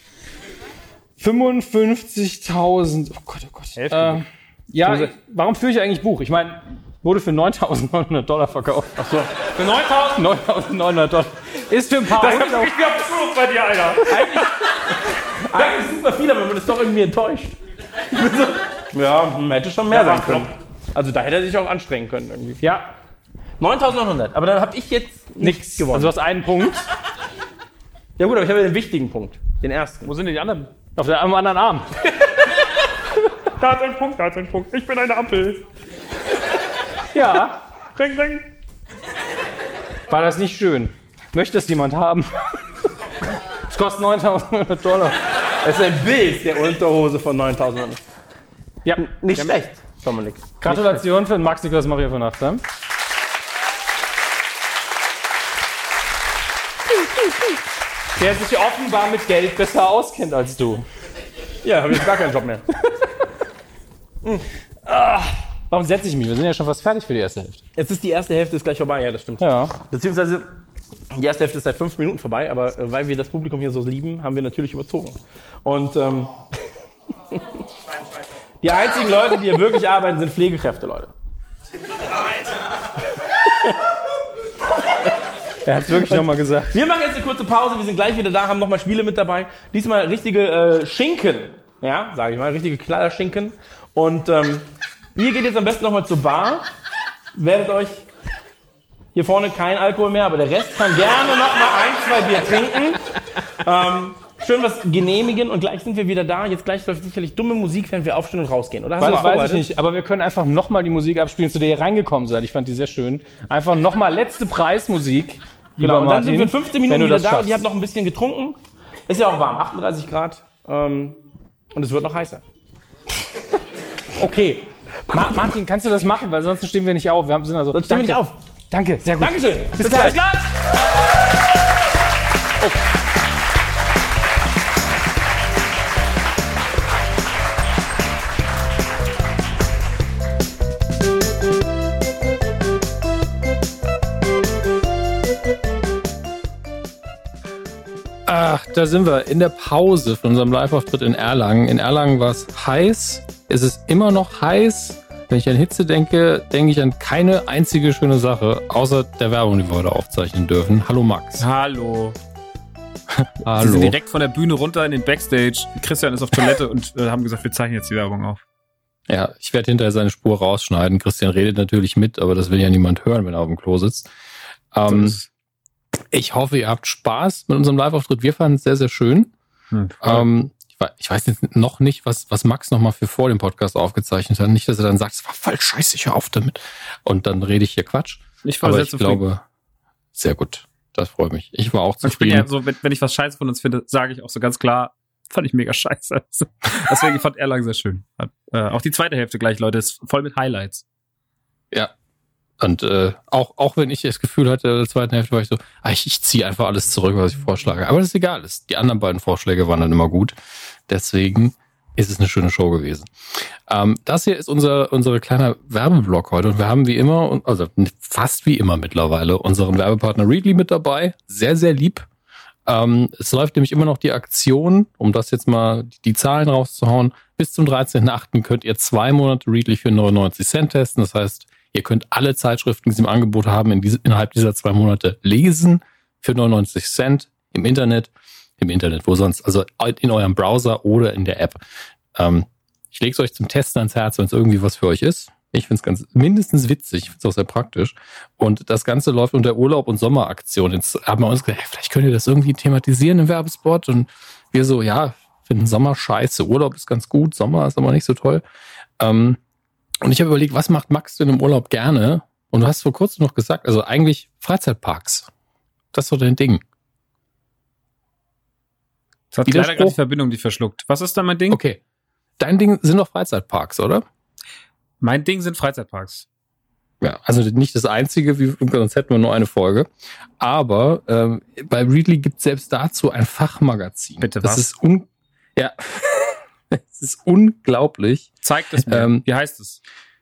fünfundfünfzigtausend. Oh Gott, oh Gott.
Hälfte.
Äh, ja, ich, warum führe ich eigentlich Buch? Ich meine, wurde für neuntausendneunhundert Dollar verkauft. Ach so.
Für neuntausend?
neuntausendneunhundert Dollar. Ist für ein paar
Das ist
Euro.
wirklich absurd bei dir, Alter.
Eigentlich super viel, aber man ist doch irgendwie enttäuscht. Ich bin so, ja, hätte schon mehr
Ja,
sein
war
können. Also da hätte er sich auch anstrengen können irgendwie.
Ja,
neuntausendneunhundert, aber dann habe ich jetzt nichts
nix.
gewonnen.
Also du hast einen Punkt
Ja gut, aber ich habe ja den wichtigen Punkt, den ersten.
Wo sind denn die anderen?
auf der, am anderen Arm.
Da hat ein Punkt, da hat ein Punkt. Ich bin eine Ampel.
Ja,
Ring, ring.
war das nicht schön? Möchte das jemand haben? Es kostet neuntausendneunhundert Dollar.
Das ist ein Bild der Unterhose von neuntausend.
Ja,
Nicht schlecht, Dominik.
Gratulation für den Max Niklas Maria von Nachtheim. Der sich offenbar mit Geld besser auskennt als du.
Ja, habe ich jetzt gar keinen Job mehr.
Warum setze ich mich? Wir sind ja schon fast fertig für die erste Hälfte.
Jetzt ist die erste Hälfte ist gleich vorbei, ja, das stimmt.
Ja.
Beziehungsweise, die erste Hälfte ist seit fünf Minuten vorbei, aber äh, weil wir das Publikum hier so lieben, haben wir natürlich überzogen. Und ähm, die einzigen Leute, die hier wirklich arbeiten, sind Pflegekräfte, Leute.
Er hat es wirklich nochmal gesagt.
Wir machen jetzt eine kurze Pause, wir sind gleich wieder da, haben nochmal Spiele mit dabei. Diesmal richtige äh, Schinken, ja, sage ich mal, richtige Kleiderschinken. Und ähm, ihr geht jetzt am besten nochmal zur Bar, werdet euch hier vorne kein Alkohol mehr, aber der Rest kann gerne nochmal ein, zwei Bier trinken. Ähm, schön was genehmigen und gleich sind wir wieder da. Jetzt gleich läuft sicherlich dumme Musik, wenn wir aufstehen und rausgehen. Oder hast
Weiß,
du was
weiß ich
vorbereitet?
nicht, aber wir können einfach nochmal die Musik abspielen, zu der ihr reingekommen seid. Ich fand die sehr schön. Einfach nochmal letzte Preismusik.
Genau, und dann sind wir in fünfzehn Minuten
wenn du
wieder
das
da und
schaffst.
ihr habt noch ein bisschen getrunken. Ist ja auch warm, achtunddreißig Grad. Ähm, und es wird noch heißer.
Okay. Ma Martin, kannst du das machen? Weil sonst stehen wir nicht auf. Wir haben, sind also,
Sonst stehen wir nicht auf.
Danke, sehr gut.
Dankeschön.
Bis gleich. Ach, da sind wir in der Pause von unserem Live-Auftritt in Erlangen. In Erlangen war es heiß. Es ist immer noch heiß. Wenn ich an Hitze denke, denke ich an keine einzige schöne Sache, außer der Werbung, die wir heute aufzeichnen dürfen. Hallo Max.
Hallo. Sie
Hallo.
sind direkt von der Bühne runter in den Backstage. Christian ist auf Toilette und äh, haben gesagt, wir zeichnen jetzt die Werbung auf.
Ja, ich werde hinterher seine Spur rausschneiden. Christian redet natürlich mit, aber das will ja niemand hören, wenn er auf dem Klo sitzt. Ähm,
So
ich hoffe, ihr habt Spaß mit unserem Live-Auftritt. Wir fanden es sehr, sehr schön.
Hm,
Ähm, ich, weiß, ich weiß jetzt noch nicht, was, was Max nochmal für vor dem Podcast aufgezeichnet hat. Nicht, dass er dann sagt, es war voll scheiße, ich hör auf damit. Und dann rede ich hier Quatsch.
ich war
Aber
sehr
ich
zufrieden.
glaube, sehr gut. Das freut mich. Ich war auch
Und ich bin
zufrieden.
ja so, wenn, wenn ich was scheiße von uns finde, sage ich auch so ganz klar, fand ich mega scheiße. Deswegen fand Erlangen sehr schön. Äh, auch die zweite Hälfte gleich, Leute, ist voll mit Highlights.
Ja. Und äh, auch, auch wenn ich das Gefühl hatte, in der zweiten Hälfte war ich so, ah, ich, ich ziehe einfach alles zurück, was ich vorschlage. Aber das ist egal. Das, die anderen beiden Vorschläge waren dann immer gut. Deswegen ist es eine schöne Show gewesen. Ähm, das hier ist unser unser kleiner Werbeblock heute. Und wir haben wie immer, also fast wie immer mittlerweile, unseren Werbepartner Readly mit dabei. Sehr, sehr lieb. Ähm, es läuft nämlich immer noch die Aktion, um das jetzt mal die, die Zahlen rauszuhauen. Bis zum dreizehnten achten könnt ihr zwei Monate Readly für neunundneunzig Cent testen. Das heißt, ihr könnt alle Zeitschriften, die sie im Angebot haben, in diese, innerhalb dieser zwei Monate lesen für neunundneunzig Cent im Internet. Im Internet, wo sonst? Also in eurem Browser oder in der App. Ähm, ich lege es euch zum Testen ans Herz, wenn es irgendwie was für euch ist. Ich finde es ganz mindestens witzig, ich finde es auch sehr praktisch. Und das Ganze läuft unter Urlaub- und Sommeraktion. Jetzt haben wir uns gedacht, hey, vielleicht könnt ihr das irgendwie thematisieren im Werbespot. Und wir so, ja, finden Sommer scheiße. Urlaub ist ganz gut, Sommer ist aber nicht so toll. Ähm, und ich habe überlegt, was macht Max denn im Urlaub gerne? Und du hast vor kurzem noch gesagt, also eigentlich Freizeitparks. Das ist so dein Ding.
Das hat leider
Widerspruch?
gerade die Verbindung, die verschluckt. Was ist da mein Ding?
Okay. Dein Ding sind doch Freizeitparks, oder?
Mein Ding sind Freizeitparks.
Ja, also nicht das einzige, wie, sonst hätten wir nur eine Folge. Aber ähm, bei Readly gibt es selbst dazu ein Fachmagazin.
Bitte
das
was?
Ist un ja, es ist unglaublich.
Zeigt es mir.
Ähm,
Wie heißt es?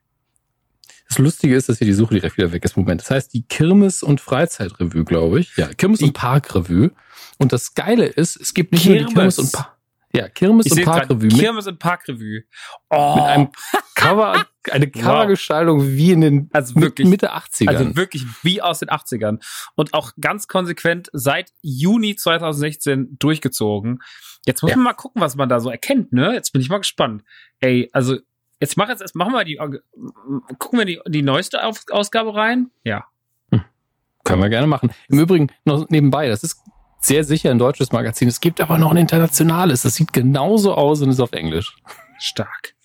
Das Lustige ist, dass hier die Suche direkt wieder weg ist. Moment. Das heißt die Kirmes- und Freizeitrevue, glaube ich. Ja, Kirmes-
Die-
und Parkrevue. Und das Geile ist, es gibt nicht nur die Kirmes- und Park. Ja, Kirmes-
Ich
und
sehe gerade
Parkrevue mit,
Kirmes und Parkrevue. Oh,
mit einem Cover, eine Covergestaltung wie in den
Also
mit-
wirklich.
Mitte achtzigern.
also wirklich wie aus den achtzigern. Und auch ganz konsequent seit Juni zweitausendsechzehn durchgezogen. Jetzt muss
Ja.
man mal gucken, was man da so erkennt, ne? Jetzt bin ich mal gespannt. Ey, also jetzt mach jetzt erst, machen wir die, gucken wir die, die neueste Auf, Ausgabe rein? Ja.
Können wir gerne machen. Im Übrigen noch nebenbei, das ist sehr sicher ein deutsches Magazin. Es gibt aber noch ein internationales. Das sieht genauso aus und ist auf Englisch.
Stark.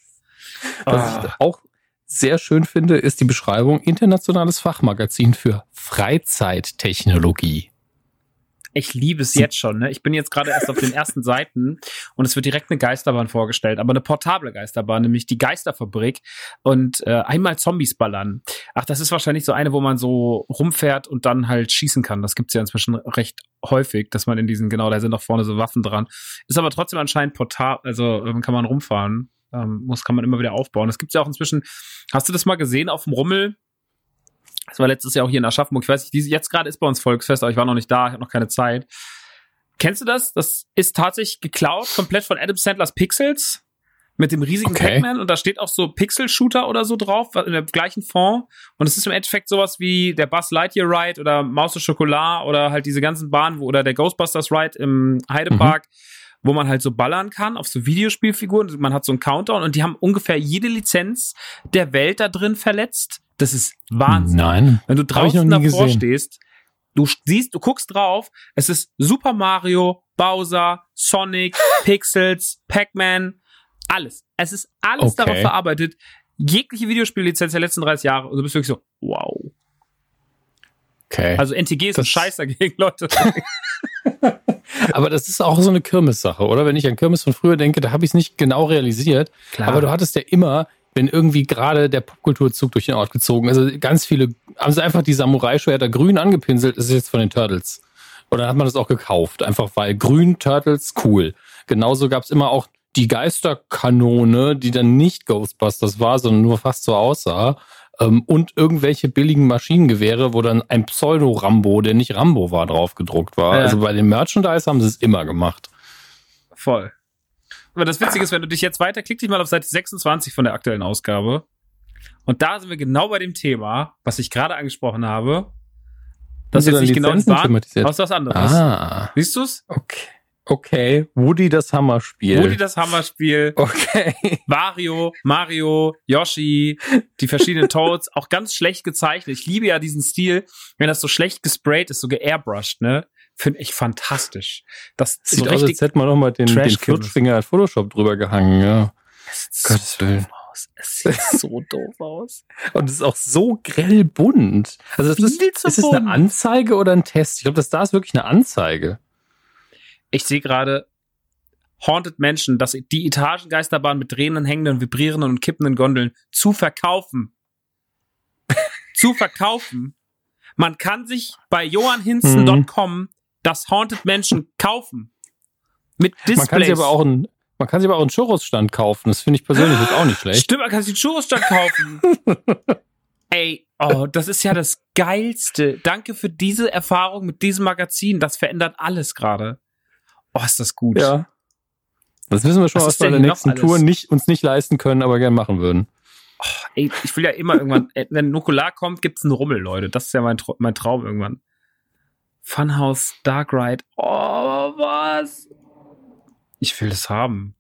Was
Ah.
ich auch sehr schön finde, ist die Beschreibung internationales Fachmagazin für Freizeittechnologie.
Ich liebe es jetzt schon, ne? Ich bin jetzt gerade erst auf den ersten Seiten und es wird direkt eine Geisterbahn vorgestellt, aber eine portable Geisterbahn, nämlich die Geisterfabrik und äh, einmal Zombies ballern. Ach, das ist wahrscheinlich so eine, wo man so rumfährt und dann halt schießen kann. Das gibt's ja inzwischen recht häufig, dass man in diesen, genau, da sind auch vorne so Waffen dran. Ist aber trotzdem anscheinend portabel, also ähm, kann man rumfahren. Ähm, muss, kann man immer wieder aufbauen. Das gibt's ja auch inzwischen. Hast du das mal gesehen auf dem Rummel? Das war letztes Jahr auch hier in Aschaffenburg. Ich weiß nicht, diese, jetzt gerade ist bei uns Volksfest, aber ich war noch nicht da, ich habe noch keine Zeit. Kennst du das? Das ist tatsächlich geklaut, komplett von Adam Sandlers Pixels mit dem riesigen
Okay.
Pac-Man und da steht auch so Pixel-Shooter oder so drauf, in der gleichen Font. Und es ist im Endeffekt sowas wie der Buzz Lightyear Ride oder Maus au Chocolat oder halt diese ganzen Bahnen, wo, oder der Ghostbusters Ride im Heidepark, wo man halt so ballern kann auf so Videospielfiguren. Man hat so einen Countdown und die haben ungefähr jede Lizenz der Welt da drin verletzt. Das ist Wahnsinn.
Nein.
Wenn du
Hab ich noch
draußen
nie
davor
gesehen.
stehst, du siehst, du guckst drauf, es ist Super Mario, Bowser, Sonic, Pixels, Pac-Man, alles. Es ist alles
Okay.
darauf verarbeitet. Jegliche Videospiellizenz der letzten dreißig Jahre. Und du bist wirklich so, wow.
Okay.
Also N T G ist ein
Das-
Scheiß dagegen, Leute.
Aber das ist auch so eine Kirmessache, oder? Wenn ich an Kirmes von früher denke, da habe ich es nicht genau realisiert.
Klar.
Aber du hattest ja immer, wenn irgendwie gerade der Popkulturzug durch den Ort gezogen, also ganz viele, haben sie einfach die Samurai-Schwerter grün angepinselt, das ist jetzt von den Turtles. Oder dann hat man das auch gekauft, einfach weil grün, Turtles, cool. Genauso gab es immer auch die Geisterkanone, die dann nicht Ghostbusters war, sondern nur fast so aussah. Ähm, und irgendwelche billigen Maschinengewehre, wo dann ein Pseudo-Rambo, der nicht Rambo war, drauf gedruckt war.
Ja.
Also bei den Merchandise haben sie es immer gemacht.
Voll. Aber das Witzige ist, wenn du dich jetzt weiter, klick dich mal auf Seite sechsundzwanzig von der aktuellen Ausgabe. Und da sind wir genau bei dem Thema, was ich gerade angesprochen habe. Das ist
Sind
jetzt nicht genau die
Lizenzen
Bahn,
thematisiert?
aber ist was anderes.
Ah,
Siehst du's?
okay. Okay, Woody das Hammerspiel.
Woody das Hammerspiel,
Okay.
Wario, Mario, Yoshi, die verschiedenen Toads, auch ganz schlecht gezeichnet. Ich liebe ja diesen Stil, wenn das so schlecht gesprayt ist, so geairbrushed, ne? Finde ich fantastisch. Das
Sieht
so
aus, als
richtig
hätte man noch mal den, den
Trash-Kirmes.
Flutschfinger als Photoshop drüber gehangen, ja. Gottes
so
Willen.
doof aus. Es sieht so doof aus.
Und es ist auch so grell bunt. Also das ist,
Viel zu
ist es
bunt.
eine Anzeige oder ein Test? Ich glaube, das da ist wirklich eine Anzeige.
Ich sehe gerade Haunted Mansion, dass die Etagengeisterbahn mit drehenden, hängenden, vibrierenden und kippenden Gondeln zu verkaufen. zu verkaufen. Man kann sich bei johann hinzen Punkt com das Haunted Mansion kaufen. Mit Displays.
Man kann sich aber auch einen, man kann sich aber auch einen Churros-Stand kaufen. Das finde ich persönlich jetzt auch nicht schlecht.
Stimmt, man kann sich einen Churros-Stand kaufen. Ey, oh, das ist ja das Geilste. Danke für diese Erfahrung mit diesem Magazin. Das verändert alles gerade. Oh, ist das gut.
Ja. Das wissen wir schon,
Was
was
ist
wir in
denn
der
noch
nächsten
alles?
Tour nicht, uns nicht leisten können, aber gern machen würden.
Oh, ey, ich will ja immer irgendwann, wenn Nukular kommt, gibt's einen Rummel, Leute. Das ist ja mein, Tra- mein Traum irgendwann. Funhouse, Dark Ride. Oh, was? Ich will das haben.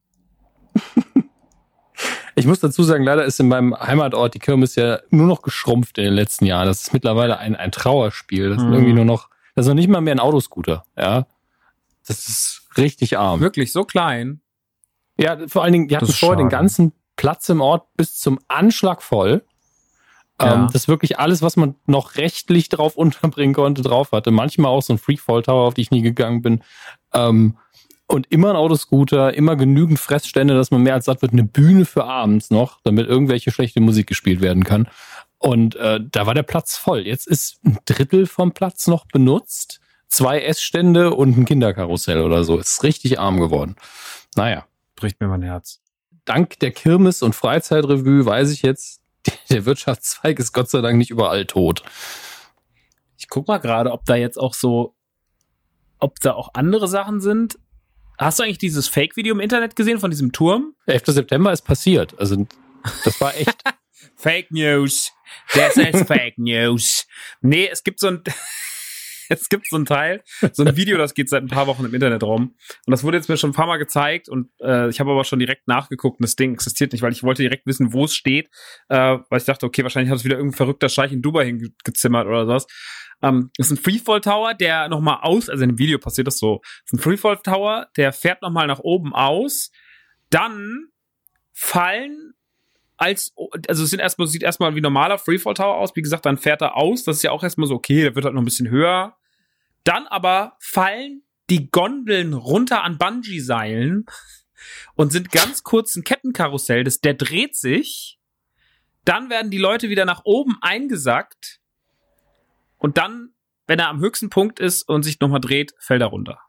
Ich muss dazu sagen, leider ist in meinem Heimatort die Kirmes ja nur noch geschrumpft in den letzten Jahren. Das ist mittlerweile ein, ein Trauerspiel. Das ist
Mhm.
irgendwie nur noch, das ist noch nicht mal mehr ein Autoscooter, ja. Das ist richtig arm.
Wirklich so klein.
Ja, vor allen Dingen, die hatten
Das ist
vorher den
schade.
ganzen Platz im Ort bis zum Anschlag voll.
Ja.
Ähm, das wirklich alles, was man noch rechtlich drauf unterbringen konnte, drauf hatte. Manchmal auch so ein Freefall Tower, auf die ich nie gegangen bin. Ähm, und immer ein Autoscooter, immer genügend Fressstände, dass man mehr als satt wird. Eine Bühne für abends noch, damit irgendwelche schlechte Musik gespielt werden kann. Und äh, da war der Platz voll. Jetzt ist ein Drittel vom Platz noch benutzt. Zwei Essstände und ein Kinderkarussell oder so. Ist richtig arm geworden. Naja.
Bricht mir mein Herz.
Dank der Kirmes- und Freizeitrevue weiß ich jetzt, der Wirtschaftszweig ist Gott sei Dank nicht überall tot.
Ich guck mal gerade, ob da jetzt auch so, ob da auch andere Sachen sind. Hast du eigentlich dieses Fake-Video im Internet gesehen von diesem Turm?
elfter September ist passiert. Also, das war echt.
Fake News. Das ist Fake News. Nee, es gibt so ein, es gibt so ein Teil, so ein Video, das geht seit ein paar Wochen im Internet rum. Und das wurde jetzt mir schon ein paar Mal gezeigt und äh, ich habe aber schon direkt nachgeguckt und das Ding existiert nicht, weil ich wollte direkt wissen, wo es steht, äh, weil ich dachte, okay, wahrscheinlich hat es wieder irgendein verrückter Scheich in Dubai hingezimmert oder sowas. Ähm, das ist ein Freefall Tower, der nochmal aus, also in dem Video passiert das so, das ist ein Freefall Tower, der fährt nochmal nach oben aus, dann fallen als, also es sind erstmal, sieht erstmal wie normaler Freefall Tower aus, wie gesagt, dann fährt er aus, das ist ja auch erstmal so, okay, der wird halt noch ein bisschen höher. Dann aber fallen die Gondeln runter an Bungee-Seilen und sind ganz kurz ein Kettenkarussell, das, der dreht sich, dann werden die Leute wieder nach oben eingesackt und dann, wenn er am höchsten Punkt ist und sich nochmal dreht, fällt er runter.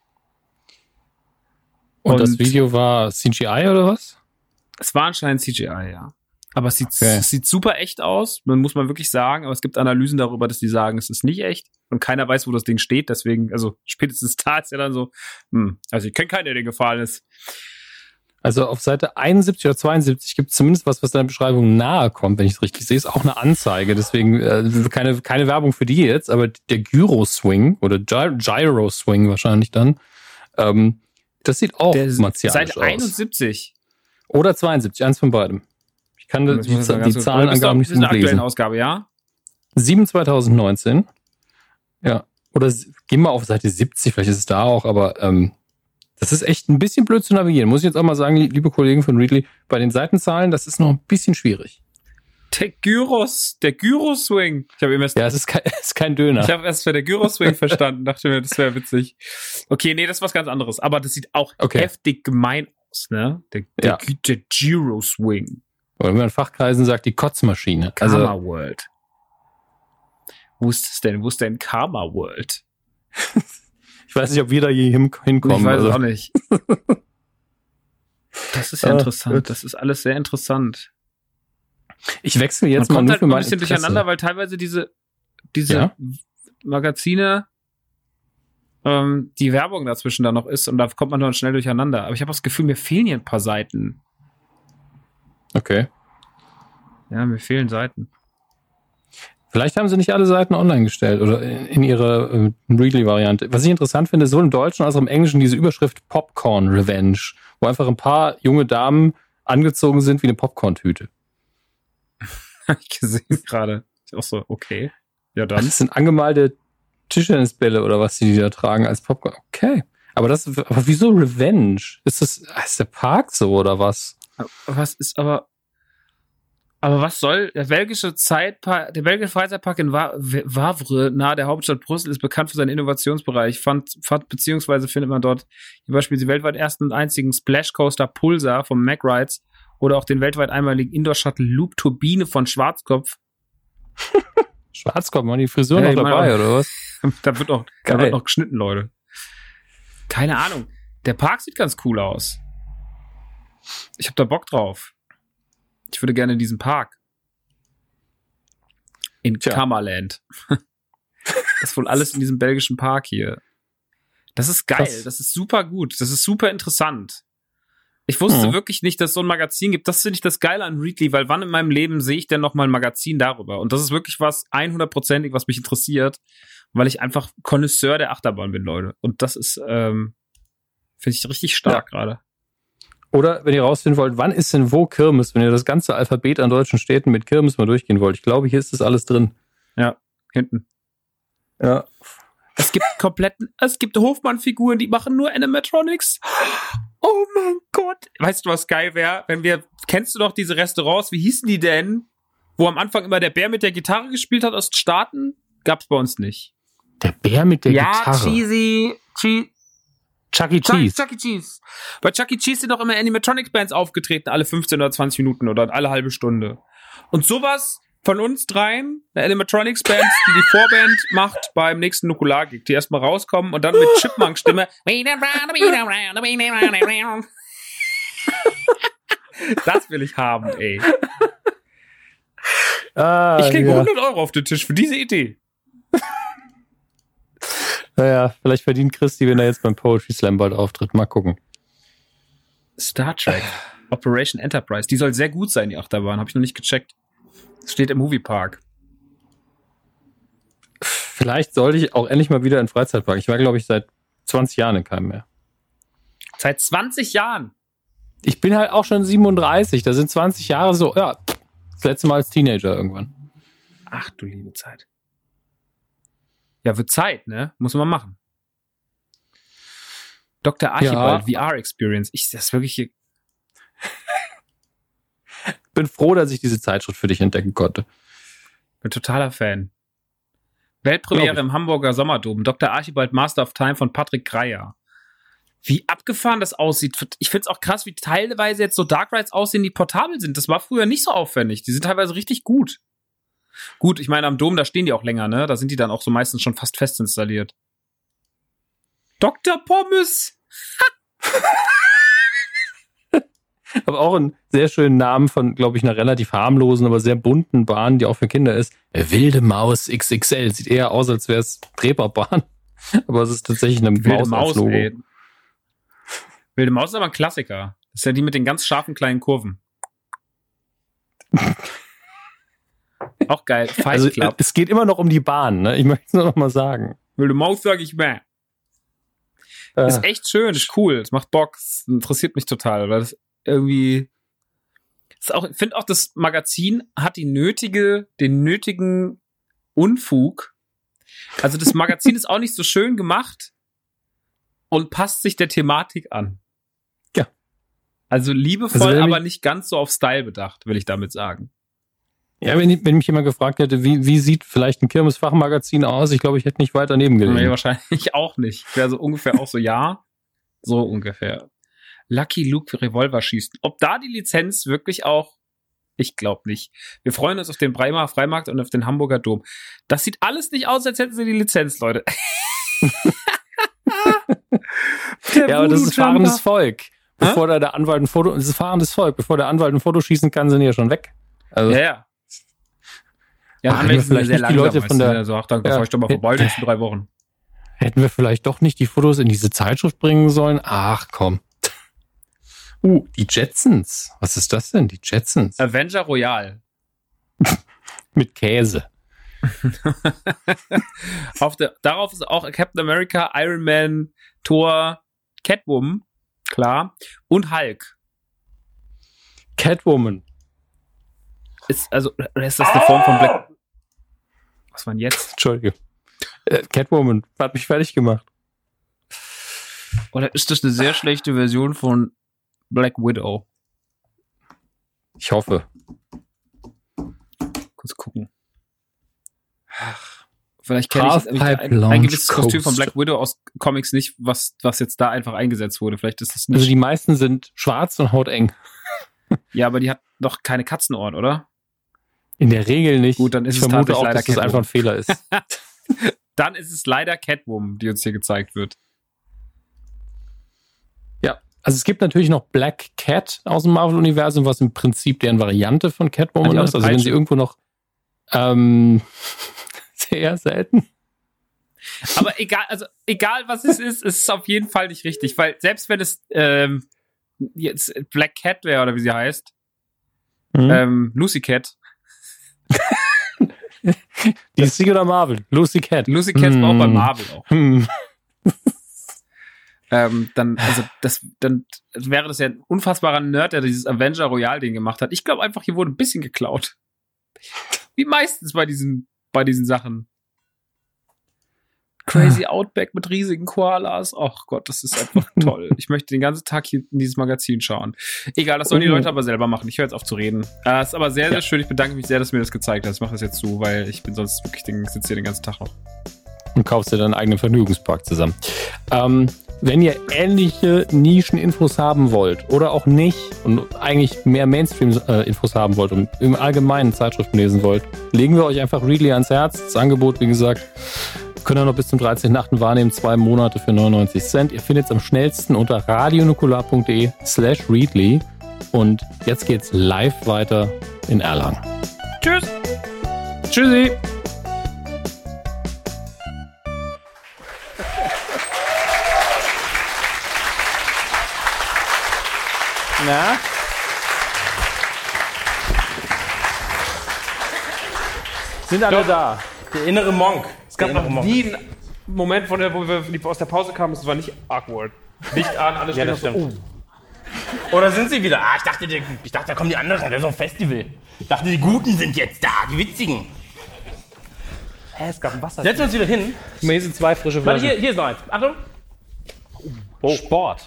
Und,
Und
das Video war C G I oder was?
Es war anscheinend C G I, ja. Aber es sieht,
Okay.
es sieht super echt aus, man muss man wirklich sagen. Aber es gibt Analysen darüber, dass die sagen, es ist nicht echt. Und keiner weiß, wo das Ding steht. Deswegen, also spätestens da ist ja dann so, hm, also ich kenne keinen, der den gefallen ist.
Also auf Seite einundsiebzig oder zweiundsiebzig gibt es zumindest was, was deiner Beschreibung nahe kommt, wenn ich es richtig sehe. Ist auch eine Anzeige, deswegen äh, keine, keine Werbung für die jetzt, aber der Gyro-Swing oder Gy- Gyro-Swing wahrscheinlich dann, ähm, das sieht auch
Der
martialisch
Seite
aus.
einundsiebzig.
Oder zweiundsiebzig, eins von beidem. Ich kann
Das
die,
muss ich mal
die
ganz kurz-
Zahlenangaben nicht
Das ist eine
so
aktuelle
lesen.
Ausgabe, ja?
sieben zweitausendneunzehn. Ja. Oder s- geh mal auf Seite siebzig, vielleicht ist es da auch, aber ähm, das ist echt ein bisschen blöd zu navigieren. Muss ich jetzt auch mal sagen, liebe Kollegen von Readly, bei den Seitenzahlen, das ist noch ein bisschen schwierig.
Der Gyros, der Gyro-Swing. Ich habe erst,
Ja, es ist kein, es ist kein Döner.
ich habe erst für der Gyro-Swing verstanden, dachte mir, das wäre witzig. Okay, nee, das ist was ganz anderes. Aber das sieht auch
Okay.
heftig gemein aus, ne? Der, der,
Ja.
Gy- der Gyro-Swing.
Oder wenn man in Fachkreisen sagt, die Kotzmaschine.
Karma
Also,
World. Wo ist es denn? Wo ist denn Karma World?
ich weiß nicht, ob wir da je hin, hinkommen.
Ich weiß
also,
es auch nicht. Das ist ja
Ah,
interessant.
gut.
Das ist alles sehr interessant.
Ich wechsle
Man
jetzt mal
kommt
nur
halt
für
ein
mein
bisschen
Interesse.
durcheinander, weil teilweise diese, diese
Ja.
Magazine, ähm, die Werbung dazwischen da noch ist und da kommt man dann schnell durcheinander. Aber ich habe das Gefühl, mir fehlen hier ein paar Seiten.
Okay.
Ja, mir fehlen Seiten.
Vielleicht haben sie nicht alle Seiten online gestellt oder in, in ihrer äh, Readly-Variante. Was ich interessant finde, sowohl im Deutschen als auch im Englischen diese Überschrift Popcorn Revenge, wo einfach ein paar junge Damen angezogen sind wie eine Popcorn-Tüte.
Hab ich gesehen gerade. Ich auch so, okay. Ja, dann.
Das sind angemalte Tischtennisbälle oder was die da tragen als Popcorn. Okay. Aber das, aber wieso Revenge? Ist das, ist der Park so oder was?
Was ist aber, aber was soll, der belgische Zeitpark, der belgische Freizeitpark in Wavre, nahe der Hauptstadt Brüssel, ist bekannt für seinen Innovationsbereich. Fand, fand, beziehungsweise findet man dort zum Beispiel die weltweit ersten und einzigen Splash Coaster Pulsar vom Mack Rides oder auch den weltweit einmaligen Indoor Shuttle Loop Turbine von Schwarzkopf.
Schwarzkopf, waren die Frisur
Ja,
noch
ich
dabei,
meine,
oder was?
Da wird noch, da wird noch geschnitten, Leute. Keine Ahnung. Der Park sieht ganz cool aus. Ich hab da Bock drauf. Ich würde gerne in diesen Park. In
Tja.
Kammerland. Das ist wohl alles in diesem belgischen Park hier. Das ist geil.
Krass.
Das ist super gut. Das ist super interessant. Ich wusste
Hm.
wirklich nicht, dass es so ein Magazin gibt. Das finde ich das Geile an Readly, weil wann in meinem Leben sehe ich denn noch mal ein Magazin darüber? Und das ist wirklich was hundertprozentig, was mich interessiert, weil ich einfach Connoisseur der Achterbahn bin, Leute. Und das ist, ähm, finde ich richtig stark gerade.
Oder wenn ihr rausfinden wollt, wann ist denn wo Kirmes, wenn ihr das ganze Alphabet an deutschen Städten mit Kirmes mal durchgehen wollt. Ich glaube, hier ist das alles drin.
Ja, hinten.
Ja.
Es gibt kompletten, es gibt Hofmann-Figuren, die machen nur Animatronics. Oh mein Gott. Weißt du, was geil wäre? Wenn wir, kennst du doch diese Restaurants, wie hießen die denn? Wo am Anfang immer der Bär mit der Gitarre gespielt hat aus den Staaten? Gab's bei uns nicht.
Der Bär mit der
ja,
Gitarre.
cheesy, cheesy.
Chuck E.
Chuck,
Cheese.
Chuck E. Cheese. Bei Chuck E. Cheese sind doch immer Animatronics-Bands aufgetreten, alle fünfzehn oder zwanzig Minuten oder alle halbe Stunde. Und sowas von uns dreien, eine Animatronics-Band, die die Vorband macht beim nächsten Nukular-Gig, die erstmal rauskommen und dann mit Chipmunk-Stimme das will ich haben, ey.
Ah,
Ich kriege
ja.
hundert Euro auf den Tisch für diese Idee.
Naja, vielleicht verdient Christi, wenn er jetzt beim Poetry Slam bald auftritt. Mal gucken.
Star Trek, Operation Enterprise, die soll sehr gut sein, die Achterbahn, habe ich noch nicht gecheckt. Das steht im Moviepark.
Vielleicht sollte ich auch endlich mal wieder in den Freizeitpark. Ich war, glaube ich, seit zwanzig Jahren in keinem mehr.
Seit zwanzig Jahren.
Ich bin halt auch schon siebenunddreißig. Da sind zwanzig Jahre so, ja, das letzte Mal als Teenager irgendwann.
Ach du liebe Zeit. Ja, wird Zeit, ne? Muss man machen. Doktor Archibald,
Ja.
V R-Experience. Ich, das ist wirklich hier.
Bin froh, dass ich diese Zeitschrift für dich entdecken konnte.
Bin totaler Fan. Weltpremiere
Glaub ich.
im Hamburger Sommerdom. Doktor Archibald, Master of Time von Patrick Greyer. Wie abgefahren das aussieht. Ich find's auch krass, wie teilweise jetzt so Dark Rides aussehen, die portabel sind. Das war früher nicht so aufwendig. Die sind teilweise richtig gut. Gut, ich meine, am Dom, da stehen die auch länger, ne? Da sind die dann auch so meistens schon fast fest installiert. Doktor Pommes!
Aber auch einen sehr schönen Namen von, glaube ich, einer relativ harmlosen, aber sehr bunten Bahn, die auch für Kinder ist. Wilde Maus X X L. Sieht eher aus, als wäre es Reeperbahn. Aber es ist tatsächlich eine
Wilde
Maus,
Maus,
als Logo.
ey. Wilde Maus ist aber ein Klassiker. Das ist ja die mit den ganz scharfen kleinen Kurven. Auch geil. Fight
Also
Club.
es geht immer noch um die Bahn, ne? Ich möchte es nur noch mal sagen.
Wilde Maus sag ich mehr.
Äh,
Ist echt schön, ist cool. Es macht Bock. Es interessiert mich total, weil das irgendwie. Ist auch, ich finde auch, das Magazin hat die nötige, den nötigen Unfug. Also das Magazin ist auch nicht so schön gemacht und passt sich der Thematik an.
Ja.
Also liebevoll,
Also wenn
aber
mich-
nicht ganz so auf Style bedacht, will ich damit sagen.
Ja, wenn, ich- wenn mich jemand gefragt hätte, wie, wie sieht vielleicht ein Kirmes-Fachmagazin aus, ich glaube, ich hätte nicht weiter daneben
Nee,
gelegen.
wahrscheinlich auch nicht. Wäre so ungefähr auch so, ja. So ungefähr. Lucky Luke Revolver schießen. Ob da die Lizenz wirklich auch, ich glaube nicht. Wir freuen uns auf den Bremer Freimarkt und auf den Hamburger Dom. Das sieht alles nicht aus, als hätten sie die Lizenz, Leute. Der
Ja, aber das ist
Voodoo-Jumper.
fahrendes Volk. Bevor da der Anwalt ein Foto, das ist fahrendes Volk. Bevor der Anwalt ein Foto schießen kann, sind die ja schon weg. Also,
Ja, ja. Ja,
Ach,
Anwälte
hätten wir
sind
vielleicht
sehr
nicht die
langsam,
Leute
weißt
von
du,
der-
der sagt, dann
Ja.
fahr ich doch mal vorbei, in nächsten drei Wochen.
hätten wir vielleicht doch nicht die Fotos in diese Zeitschrift bringen sollen? Ach, komm. Uh, die Jetsons. Was ist das denn? Die Jetsons.
Avenger Royal.
Mit Käse.
Auf der, darauf ist auch Captain America, Iron Man, Thor, Catwoman, klar, und Hulk.
Catwoman.
Ist, also, oder ist das eine Form von Black... Was war denn jetzt?
Entschuldige. Äh, Catwoman hat mich fertig gemacht.
Oder ist das eine sehr schlechte Version von Black Widow?
Ich hoffe.
Kurz gucken. Vielleicht kenne ich ein,
Lounge
ein gewisses Kostüm von
Coaster.
Black Widow aus Comics nicht, was, was jetzt da einfach eingesetzt wurde. Vielleicht ist das nicht.
Also die meisten sind schwarz und hauteng.
Ja, aber die hat doch keine Katzenohren, oder?
In der Regel nicht.
Gut, dann ist
ich
es
vermute
tatsächlich
auch,
leider
dass das einfach ein Fehler ist.
Dann ist es leider Catwoman, die uns hier gezeigt wird.
Ja, also es gibt natürlich noch Black Cat aus dem Marvel-Universum, was im Prinzip deren Variante von Catwoman
Hat die auch
ist.
eine
Also wenn
Peitsche?
sie irgendwo noch ähm, sehr selten.
Aber egal, also egal was es ist, es ist auf jeden Fall nicht richtig, weil selbst wenn es ähm, jetzt Black Cat wäre oder wie sie heißt,
Mhm.
ähm, Lucy Cat.
D C oder Marvel? Lucy Cat.
Lucy Cat war auch bei
Hm.
Marvel auch.
Hm.
Ähm, dann, also das, dann wäre das ja ein unfassbarer Nerd, der dieses Avenger Royale-Ding gemacht hat. Ich glaube einfach, hier wurde ein bisschen geklaut. Wie meistens bei diesen, bei diesen Sachen. Crazy Outback mit riesigen Koalas. Ach Gott, das ist einfach toll. Ich möchte den ganzen Tag hier in dieses Magazin schauen. Egal, das sollen die
Oh.
Leute aber selber machen. Ich höre jetzt auf zu reden. Äh, ist aber sehr, sehr
Ja.
schön. Ich bedanke mich sehr, dass du mir das gezeigt hast. Ich mache das jetzt zu, weil ich bin sonst wirklich den, sitze hier den ganzen Tag noch.
Und kaufst dir deinen eigenen Vergnügungspark zusammen. Ähm, wenn ihr ähnliche Nischen-Infos haben wollt oder auch nicht und eigentlich mehr Mainstream-Infos haben wollt und im Allgemeinen Zeitschriften lesen wollt, legen wir euch einfach Readly ans Herz. Das Angebot, wie gesagt, könnt ihr noch bis zum dreizehnten achten wahrnehmen. Zwei Monate für neunundneunzig Cent. Ihr findet es am schnellsten unter radionukular.de slash Readly. Und jetzt geht's live weiter in Erlangen.
Tschüss!
Tschüssi!
Na? Sind alle da? Der innere Monk.
Es gab
Der
noch
innere Monk.
nie einen Moment, von der, wo wir aus der Pause kamen, es war nicht awkward. Licht an, alles
Ja,
stehen
das
noch so,
stimmt. Oder sind sie wieder? Ah, ich dachte, die- ich dachte, da kommen die anderen. Das ist doch ein Festival. Ich dachte, die Guten sind jetzt da, die Witzigen.
Hä, es gab ein Wasser.
Setzen wir uns wieder hin.
Hier sind zwei frische
Warte,
Flaschen.
hier, hier ist noch eins. Achtung.
Oh. Sport.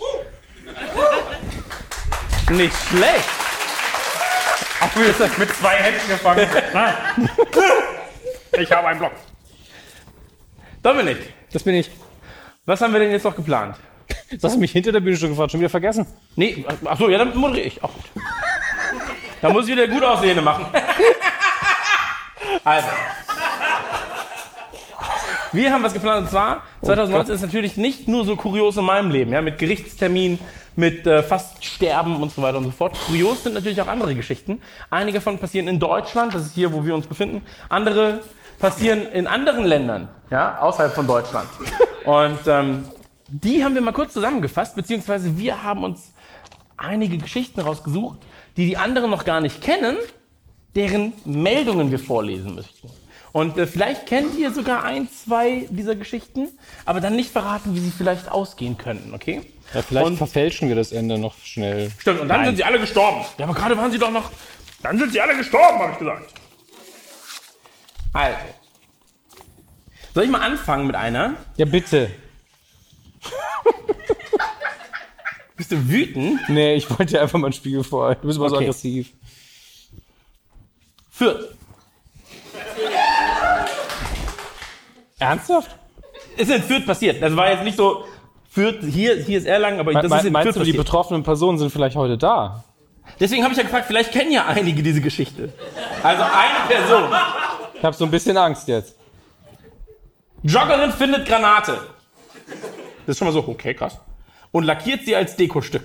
Nicht schlecht.
Ach, du hast das mit zwei Händen gefangen. Nein. Ich habe einen Block.
Dominik,
Das bin ich.
was haben wir denn jetzt noch geplant?
Das hast du mich hinter der Bühne schon gefragt, schon wieder vergessen.
Nee, achso, ja, dann moderiere ich. Auch gut. Da muss ich wieder gut aussehende machen. Also. Wir haben was geplant, und zwar zwanzig neunzehn ist natürlich nicht nur so kurios in meinem Leben, ja, mit Gerichtstermin, mit äh, fast Sterben und so weiter und so fort. Kurios sind natürlich auch andere Geschichten. Einige davon passieren in Deutschland, das ist hier, wo wir uns befinden. Andere passieren in anderen Ländern, ja, außerhalb von Deutschland. Und ähm, die haben wir mal kurz zusammengefasst, beziehungsweise wir haben uns einige Geschichten rausgesucht, die die anderen noch gar nicht kennen, deren Meldungen wir vorlesen möchten. Und äh, vielleicht kennt ihr sogar ein, zwei dieser Geschichten, aber dann nicht verraten, wie sie vielleicht ausgehen könnten, okay?
Ja, vielleicht
Und-
verfälschen wir das Ende noch schnell.
Stimmt, und dann sind sie alle gestorben. Ja, aber gerade waren sie doch noch... Dann sind sie alle gestorben, habe ich gesagt. Also. Soll ich mal anfangen mit einer?
Ja, bitte.
Bist du wütend?
Nee, ich wollte dir einfach mal ein Spiegel vorhalten. Du bist immer so
Okay.
aggressiv.
Fürth.
Ernsthaft?
Ist in Fürth passiert. Das war jetzt nicht so... Fürth, hier, hier ist Erlangen, aber das ist in
Meinst
Fürth
du, die
passiert.
betroffenen Personen sind vielleicht heute da?
Deswegen habe ich ja gefragt, vielleicht kennen ja einige diese Geschichte. Also eine Person.
Ich habe so ein bisschen Angst jetzt.
Joggerin findet Granate. Das ist schon mal so, okay, krass. Und lackiert sie als Dekostück.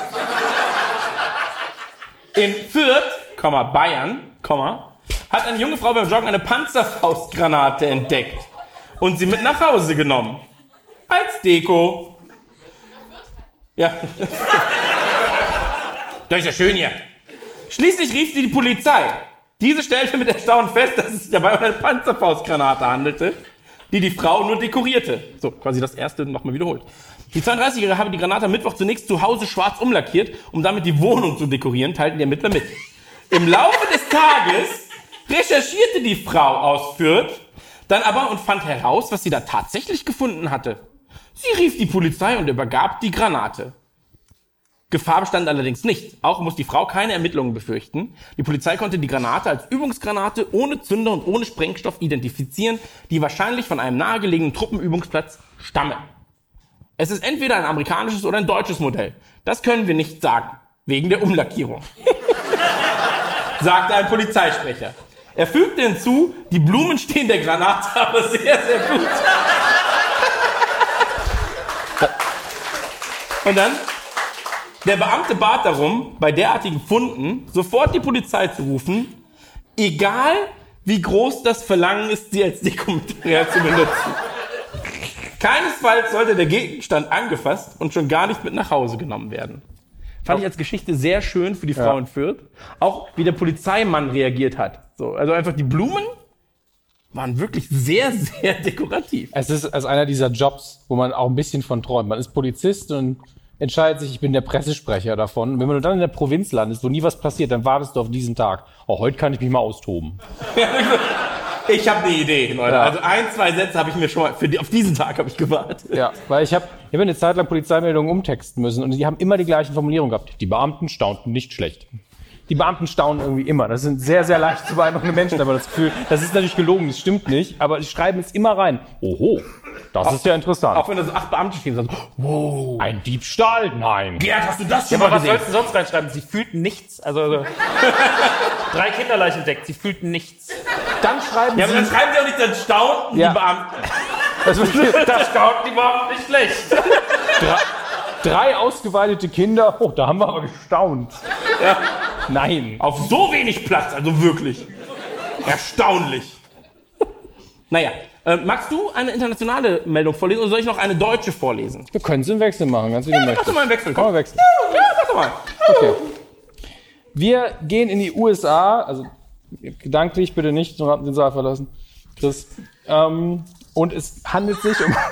In Fürth, Komma, Bayern, Komma, hat eine junge Frau beim Joggen eine Panzerfaustgranate entdeckt und sie mit nach Hause genommen. Als Deko. Ja. Das ist ja schön hier. Schließlich rief sie die Polizei. Diese stellte mit Erstaunen fest, dass es sich dabei um eine Panzerfaustgranate handelte, die die Frau nur dekorierte. So, quasi das erste nochmal wiederholt. Die zweiunddreißigjährige habe die Granate am Mittwoch zunächst zu Hause schwarz umlackiert, um damit die Wohnung zu dekorieren, teilten die Ermittler mit. Im Laufe des Tages recherchierte die Frau aus Fürth dann aber und fand heraus, was sie da tatsächlich gefunden hatte. Sie rief die Polizei und übergab die Granate. Gefahr bestand allerdings nicht. Auch muss die Frau keine Ermittlungen befürchten. Die Polizei konnte die Granate als Übungsgranate ohne Zünder und ohne Sprengstoff identifizieren, die wahrscheinlich von einem nahegelegenen Truppenübungsplatz stamme. Es ist entweder ein amerikanisches oder ein deutsches Modell. Das können wir nicht sagen, wegen der Umlackierung, sagte ein Polizeisprecher. Er fügte hinzu, die Blumen stehen der Granate aber sehr, sehr gut. Und dann, der Beamte bat darum, bei derartigen Funden sofort die Polizei zu rufen, egal wie groß das Verlangen ist, sie als Dekomaterial zu benutzen. Keinesfalls sollte der Gegenstand angefasst und schon gar nicht mit nach Hause genommen werden. Fand ich als Geschichte sehr schön für die Frau
Ja.
in Fürth. Auch wie der Polizeimann reagiert hat. So, also einfach die Blumen waren wirklich sehr, sehr dekorativ.
Es ist als einer dieser Jobs, wo man auch ein bisschen von träumt. Man ist Polizist und entscheidet sich, ich bin der Pressesprecher davon. Und wenn man dann in der Provinz landest, wo nie was passiert, dann wartest du auf diesen Tag. Oh, heute kann ich mich mal austoben.
Ich habe eine Idee, Leute.
Ja.
Also ein, zwei Sätze habe ich mir schon mal, für die, auf diesen Tag habe ich gewartet.
Ja, weil ich habe ich hab eine Zeit lang Polizeimeldungen umtexten müssen und die haben immer die gleichen Formulierungen gehabt. Die Beamten staunten nicht schlecht. Die Beamten staunen irgendwie immer. Das sind sehr, sehr leicht zu beeindruckende Menschen, aber das Gefühl, das ist natürlich gelogen, das stimmt nicht, aber sie schreiben es immer rein. Oho, das auch, ist ja interessant.
Auch wenn da so acht Beamte stehen und sagen, wow.
Ein Diebstahl? Nein.
Gerd, hast du das schon
Ja,
mal
aber was
gesehen?
sollst du sonst reinschreiben? Sie fühlten nichts. Also, also drei Kinderleichen entdeckt, sie fühlten nichts.
Dann schreiben
Ja, aber dann
sie...
schreiben sie auch nicht, dann staunten
Ja.
die Beamten.
Das ist-
Das staunten die überhaupt nicht schlecht.
drei, drei ausgeweidete Kinder. Oh, da haben wir aber gestaunt.
Ja.
Nein.
Auf so wenig Platz, also wirklich. Erstaunlich. Naja, äh, magst du eine internationale Meldung vorlesen oder soll ich noch eine deutsche vorlesen?
Wir können es im Wechsel machen, ganz wie du
Mach
möchtest.
doch mal einen Wechsel,
Komm
komm.
mal wechseln.
Ja, mach doch mal.
Okay. Wir gehen in die U S A, also gedanklich bitte nicht den Saal verlassen, Chris. Ähm, und es handelt sich um...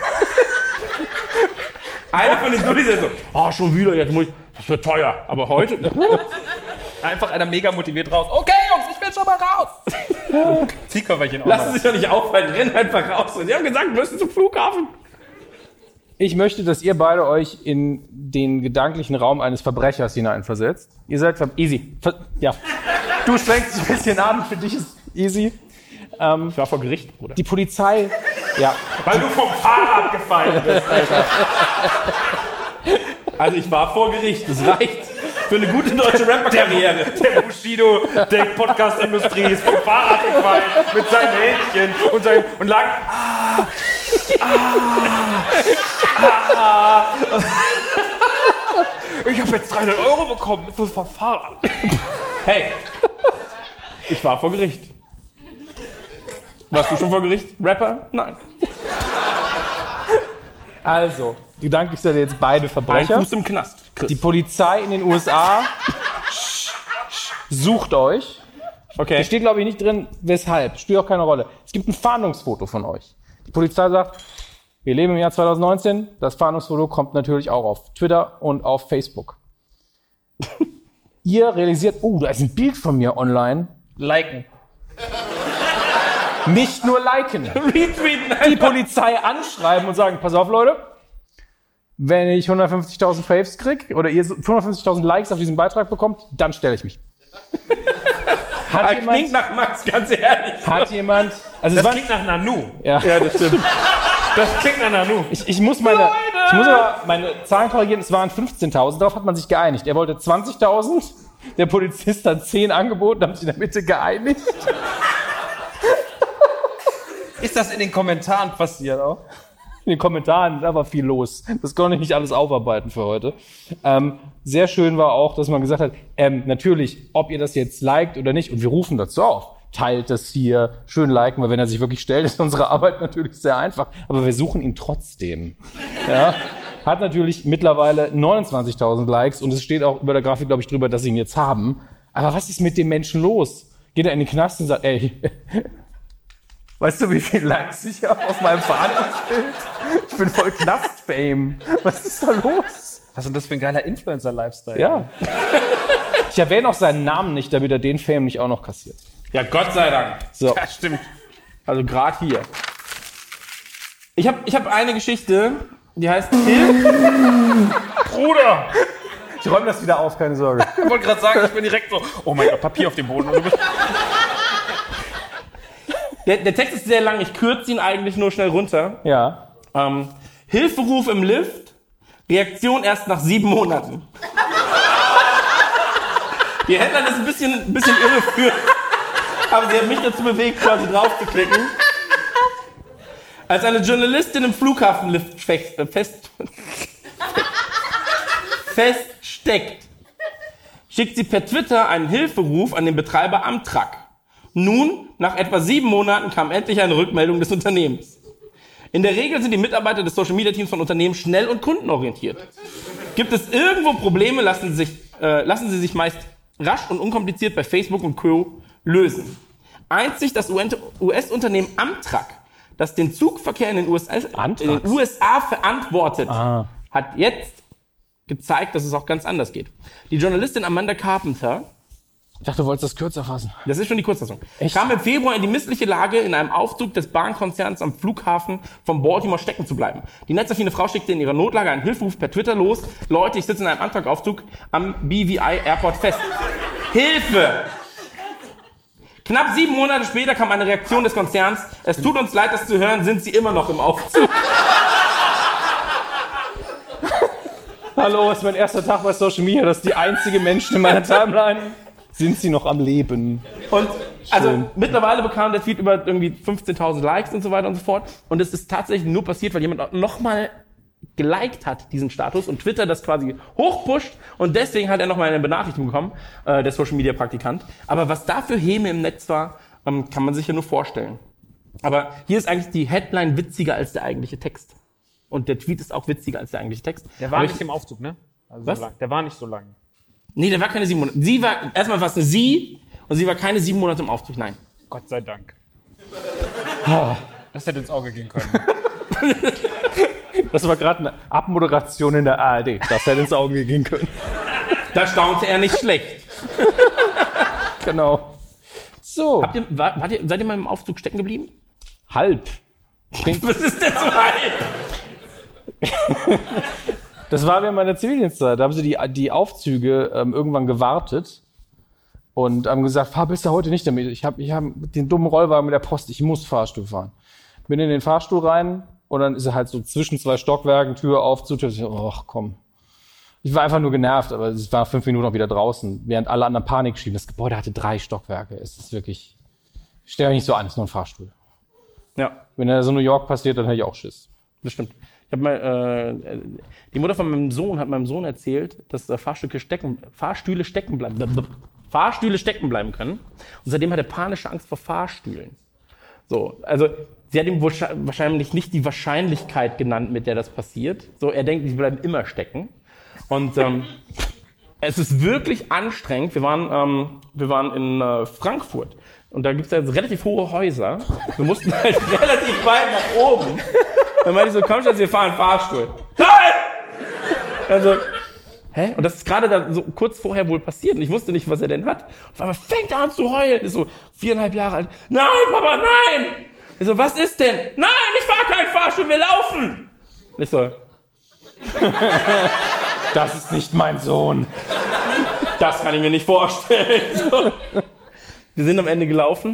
Einer von den Dullis ist so, oh, schon wieder, jetzt muss ich, das wird teuer. Aber heute,
Einfach einer mega motiviert raus. Okay, Jungs, ich bin schon mal raus. Ziehkörperchen auch
lassen
mal.
Sie sich doch nicht aufhalten, rennen einfach raus. Und die haben gesagt, wir müssen zum Flughafen.
Ich möchte, dass ihr beide euch in den gedanklichen Raum eines Verbrechers hineinversetzt. Ihr seid ver easy. Ver ja. Du schwenkst dich ein bisschen an, für dich ist easy.
Ich war vor Gericht, Bruder.
Die Polizei... Ja.
Weil du vom Fahrrad gefallen bist.
Also ich war vor Gericht, das reicht. Für eine gute deutsche Rapper-Karriere.
Der Bushido der Podcast-Industrie ist vom Fahrrad gefallen mit seinem Händchen und, seinem, und lag. Ah, ah, ah. Ich habe jetzt dreihundert Euro bekommen für das Fahrrad.
Hey, ich war vor Gericht. Warst du schon vor Gericht? Rapper? Nein.
Also, gedanklich seid ihr jetzt beide
Ein
Verbrecher.
Fuß im Knast. Chris.
Die Polizei in den U S A sucht euch.
Okay.
Da steht, glaube ich, nicht drin, weshalb. Spielt auch keine Rolle. Es gibt ein Fahndungsfoto von euch. Die Polizei sagt, wir leben im Jahr zwanzig neunzehn. Das Fahndungsfoto kommt natürlich auch auf Twitter und auf Facebook. Ihr realisiert, oh, da ist ein Bild von mir online.
Liken.
Nicht nur liken.
Retweeten.
Die Polizei anschreiben und sagen, pass auf, Leute, wenn ich hundertfünfzigtausend Faves krieg oder ihr so hundertfünfzigtausend Likes auf diesen Beitrag bekommt, dann stelle ich mich. Hat
Das klingt
jemand,
nach Max, ganz ehrlich.
hat jemand, also es
Das
war,
klingt nach Nanu.
ja,
Ja, das stimmt.
Das klingt nach Nanu.
ich, ich muss meine, ich muss aber meine Zahlen korrigieren, es waren fünfzehntausend, darauf hat man sich geeinigt. Er wollte zwanzigtausend, der Polizist hat zehn angeboten, haben sich in der Mitte geeinigt.
Ist das in den Kommentaren passiert auch?
In den Kommentaren, da war viel los. Das konnte ich nicht alles aufarbeiten für heute. Ähm, sehr schön war auch, dass man gesagt hat, ähm, natürlich, ob ihr das jetzt liked oder nicht, und wir rufen dazu auf, teilt das hier, schön liken, weil wenn er sich wirklich stellt, ist unsere Arbeit natürlich sehr einfach. Aber wir suchen ihn trotzdem. Ja? Hat natürlich mittlerweile neunundzwanzigtausend Likes und es steht auch über der Grafik, glaube ich, drüber, dass sie ihn jetzt haben. Aber was ist mit dem Menschen los? geht er in den Knast und sagt, ey, weißt du, wie viel Likes ich habe auf meinem Verhandlungsbild? Ich bin voll Knast-Fame. Was ist da los?
Was ist denn das für ein geiler Influencer-Lifestyle?
Ja. Ich erwähne auch seinen Namen nicht, damit er den Fame nicht auch noch kassiert.
Ja, Gott sei Dank.
So.
Ja, stimmt.
Also gerade hier. Ich habe ich hab eine Geschichte, die heißt Hilfe.
Bruder!
Ich räume das wieder auf, keine Sorge.
Ich wollte gerade sagen, ich bin direkt so, oh mein Gott, Papier auf dem Boden. Und du bist
Der, der Text ist sehr lang, ich kürze ihn eigentlich nur schnell runter.
Ja.
Ähm, Hilferuf im Lift, Reaktion erst nach sieben Monaten. Die Händlerin ist ein bisschen, ein bisschen irreführend, aber sie hat mich dazu bewegt, quasi drauf zu klicken. Als eine Journalistin im Flughafenlift fest, fest, feststeckt, schickt sie per Twitter einen Hilferuf an den Betreiber Amtrak. Nun, nach etwa sieben Monaten kam endlich eine Rückmeldung des Unternehmens. In der Regel sind die Mitarbeiter des Social-Media-Teams von Unternehmen schnell und kundenorientiert. Gibt es irgendwo Probleme, lassen sie sich, äh, lassen sie sich meist rasch und unkompliziert bei Facebook und Co. lösen. Einzig das U S-Unternehmen Amtrak, das den Zugverkehr in den U S A, in den U S A verantwortet,
Ah.
hat jetzt gezeigt, dass es auch ganz anders geht. Die Journalistin Amanda Carpenter,
Ich dachte, du wolltest das kürzer fassen.
das ist schon die Kurzfassung,
Echt?
kam im Februar in die missliche Lage, in einem Aufzug des Bahnkonzerns am Flughafen von Baltimore stecken zu bleiben. Die netzaffine Frau schickte in ihrer Notlage einen Hilferuf per Twitter los. Leute, ich sitze in einem Amtrak-Aufzug am B V I Airport fest. Hilfe! Knapp sieben Monate später kam eine Reaktion des Konzerns. Es tut uns leid, das zu hören, sind sie immer noch im Aufzug.
Hallo, es ist mein erster Tag bei Social Media. Das ist die einzige Menschen in meiner Timeline. Sind sie noch am Leben?
Und also
Schön.
mittlerweile bekam der Tweet über irgendwie fünfzehntausend Likes und so weiter und so fort. Und es ist tatsächlich nur passiert, weil jemand nochmal geliked hat, diesen Status, und Twitter das quasi hochpusht, und deswegen hat er nochmal eine Benachrichtigung bekommen, äh, der Social Media Praktikant. Aber was da für Häme im Netz war, ähm, kann man sich ja nur vorstellen. Aber hier ist eigentlich die Headline witziger als der eigentliche Text. Und der Tweet ist auch witziger als der eigentliche Text.
Der war
Aber
nicht
ich,
im Aufzug, ne? Also
Was?
So lang. Der war nicht so lang.
Nee, der war keine sieben Monate. Sie war, erstmal war es eine Sie, und sie war keine sieben Monate im Aufzug, nein.
Gott sei Dank. Das hätte ins Auge gehen können.
Das war gerade eine Abmoderation in der A R D. Das hätte ins Auge gehen können.
Da staunte er nicht schlecht.
Genau. So,
Habt ihr, war, wart ihr, seid ihr mal im Aufzug stecken geblieben?
halb.
Was ist denn so halb?
Das war während meiner Zivildienstzeit. Da haben sie die, die Aufzüge ähm, irgendwann gewartet und haben gesagt, fahr besser heute nicht damit. Ich habe ich hab den dummen Rollwagen mit der Post, ich muss Fahrstuhl fahren. Bin in den Fahrstuhl rein und dann ist er halt so zwischen zwei Stockwerken, Tür auf, zu Tür. Ach komm. Ich war einfach nur genervt, aber es war fünf Minuten auch wieder draußen, während alle anderen Panik schieben. Das Gebäude hatte drei Stockwerke. Es ist wirklich, stell euch nicht so an, es ist nur ein Fahrstuhl.
Ja,
Wenn da so New York passiert, dann hätte ich auch Schiss.
das stimmt. Ich hab mal, äh, die Mutter von meinem Sohn hat meinem Sohn erzählt, dass äh, Fahrstücke stecken, Fahrstühle stecken bleiben, Fahrstühle stecken bleiben können. Und seitdem hat er panische Angst vor Fahrstühlen. So, also sie hat ihm wahrscheinlich nicht die Wahrscheinlichkeit genannt, mit der das passiert. So, er denkt, die bleiben immer stecken. Und ähm, es ist wirklich anstrengend. Wir waren, ähm, wir waren in äh, Frankfurt und da gibt es ja relativ hohe Häuser. Wir mussten halt relativ weit nach oben. Dann meinte ich so, komm schon, wir fahren Fahrstuhl. Nein! Also, hä? Und das ist gerade da so kurz vorher wohl passiert und ich wusste nicht, was er denn hat. Auf einmal fängt er an zu heulen. Ist so viereinhalb Jahre alt. Nein, Papa, nein! Ich so, was ist denn? Nein, ich fahr keinen Fahrstuhl, wir laufen! Und ich so,
Das ist nicht mein Sohn.
das kann ich mir nicht vorstellen. So. Wir sind am Ende gelaufen.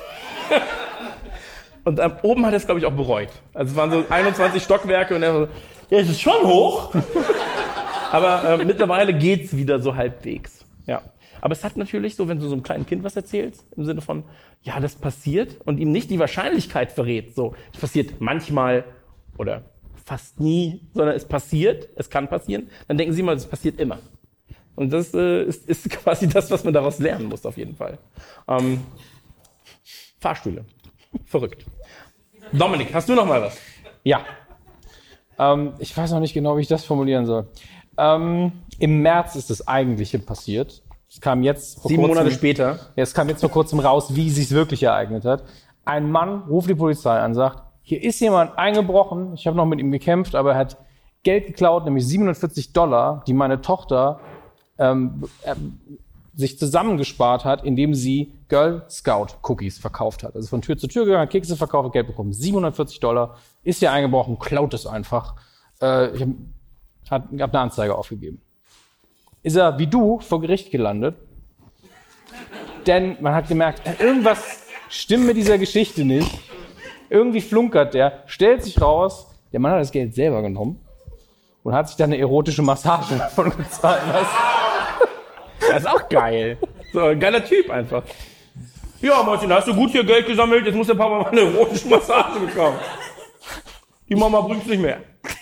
Und ähm, oben hat er es, glaube ich, auch bereut. Also es waren so einundzwanzig Stockwerke und er so, ja, es ist schon hoch. Aber äh, mittlerweile geht's wieder so halbwegs. Ja. Aber es hat natürlich so, wenn du so einem kleinen Kind was erzählst, im Sinne von, ja, das passiert und ihm nicht die Wahrscheinlichkeit verrät. So, es passiert manchmal oder fast nie, sondern es passiert, es kann passieren. Dann denken sie mal, es passiert immer. Und das äh, ist, ist quasi das, was man daraus lernen muss, auf jeden Fall. Ähm, Fahrstühle. Verrückt. Dominik, hast du noch mal was?
Ja. Ähm, ich weiß noch nicht genau, wie ich das formulieren soll. Ähm, Im März ist das Eigentliche passiert. Es kam jetzt vor
Sieben
kurzem,
Monate später.
Ja, es kam jetzt vor kurzem raus, wie es sich wirklich ereignet hat. Ein Mann ruft die Polizei an, sagt, hier ist jemand eingebrochen, ich habe noch mit ihm gekämpft, aber er hat Geld geklaut, nämlich siebenhundertvierzig Dollar, die meine Tochter ähm, äh, sich zusammengespart hat, indem sie Girl Scout Cookies verkauft hat. Also von Tür zu Tür gegangen, hat Kekse verkauft, hat Geld bekommen. siebenhundertvierzig Dollar, ist hier eingebrochen, klaut es einfach. Äh, ich habe hab eine Anzeige aufgegeben. Ist er, wie du, vor Gericht gelandet. Denn man hat gemerkt, irgendwas stimmt mit dieser Geschichte nicht. Irgendwie flunkert der, stellt sich raus, der Mann hat das Geld selber genommen und hat sich dann eine erotische Massage davon gezahlt lassen.
Das ist auch geil. So ein geiler Typ einfach. Ja, Martin, hast du gut hier Geld gesammelt, jetzt muss der Papa mal eine erotische Massage bekommen. Die Mama bringt's nicht mehr.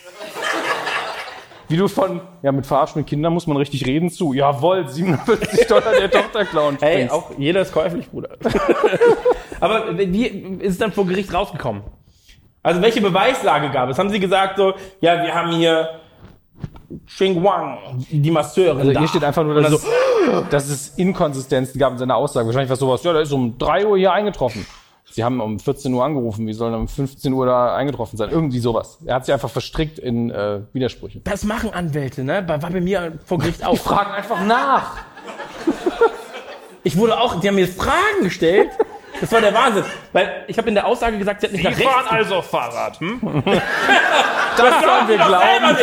Wie du von, ja, mit verarschenden Kindern muss man richtig reden zu. Jawohl, siebenundvierzig Dollar der Tochter klauen.
Hey, auch jeder ist käuflich, Bruder. Aber wie ist es dann vor Gericht rausgekommen? Also welche Beweislage gab es? Haben sie gesagt so, ja, wir haben hier Xing Wang, die Masseurin
Also
da.
hier steht einfach nur, dass, so, dass es Inkonsistenzen gab in seiner Aussage. Wahrscheinlich war sowas, ja, der ist um drei Uhr hier eingetroffen. Sie haben um vierzehn Uhr angerufen, wie soll er um fünfzehn Uhr da eingetroffen sein? Irgendwie sowas. Er hat sich einfach verstrickt in äh, Widersprüche.
Das machen Anwälte, ne? War bei mir vor Gericht auch.
Die fragen einfach nach.
Ich wurde auch, die haben mir Fragen gestellt. Das war der Wahnsinn. Weil ich habe in der Aussage gesagt, sie hat nicht
Die
nach rechts.
fahren also Fahrrad, hm?
Das sollen wir glauben.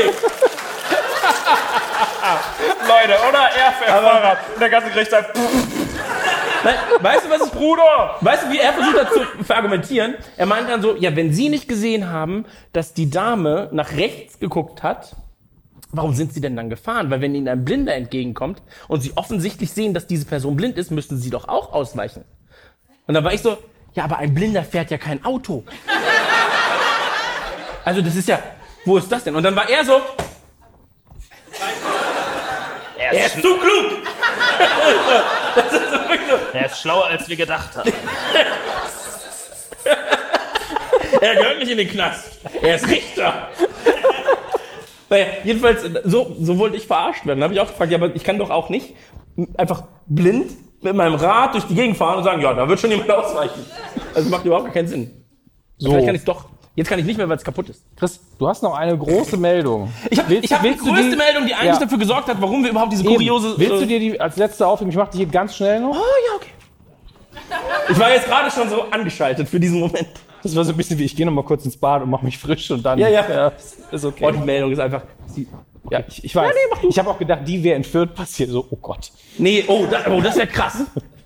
Leute, oder? Er fährt Fahrrad. Und der ganze Gerichtssaal.
Nein, weißt du, was ich,
Bruder!
weißt du, wie er versucht hat zu verargumentieren? Er meint dann so, ja, wenn Sie nicht gesehen haben, dass die Dame nach rechts geguckt hat, warum sind Sie denn dann gefahren? Weil wenn Ihnen ein Blinder entgegenkommt und Sie offensichtlich sehen, dass diese Person blind ist, müssten Sie doch auch ausweichen. Und dann war ich so, ja, aber ein Blinder fährt ja kein Auto. Also das ist ja, wo ist das denn? Und dann war er so, er ist zu klug. Das ist so wirklich so.
Er ist schlauer, als wir gedacht haben.
Er gehört nicht in den Knast. Er ist Richter. Naja, jedenfalls, so, so wollte ich verarscht werden. Dann habe ich auch gefragt, ja, aber ich kann doch auch nicht einfach blind mit meinem Rad durch die Gegend fahren und sagen, ja, da wird schon jemand ausweichen. Also macht überhaupt gar keinen Sinn. So. Vielleicht kann ich doch. Jetzt kann ich nicht mehr, weil es kaputt ist.
Chris, du hast noch eine große Meldung.
Ich habe
Willst-
ich hab die
willst du
größte
die-
Meldung, die eigentlich
Ja.
dafür gesorgt hat, warum wir überhaupt diese
Eben.
kuriose...
Willst du
äh,
dir die als letzte aufheben? Ich mach die hier ganz schnell noch.
Oh, ja, okay. Ich war jetzt gerade schon so angeschaltet für diesen Moment.
Das war so ein bisschen wie, ich gehe noch mal kurz ins Bad und mach mich frisch und dann...
Ja, ja.
ist okay.
Oh, die Meldung ist einfach... Sie,
Ja, ich, ich weiß.
Ja, nee, mach du.
Ich habe auch gedacht, die wäre in Fürth passiert. So, oh Gott.
nee, oh, da, oh das wäre krass.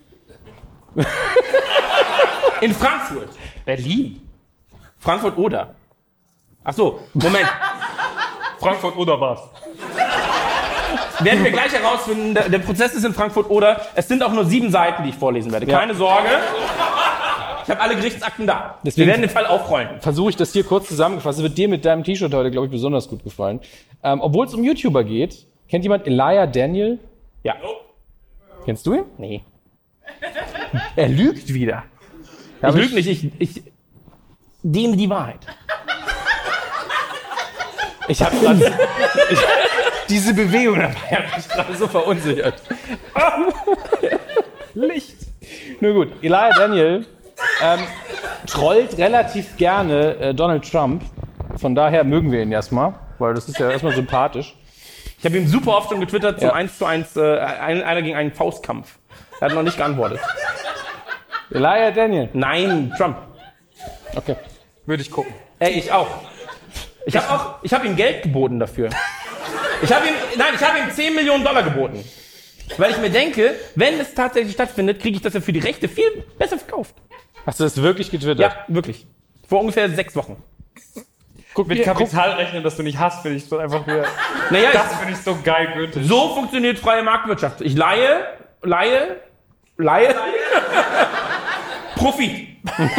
In Frankfurt.
Berlin.
Frankfurt oder? Ach so, Moment.
Frankfurt oder was?
Werden wir gleich herausfinden. Der, der Prozess ist in Frankfurt oder. Es sind auch nur sieben Seiten, die ich vorlesen werde.
Ja.
Keine Sorge. Ich habe alle Gerichtsakten da.
Deswegen-
wir werden den Fall aufrollen.
Versuche ich das hier kurz zusammengefasst. Es wird dir mit deinem T-Shirt heute, glaube ich, besonders gut gefallen. Ähm, Obwohl es um YouTuber geht. Kennt jemand Elijah Daniel?
Ja.
Kennst du ihn?
Nee.
Er lügt wieder. Ja,
Ich
aber
lüge nicht, ich, ich diene die Wahrheit.
Ich habe gerade ich, diese Bewegung dabei hat mich gerade so verunsichert. Licht. Nur gut, Elijah Daniel ähm, trollt relativ gerne äh, Donald Trump. Von daher mögen wir ihn erstmal, weil das ist ja erstmal sympathisch.
Ich habe ihm super oft schon getwittert zum
Ja.
eins zu eins, äh, ein, einer gegen einen Faustkampf. Er hat noch nicht geantwortet.
Elijah Daniel.
Nein, Trump.
Okay.
Würde ich gucken.
Ey, ich auch. Ich habe auch, ich habe ihm Geld geboten dafür. Ich habe ihm, nein, ich habe ihm zehn Millionen Dollar geboten. Weil ich mir denke, wenn es tatsächlich stattfindet, kriege ich das ja für die Rechte viel besser verkauft.
Hast du das wirklich getwittert?
Ja, wirklich. Vor ungefähr sechs Wochen.
Guck,
Mit
mir- guck,
Kapital rechnen, dass du nicht hast, finde ich so einfach nur.
Naja,
Das finde ich so geil, Günther.
ich, so funktioniert freie Marktwirtschaft. Ich leihe, leihe, leihe, Profit.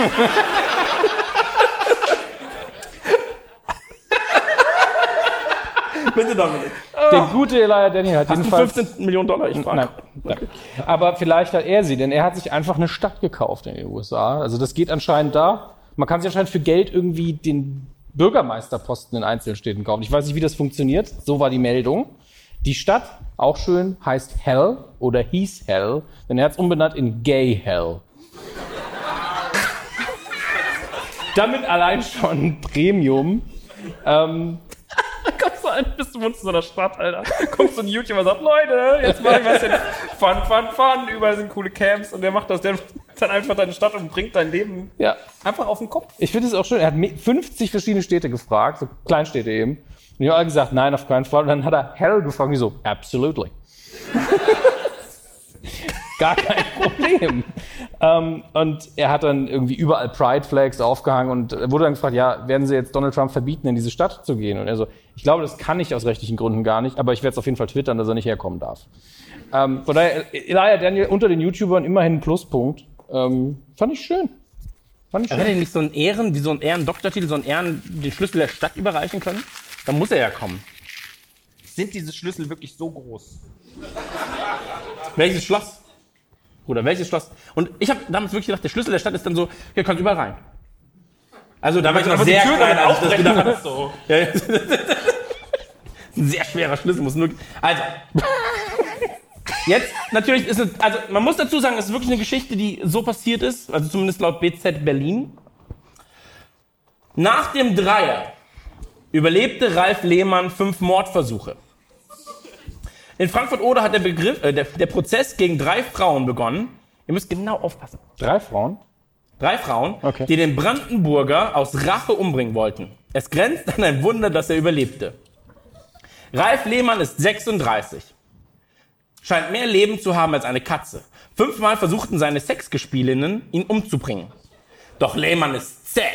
Bitte, Dominik.
der gute Elijah Daniel hat
Hast du
jedenfalls...
fünfzehn Millionen Dollar? Ich frage.
Nein, nein. Aber vielleicht hat er sie, denn er hat sich einfach eine Stadt gekauft in den U S A. Also das geht anscheinend da. Man kann sich anscheinend für Geld irgendwie den Bürgermeisterposten in einzelnen Städten kaufen. Ich weiß nicht, wie das funktioniert. So war die Meldung. Die Stadt Auch schön, heißt Hell oder hieß Hell, denn er hat es umbenannt in Gay Hell. Damit allein schon Premium. Ähm,
Kommst du ein, bist du wohnst in so einer Stadt, Alter. Kommst so ein YouTuber und sagt, Leute, jetzt mach ich was denn. Fun, fun, fun. Überall sind coole Camps und der macht das, der dann einfach deine Stadt und bringt dein Leben
ja.
einfach auf den Kopf.
Ich finde es auch schön, er hat fünfzig verschiedene Städte gefragt, so Kleinstädte eben. Und die haben alle gesagt, nein, auf keinen Fall. Und dann hat er Hell gefragt, und ich so, absolutely. Gar kein Problem. ähm, und er hat dann irgendwie überall Pride-Flags aufgehangen und wurde dann gefragt, ja, werden Sie jetzt Donald Trump verbieten, in diese Stadt zu gehen? Und er so, ich glaube, das kann ich aus rechtlichen Gründen gar nicht, aber ich werde es auf jeden Fall twittern, dass er nicht herkommen darf. Ähm, von daher, Elijah Daniel unter den YouTubern immerhin ein Pluspunkt. Ähm, fand ich schön. Fand ich schön.
Hätte er nicht so einen Ehren, wie so einen Ehren-Doktortitel, so einen Ehren, den Schlüssel der Stadt überreichen können? Dann muss er ja kommen.
Sind diese Schlüssel wirklich so groß?
Welches Schloss? Oder welches Schloss? Und ich habe damals wirklich gedacht, der Schlüssel der Stadt ist dann so, hier kannst du überall rein. Also da war ich noch sehr klein, als ich das gedacht habe. So. Ja, ja. Ein sehr schwerer Schlüssel, muss nur... Also, jetzt natürlich ist es... Also man muss dazu sagen, es ist wirklich eine Geschichte, die so passiert ist, also zumindest laut B Z Berlin. Nach dem Dreier überlebte Ralf Lehmann fünf Mordversuche. In Frankfurt-Oder hat der, Begriff, äh, der, der Prozess gegen drei Frauen begonnen. Ihr müsst genau aufpassen.
Drei Frauen?
Drei Frauen,
okay.
die den Brandenburger aus Rache umbringen wollten. Es grenzt an ein Wunder, dass er überlebte. Ralf Lehmann ist sechsunddreißig. Scheint mehr Leben zu haben als eine Katze. Fünfmal versuchten seine Sexgespielinnen, ihn umzubringen. Doch Lehmann ist zäh.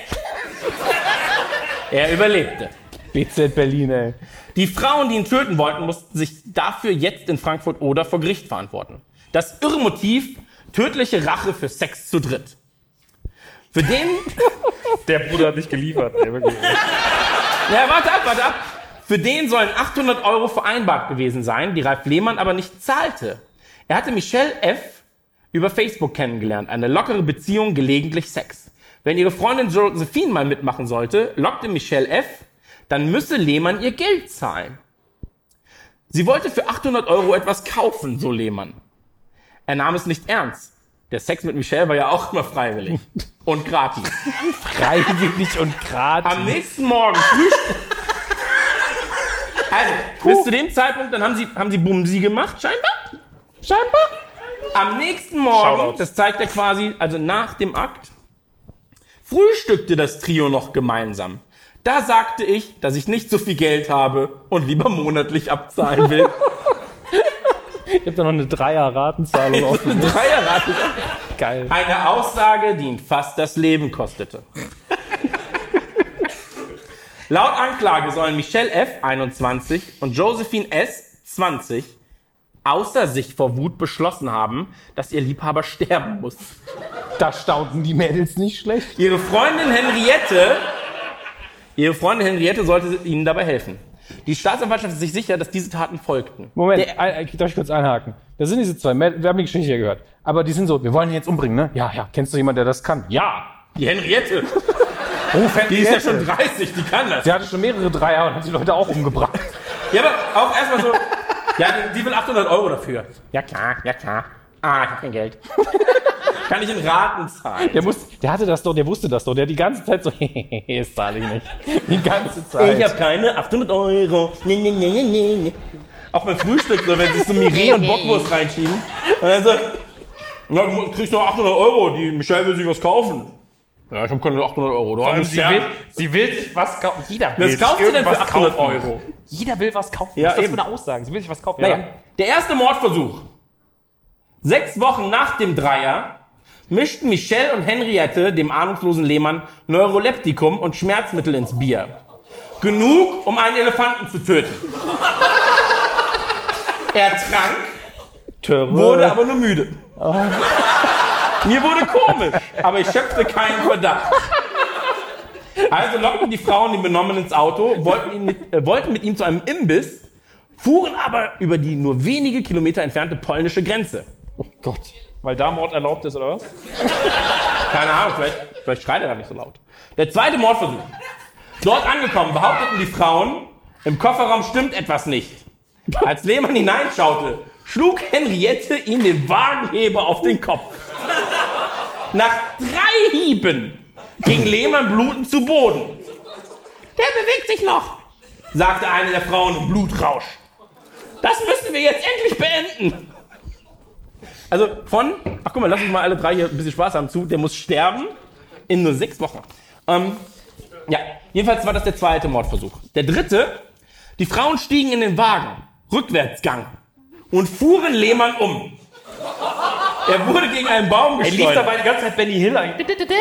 Er überlebte.
B Z Berlin, ey.
Die Frauen, die ihn töten wollten, mussten sich dafür jetzt in Frankfurt-Oder vor Gericht verantworten. Das irre Motiv, tödliche Rache für Sex zu dritt. Für den...
Der Bruder hat dich geliefert. Ey, wirklich.
Ja, warte ab, warte ab. Für den sollen achthundert Euro vereinbart gewesen sein, die Ralf Lehmann aber nicht zahlte. Er hatte Michelle F. über Facebook kennengelernt. Eine lockere Beziehung, gelegentlich Sex. Wenn ihre Freundin Josephine mal mitmachen sollte, lockte Michelle F., dann müsse Lehmann ihr Geld zahlen. Sie wollte für achthundert Euro etwas kaufen, so Lehmann. Er nahm es nicht ernst. Der Sex mit Michelle war ja auch immer freiwillig. Und gratis.
Freiwillig und gratis.
Am nächsten Morgen Frühstück. Also, bis zu dem Zeitpunkt, dann haben sie, haben sie Bumsi gemacht, scheinbar. Scheinbar. Am nächsten Morgen,
Shoutout.
das zeigt er quasi, also nach dem Akt, frühstückte das Trio noch gemeinsam. Da sagte ich, dass ich nicht so viel Geld habe und lieber monatlich abzahlen will.
Ich hab da noch eine Dreier-Ratenzahlung offen.
Dreierrate.
Geil.
Eine Aussage, die ihn fast das Leben kostete. Laut Anklage sollen Michelle F., einundzwanzig, und Josephine S., zwanzig, außer sich vor Wut beschlossen haben, dass ihr Liebhaber sterben muss.
Da staunten die Mädels nicht schlecht.
Ihre Freundin Henriette, ihre Freundin Henriette sollte ihnen dabei helfen. Die Staatsanwaltschaft ist sich sicher, dass diese Taten folgten.
Moment,
Der,
ein, darf ich kurz einhaken? Da sind diese zwei Mädels, wir haben die Geschichte ja gehört, aber die sind so, wir wollen ihn jetzt umbringen, ne? Ja, ja. Kennst du jemanden, der das kann? Ja.
die Henriette,
Oh,
die ist ja schon dreißig, die kann das.
Sie hatte schon mehrere Dreier und hat die Leute auch umgebracht.
Ja, aber auch erstmal so, ja, die, die will achthundert Euro dafür. Ja klar, ja klar. Ah, ich hab kein Geld. Kann ich in Raten zahlen.
Der, muss, der hatte das doch, der wusste das doch. Der hat die ganze Zeit so, hehehe, das zahle ich nicht. Die ganze Zeit.
Ich hab keine achthundert Euro. Nee, nee, nee, nee, nee. Auch beim Frühstück, so, wenn sie so Miré und Bockwurst reinschieben. Und dann so, ja, du kriegst noch achthundert Euro, die Michelle will sich was kaufen. Ja, ich hab keine achthundert Euro. Du hast
Sie
ja.
will, sie will sich was kaufen. Jeder will
Was kauft sie denn für
irgendwas
achthundert
kaufen.
Euro?
Jeder will was kaufen.
Ja,
was ist das
eben.
für eine Aussage? Sie will sich was kaufen.
Naja,
Ja.
der erste Mordversuch. Sechs Wochen nach dem Dreier mischten Michelle und Henriette dem ahnungslosen Lehmann Neuroleptikum und Schmerzmittel ins Bier. Genug, um einen Elefanten zu töten. Er trank,
Töre.
wurde aber nur müde. Mir wurde komisch, aber ich schöpfte keinen Verdacht. Also lockten die Frauen den Benommenen ins Auto, wollten, ihn mit, äh, wollten mit ihm zu einem Imbiss, fuhren aber über die nur wenige Kilometer entfernte polnische Grenze.
Oh Gott.
Weil da Mord erlaubt ist, oder was?
Keine Ahnung, vielleicht, vielleicht schreit er da nicht so laut. Der zweite Mordversuch. Dort angekommen behaupteten die Frauen, im Kofferraum stimmt etwas nicht. Als Lehmann hineinschaute, schlug Henriette ihm den Wagenheber auf den Kopf. Nach drei Hieben ging Lehmann blutend zu Boden. Der bewegt sich noch, sagte eine der Frauen im Blutrausch. Das müssen wir jetzt endlich beenden. Also von, ach guck mal, lass uns mal alle drei hier ein bisschen Spaß haben zu, der muss sterben in nur sechs Wochen. Ähm, ja, jedenfalls war das der zweite Mordversuch. Der dritte, die Frauen stiegen in den Wagen, Rückwärtsgang, und fuhren Lehmann um. Er wurde gegen einen Baum
Er
gesteuert.
lief dabei die ganze Zeit Benny Hill ein.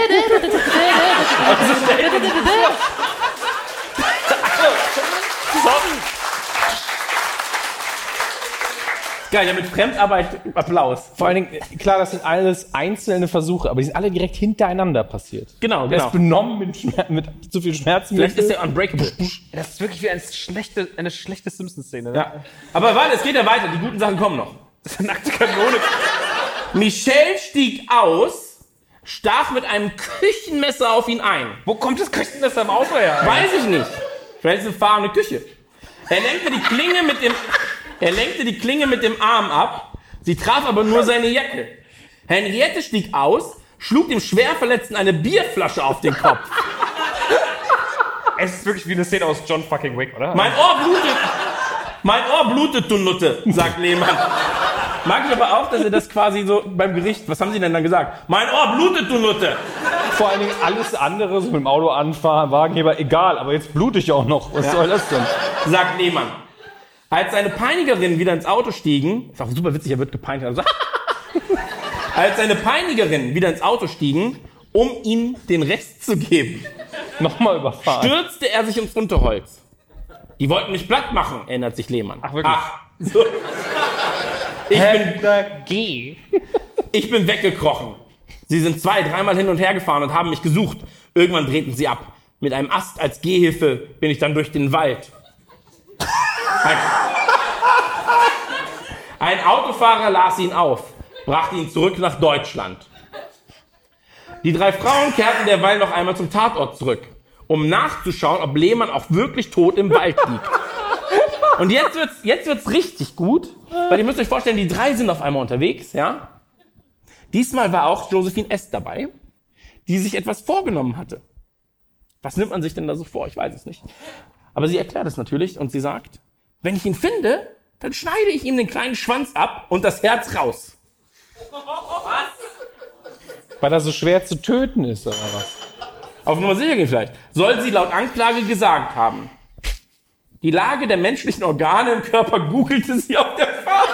Geil, ja, mit Fremdarbeit Applaus.
Vor allen Dingen, klar, das sind alles einzelne Versuche, aber die sind alle direkt hintereinander passiert.
Genau,
Er
genau.
ist benommen mit, Schmer- mit zu viel Schmerzen.
Vielleicht ist er unbreakable.
Das ist wirklich wie eine schlechte, eine schlechte Simpsons-Szene. Ne?
Ja. Aber warte, es geht ja weiter. Die guten Sachen kommen noch.
Das ist eine nackte Kanone.
Michelle stieg aus, stach mit einem Küchenmesser auf ihn ein.
Wo kommt das Küchenmesser im Auto her?
Weiß ich nicht. Vielleicht ist es eine fahrende Küche. Er lenkte die Klinge mit dem, er lenkte die Klinge mit dem Arm ab. Sie traf aber nur seine Jacke. Henriette stieg aus, schlug dem Schwerverletzten eine Bierflasche auf den Kopf.
Es ist wirklich wie eine Szene aus John fucking Wick, oder?
Mein Ohr blutet. Mein Ohr blutet, du Nutte, sagt Lehmann. Mag ich aber auch, dass er das quasi so beim Gericht, was haben sie denn dann gesagt? Mein Ohr blutet, du Nutte.
Vor allen Dingen alles andere, so mit dem Auto anfahren, Wagenheber, egal, aber jetzt blute ich auch noch. Was
Ja.
soll das denn?
Sagt Lehmann. Als seine Peinigerinnen wieder ins Auto stiegen, ist auch super witzig, er wird gepeint. Also, als seine Peinigerinnen wieder ins Auto stiegen, um ihm den Rest zu geben,
Nochmal überfahren.
stürzte er sich ins Unterholz. Die wollten mich platt machen, erinnert sich Lehmann.
Ach, wirklich?
Ach, so. Ich bin,
G.
ich bin weggekrochen. Sie sind zwei, dreimal hin und her gefahren und haben mich gesucht. Irgendwann drehten sie ab. Mit einem Ast als Gehhilfe bin ich dann durch den Wald. Ein, ein Autofahrer las ihn auf, brachte ihn zurück nach Deutschland. Die drei Frauen kehrten derweil noch einmal zum Tatort zurück, um nachzuschauen, ob Lehmann auch wirklich tot im Wald liegt. Und jetzt wird's, jetzt wird's richtig gut, weil ihr müsst euch vorstellen, die drei sind auf einmal unterwegs, ja. Diesmal war auch Josephine S. dabei, die sich etwas vorgenommen hatte. Was nimmt man sich denn da so vor? Ich weiß es nicht. Aber sie erklärt es natürlich und sie sagt, wenn ich ihn finde, dann schneide ich ihm den kleinen Schwanz ab und das Herz raus.
Weil er so schwer zu töten ist, oder was?
Auf Nummer sicher gehen vielleicht. Soll sie laut Anklage gesagt haben. Die Lage der menschlichen Organe im Körper googelte sie auf der Fahrt.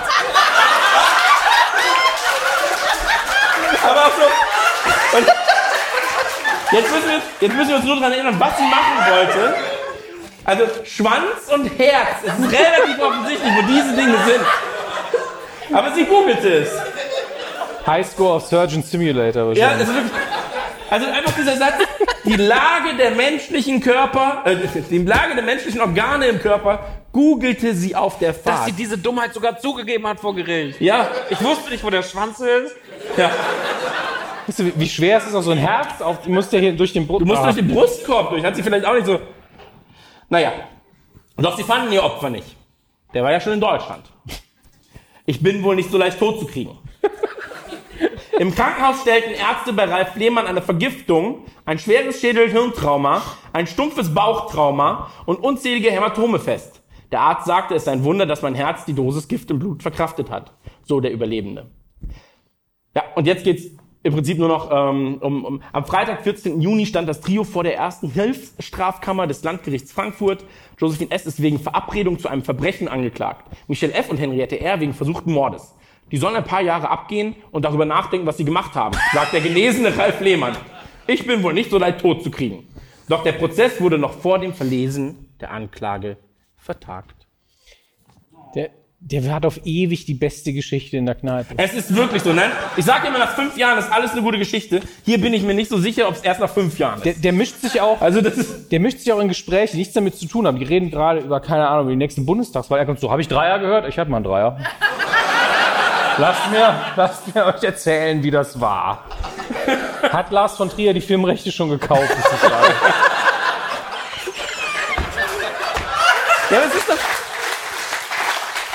Aber auch so. Und jetzt müssen, wir uns, jetzt müssen wir uns nur daran erinnern, was sie machen wollte. Also Schwanz und Herz. Es ist relativ offensichtlich, wo diese Dinge sind. Aber sie googelte es.
Highscore auf Surgeon Simulator
Ja,
wahrscheinlich.
das ist wirklich. Also einfach dieser Satz, die Lage der menschlichen Körper, äh, die Lage der menschlichen Organe im Körper, googelte sie auf der
Dass
Fahrt.
sie diese Dummheit sogar zugegeben hat vor Gericht.
Ja,
Ich wusste nicht, wo der Schwanz ist.
ja.
Weißt du, wie- wie schwer ist es auch so ein Herz? Auf, du musst ja hier durch den Brust.
Du musst durch den Brustkorb durch. Hat sie vielleicht auch nicht so. Naja. Doch sie fanden ihr Opfer nicht. Der war ja schon in Deutschland. Ich bin wohl nicht so leicht tot zu kriegen. Im Krankenhaus stellten Ärzte bei Ralf Lehmann eine Vergiftung, ein schweres Schädel-Hirntrauma, ein stumpfes Bauchtrauma und unzählige Hämatome fest. Der Arzt sagte, es sei ein Wunder, dass mein Herz die Dosis Gift im Blut verkraftet hat. So der Überlebende. Ja, und jetzt geht's im Prinzip nur noch ähm, um, um... Am Freitag, vierzehnten Juni, stand das Trio vor der ersten Hilfsstrafkammer des Landgerichts Frankfurt. Josephine S. ist wegen Verabredung zu einem Verbrechen angeklagt. Michelle F. und Henriette R. wegen versuchten Mordes. Die sollen ein paar Jahre abgehen und darüber nachdenken, was sie gemacht haben, sagt der genesene Ralf Lehmann. Ich bin wohl nicht so leicht tot zu kriegen. Doch der Prozess wurde noch vor dem Verlesen der Anklage vertagt.
Der, der hat auf ewig die beste Geschichte in der Kneipe.
Es ist wirklich so, ne? Ich sage immer, nach fünf Jahren ist alles eine gute Geschichte. Hier bin ich mir nicht so sicher, ob es erst nach fünf Jahren ist.
Der, der mischt sich auch,
Also das ist...
der mischt sich auch in Gespräche, die nichts damit zu tun haben. Die reden gerade über, keine Ahnung, über die nächste Bundestagswahl. Er kommt so, habe ich Dreier gehört? Ich hatte mal einen Dreier. Lasst mir, lasst mir euch erzählen, wie das war. Hat Lars von Trier die Filmrechte schon gekauft? Ist die Frage.
Ja, aber es ist doch...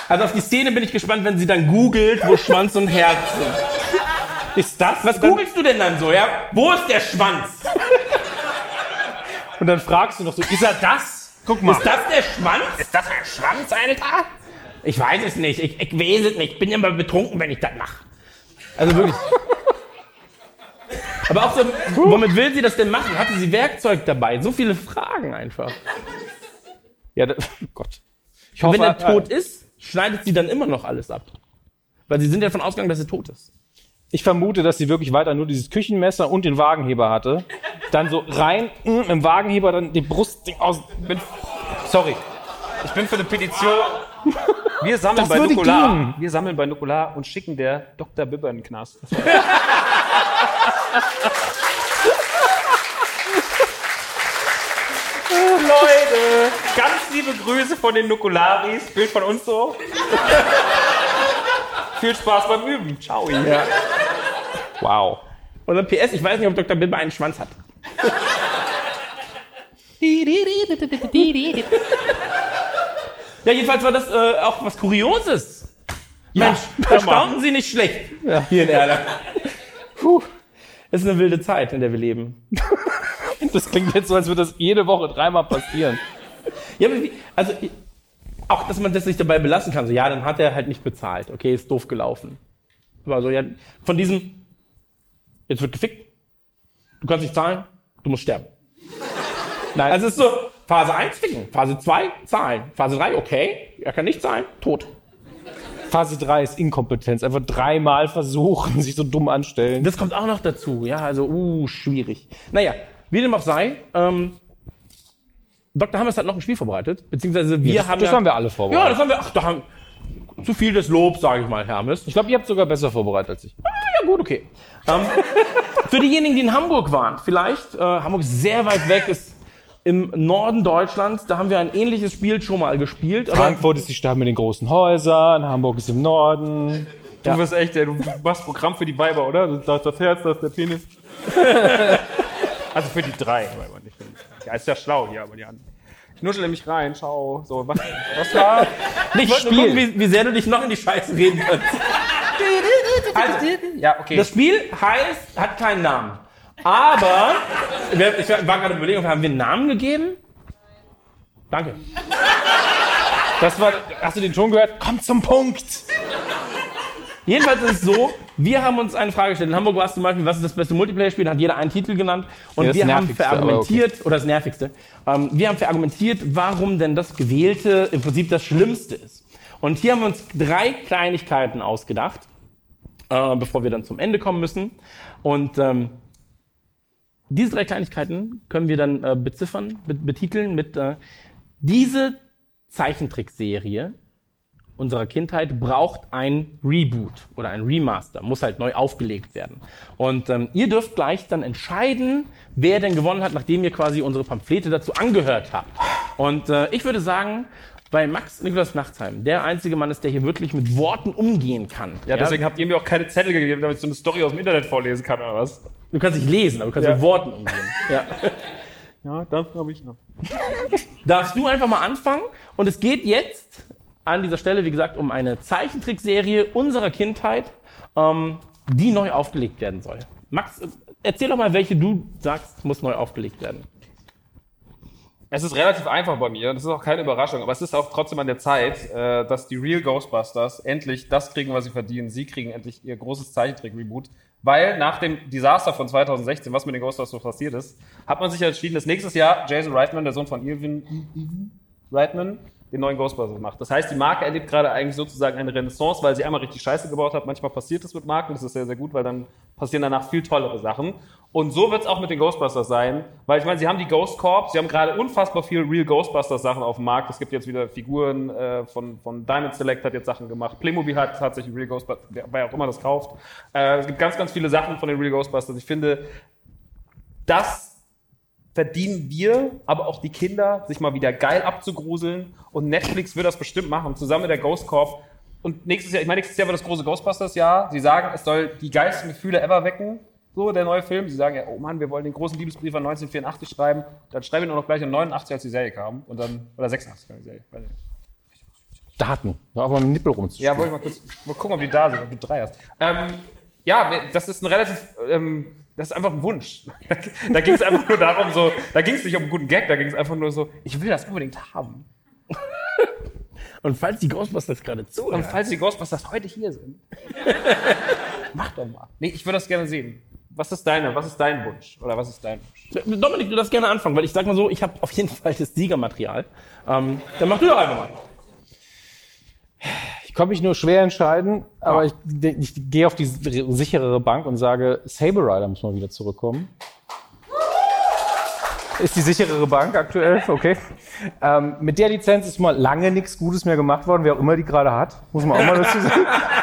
Also auf die Szene bin ich gespannt, wenn sie dann googelt, wo Schwanz und Herz sind.
Ist das?
Was googelst du denn dann so, ja? Wo ist der Schwanz?
Und dann fragst du noch so, ist er das?
Guck mal. Ist das der Schwanz?
Ist das ein Schwanz, Alter?
Ich weiß es nicht. Ich, ich weiß es nicht. Ich bin immer betrunken, wenn ich das mache. Also wirklich. Aber auch so, womit will sie das denn machen? Hatte sie Werkzeug dabei? So viele Fragen einfach.
Ja, da, oh Gott. Ich
Und
hoffe,
wenn er tot ist, schneidet sie dann immer noch alles ab. Weil sie sind ja davon ausgegangen, dass er tot ist.
Ich vermute, dass sie wirklich weiter nur dieses Küchenmesser und den Wagenheber hatte. Dann so rein, mh, im Wagenheber dann die Brust aus...
Bin, sorry. Ich bin für eine Petition. Wir sammeln
Das
bei
würde
Nukular.
gehen.
Wir sammeln bei Nukular und schicken der Doktor Bibber in den Knast. Leute, ganz liebe Grüße von den Nukularis. Bild von uns so. Viel Spaß beim Üben. Ciao.
Ja.
Wow.
Und dann P S, ich weiß nicht, ob Doktor Bibber einen Schwanz hat. Ja, jedenfalls war das äh, auch was Kurioses.
Ja,
Mensch, da staunen Sie nicht schlecht hier in Erlangen. Puh. Es ist eine wilde Zeit, in der wir leben.
Das klingt jetzt so, als würde das jede Woche dreimal passieren.
Ja, aber wie, also auch, dass man das nicht dabei belassen kann. So, ja, dann hat er halt nicht bezahlt. Okay, ist doof gelaufen. Aber so, ja, von diesem, jetzt wird gefickt, du kannst nicht zahlen, du musst sterben. Nein. Also es ist so, Phase eins ficken, Phase zwei zahlen, Phase drei okay, er kann nicht zahlen, tot.
Phase drei ist Inkompetenz. Einfach dreimal versuchen, sich so dumm anstellen.
Das kommt auch noch dazu. Ja, also, uh, schwierig. Naja, wie dem auch sei, ähm, Doktor Hammers hat noch ein Spiel vorbereitet, beziehungsweise wir
Ja, das,
haben
das
ja,
haben wir alle vorbereitet.
Ja, das haben wir, ach, da haben, zu viel des Lobs, sage ich mal, Hermes.
Ich glaube, ihr habt sogar besser vorbereitet als ich.
Ja, gut, okay. Ähm, für diejenigen, die in Hamburg waren, vielleicht, äh, Hamburg ist sehr weit weg, ist im Norden Deutschlands, da haben wir ein ähnliches Spiel schon mal gespielt. Aber
Frankfurt ist die Stadt mit den großen Häusern, Hamburg ist im Norden.
Du wirst echt, ey, du machst Programm für die Weiber, oder? Da ist das Herz, da ist der Penis. Also für die drei Weiber, nicht für die. Ja, ist ja schlau hier, aber die anderen. Ich nuschel mich rein, schau. So, was, was war?
ich wollte nur gucken, wie, wie sehr du dich noch in die Scheiße reden kannst. Also,
Ja, okay.
das Spiel heißt, hat keinen Namen. Aber, ich war gerade überlegen, haben wir einen Namen gegeben? Danke.
Das war, hast du den Ton gehört? Komm zum Punkt!
Jedenfalls ist es so, wir haben uns eine Frage gestellt. In Hamburg war es zum Beispiel, was ist das beste Multiplayer-Spiel? Da hat jeder einen Titel genannt. Und
Ja, das
wir haben
Nervigste,
verargumentiert, oder das Nervigste, ähm, wir haben verargumentiert, warum denn das Gewählte im Prinzip das Schlimmste ist. Und hier haben wir uns drei Kleinigkeiten ausgedacht, äh, bevor wir dann zum Ende kommen müssen. Und ähm, diese drei Kleinigkeiten können wir dann äh, beziffern, be- betiteln mit äh, diese Zeichentrickserie unserer Kindheit braucht ein Reboot oder ein Remaster, muss halt neu aufgelegt werden. Und ähm, ihr dürft gleich dann entscheiden, wer denn gewonnen hat, nachdem ihr quasi unsere Pamphlete dazu angehört habt. Und äh, ich würde sagen, weil Max Nikolaus Nachtsheim der einzige Mann ist, der hier wirklich mit Worten umgehen kann.
Ja, deswegen habt ihr mir auch keine Zettel gegeben, damit ich so eine Story aus dem Internet vorlesen kann, oder was?
Du kannst nicht lesen, aber du kannst
Ja.
mit Worten umgehen. Ja.
Ja, das habe ich noch.
Darfst du einfach mal anfangen? Und es geht jetzt an dieser Stelle, wie gesagt, um eine Zeichentrickserie unserer Kindheit, ähm, die neu aufgelegt werden soll. Max, erzähl doch mal, welche du sagst, muss neu aufgelegt werden.
Es ist relativ einfach bei mir, das ist auch keine Überraschung, aber es ist auch trotzdem an der Zeit, äh, dass die Real Ghostbusters endlich das kriegen, was sie verdienen. Sie kriegen endlich ihr großes Zeichentrick-Reboot, weil nach dem Desaster von zwanzig sechzehn, was mit den Ghostbusters passiert ist, hat man sich ja entschieden, dass nächstes Jahr Jason Reitman, der Sohn von Irvin Reitman, den neuen Ghostbusters macht. Das heißt, die Marke erlebt gerade eigentlich sozusagen eine Renaissance, weil sie einmal richtig Scheiße gebaut hat. Manchmal passiert das mit Marken, das ist sehr, sehr gut, weil dann passieren danach viel tollere Sachen. Und so wird es auch mit den Ghostbusters sein, weil ich meine, sie haben die Ghost Corps, sie haben gerade unfassbar viel Real Ghostbusters Sachen auf dem Markt. Es gibt jetzt wieder Figuren äh, von, von Diamond Select hat jetzt Sachen gemacht, Playmobil hat tatsächlich Real Ghostbusters, wer auch immer das kauft. Äh, es gibt ganz, ganz viele Sachen von den Real Ghostbusters. Ich finde, das verdienen wir, aber auch die Kinder, sich mal wieder geil abzugruseln. Und Netflix wird das bestimmt machen, zusammen mit der Ghost Corp. Und nächstes Jahr, ich meine, nächstes Jahr wird das große Ghostbusters-Jahr. Sie sagen, es soll die geilsten Gefühle ever wecken. So, der neue Film. Sie sagen ja, oh Mann, wir wollen den großen Liebesbrief an neunzehnhundertvierundachtzig schreiben. Dann schreiben wir nur noch gleich an neunundachtzig, als die Serie kam. Und dann, oder sechsundachtzig kam die Serie.
Daten. Hör auf mal mit dem Nippel rumzuspielen.
Ja, wollte ich mal kurz mal gucken, ob die da sind, ob du drei hast. Ähm, ja, das ist ein relativ, ähm, das ist einfach ein Wunsch. Da ging es einfach nur darum, so, da ging es nicht um einen guten Gag, da ging es einfach nur so, ich will das unbedingt haben.
Und falls die Ghostbusters gerade zuhören.
Und falls die Ghostbusters heute hier sind, mach doch mal. Nee, ich würde das gerne sehen. Was ist deine, was ist dein Wunsch? Oder was ist dein Wunsch?
Dominik, du darfst gerne anfangen, weil ich sag mal so, ich habe auf jeden Fall das Siegermaterial. Ähm, dann mach du doch einfach mal.
Ich kann mich nur schwer entscheiden, aber ich, ich gehe auf die sicherere Bank und sage, Saber Rider muss mal wieder zurückkommen. Ist die sicherere Bank aktuell, okay. Ähm, mit der Lizenz ist mal lange nichts Gutes mehr gemacht worden, wer auch immer die gerade hat, muss man auch mal dazu sagen.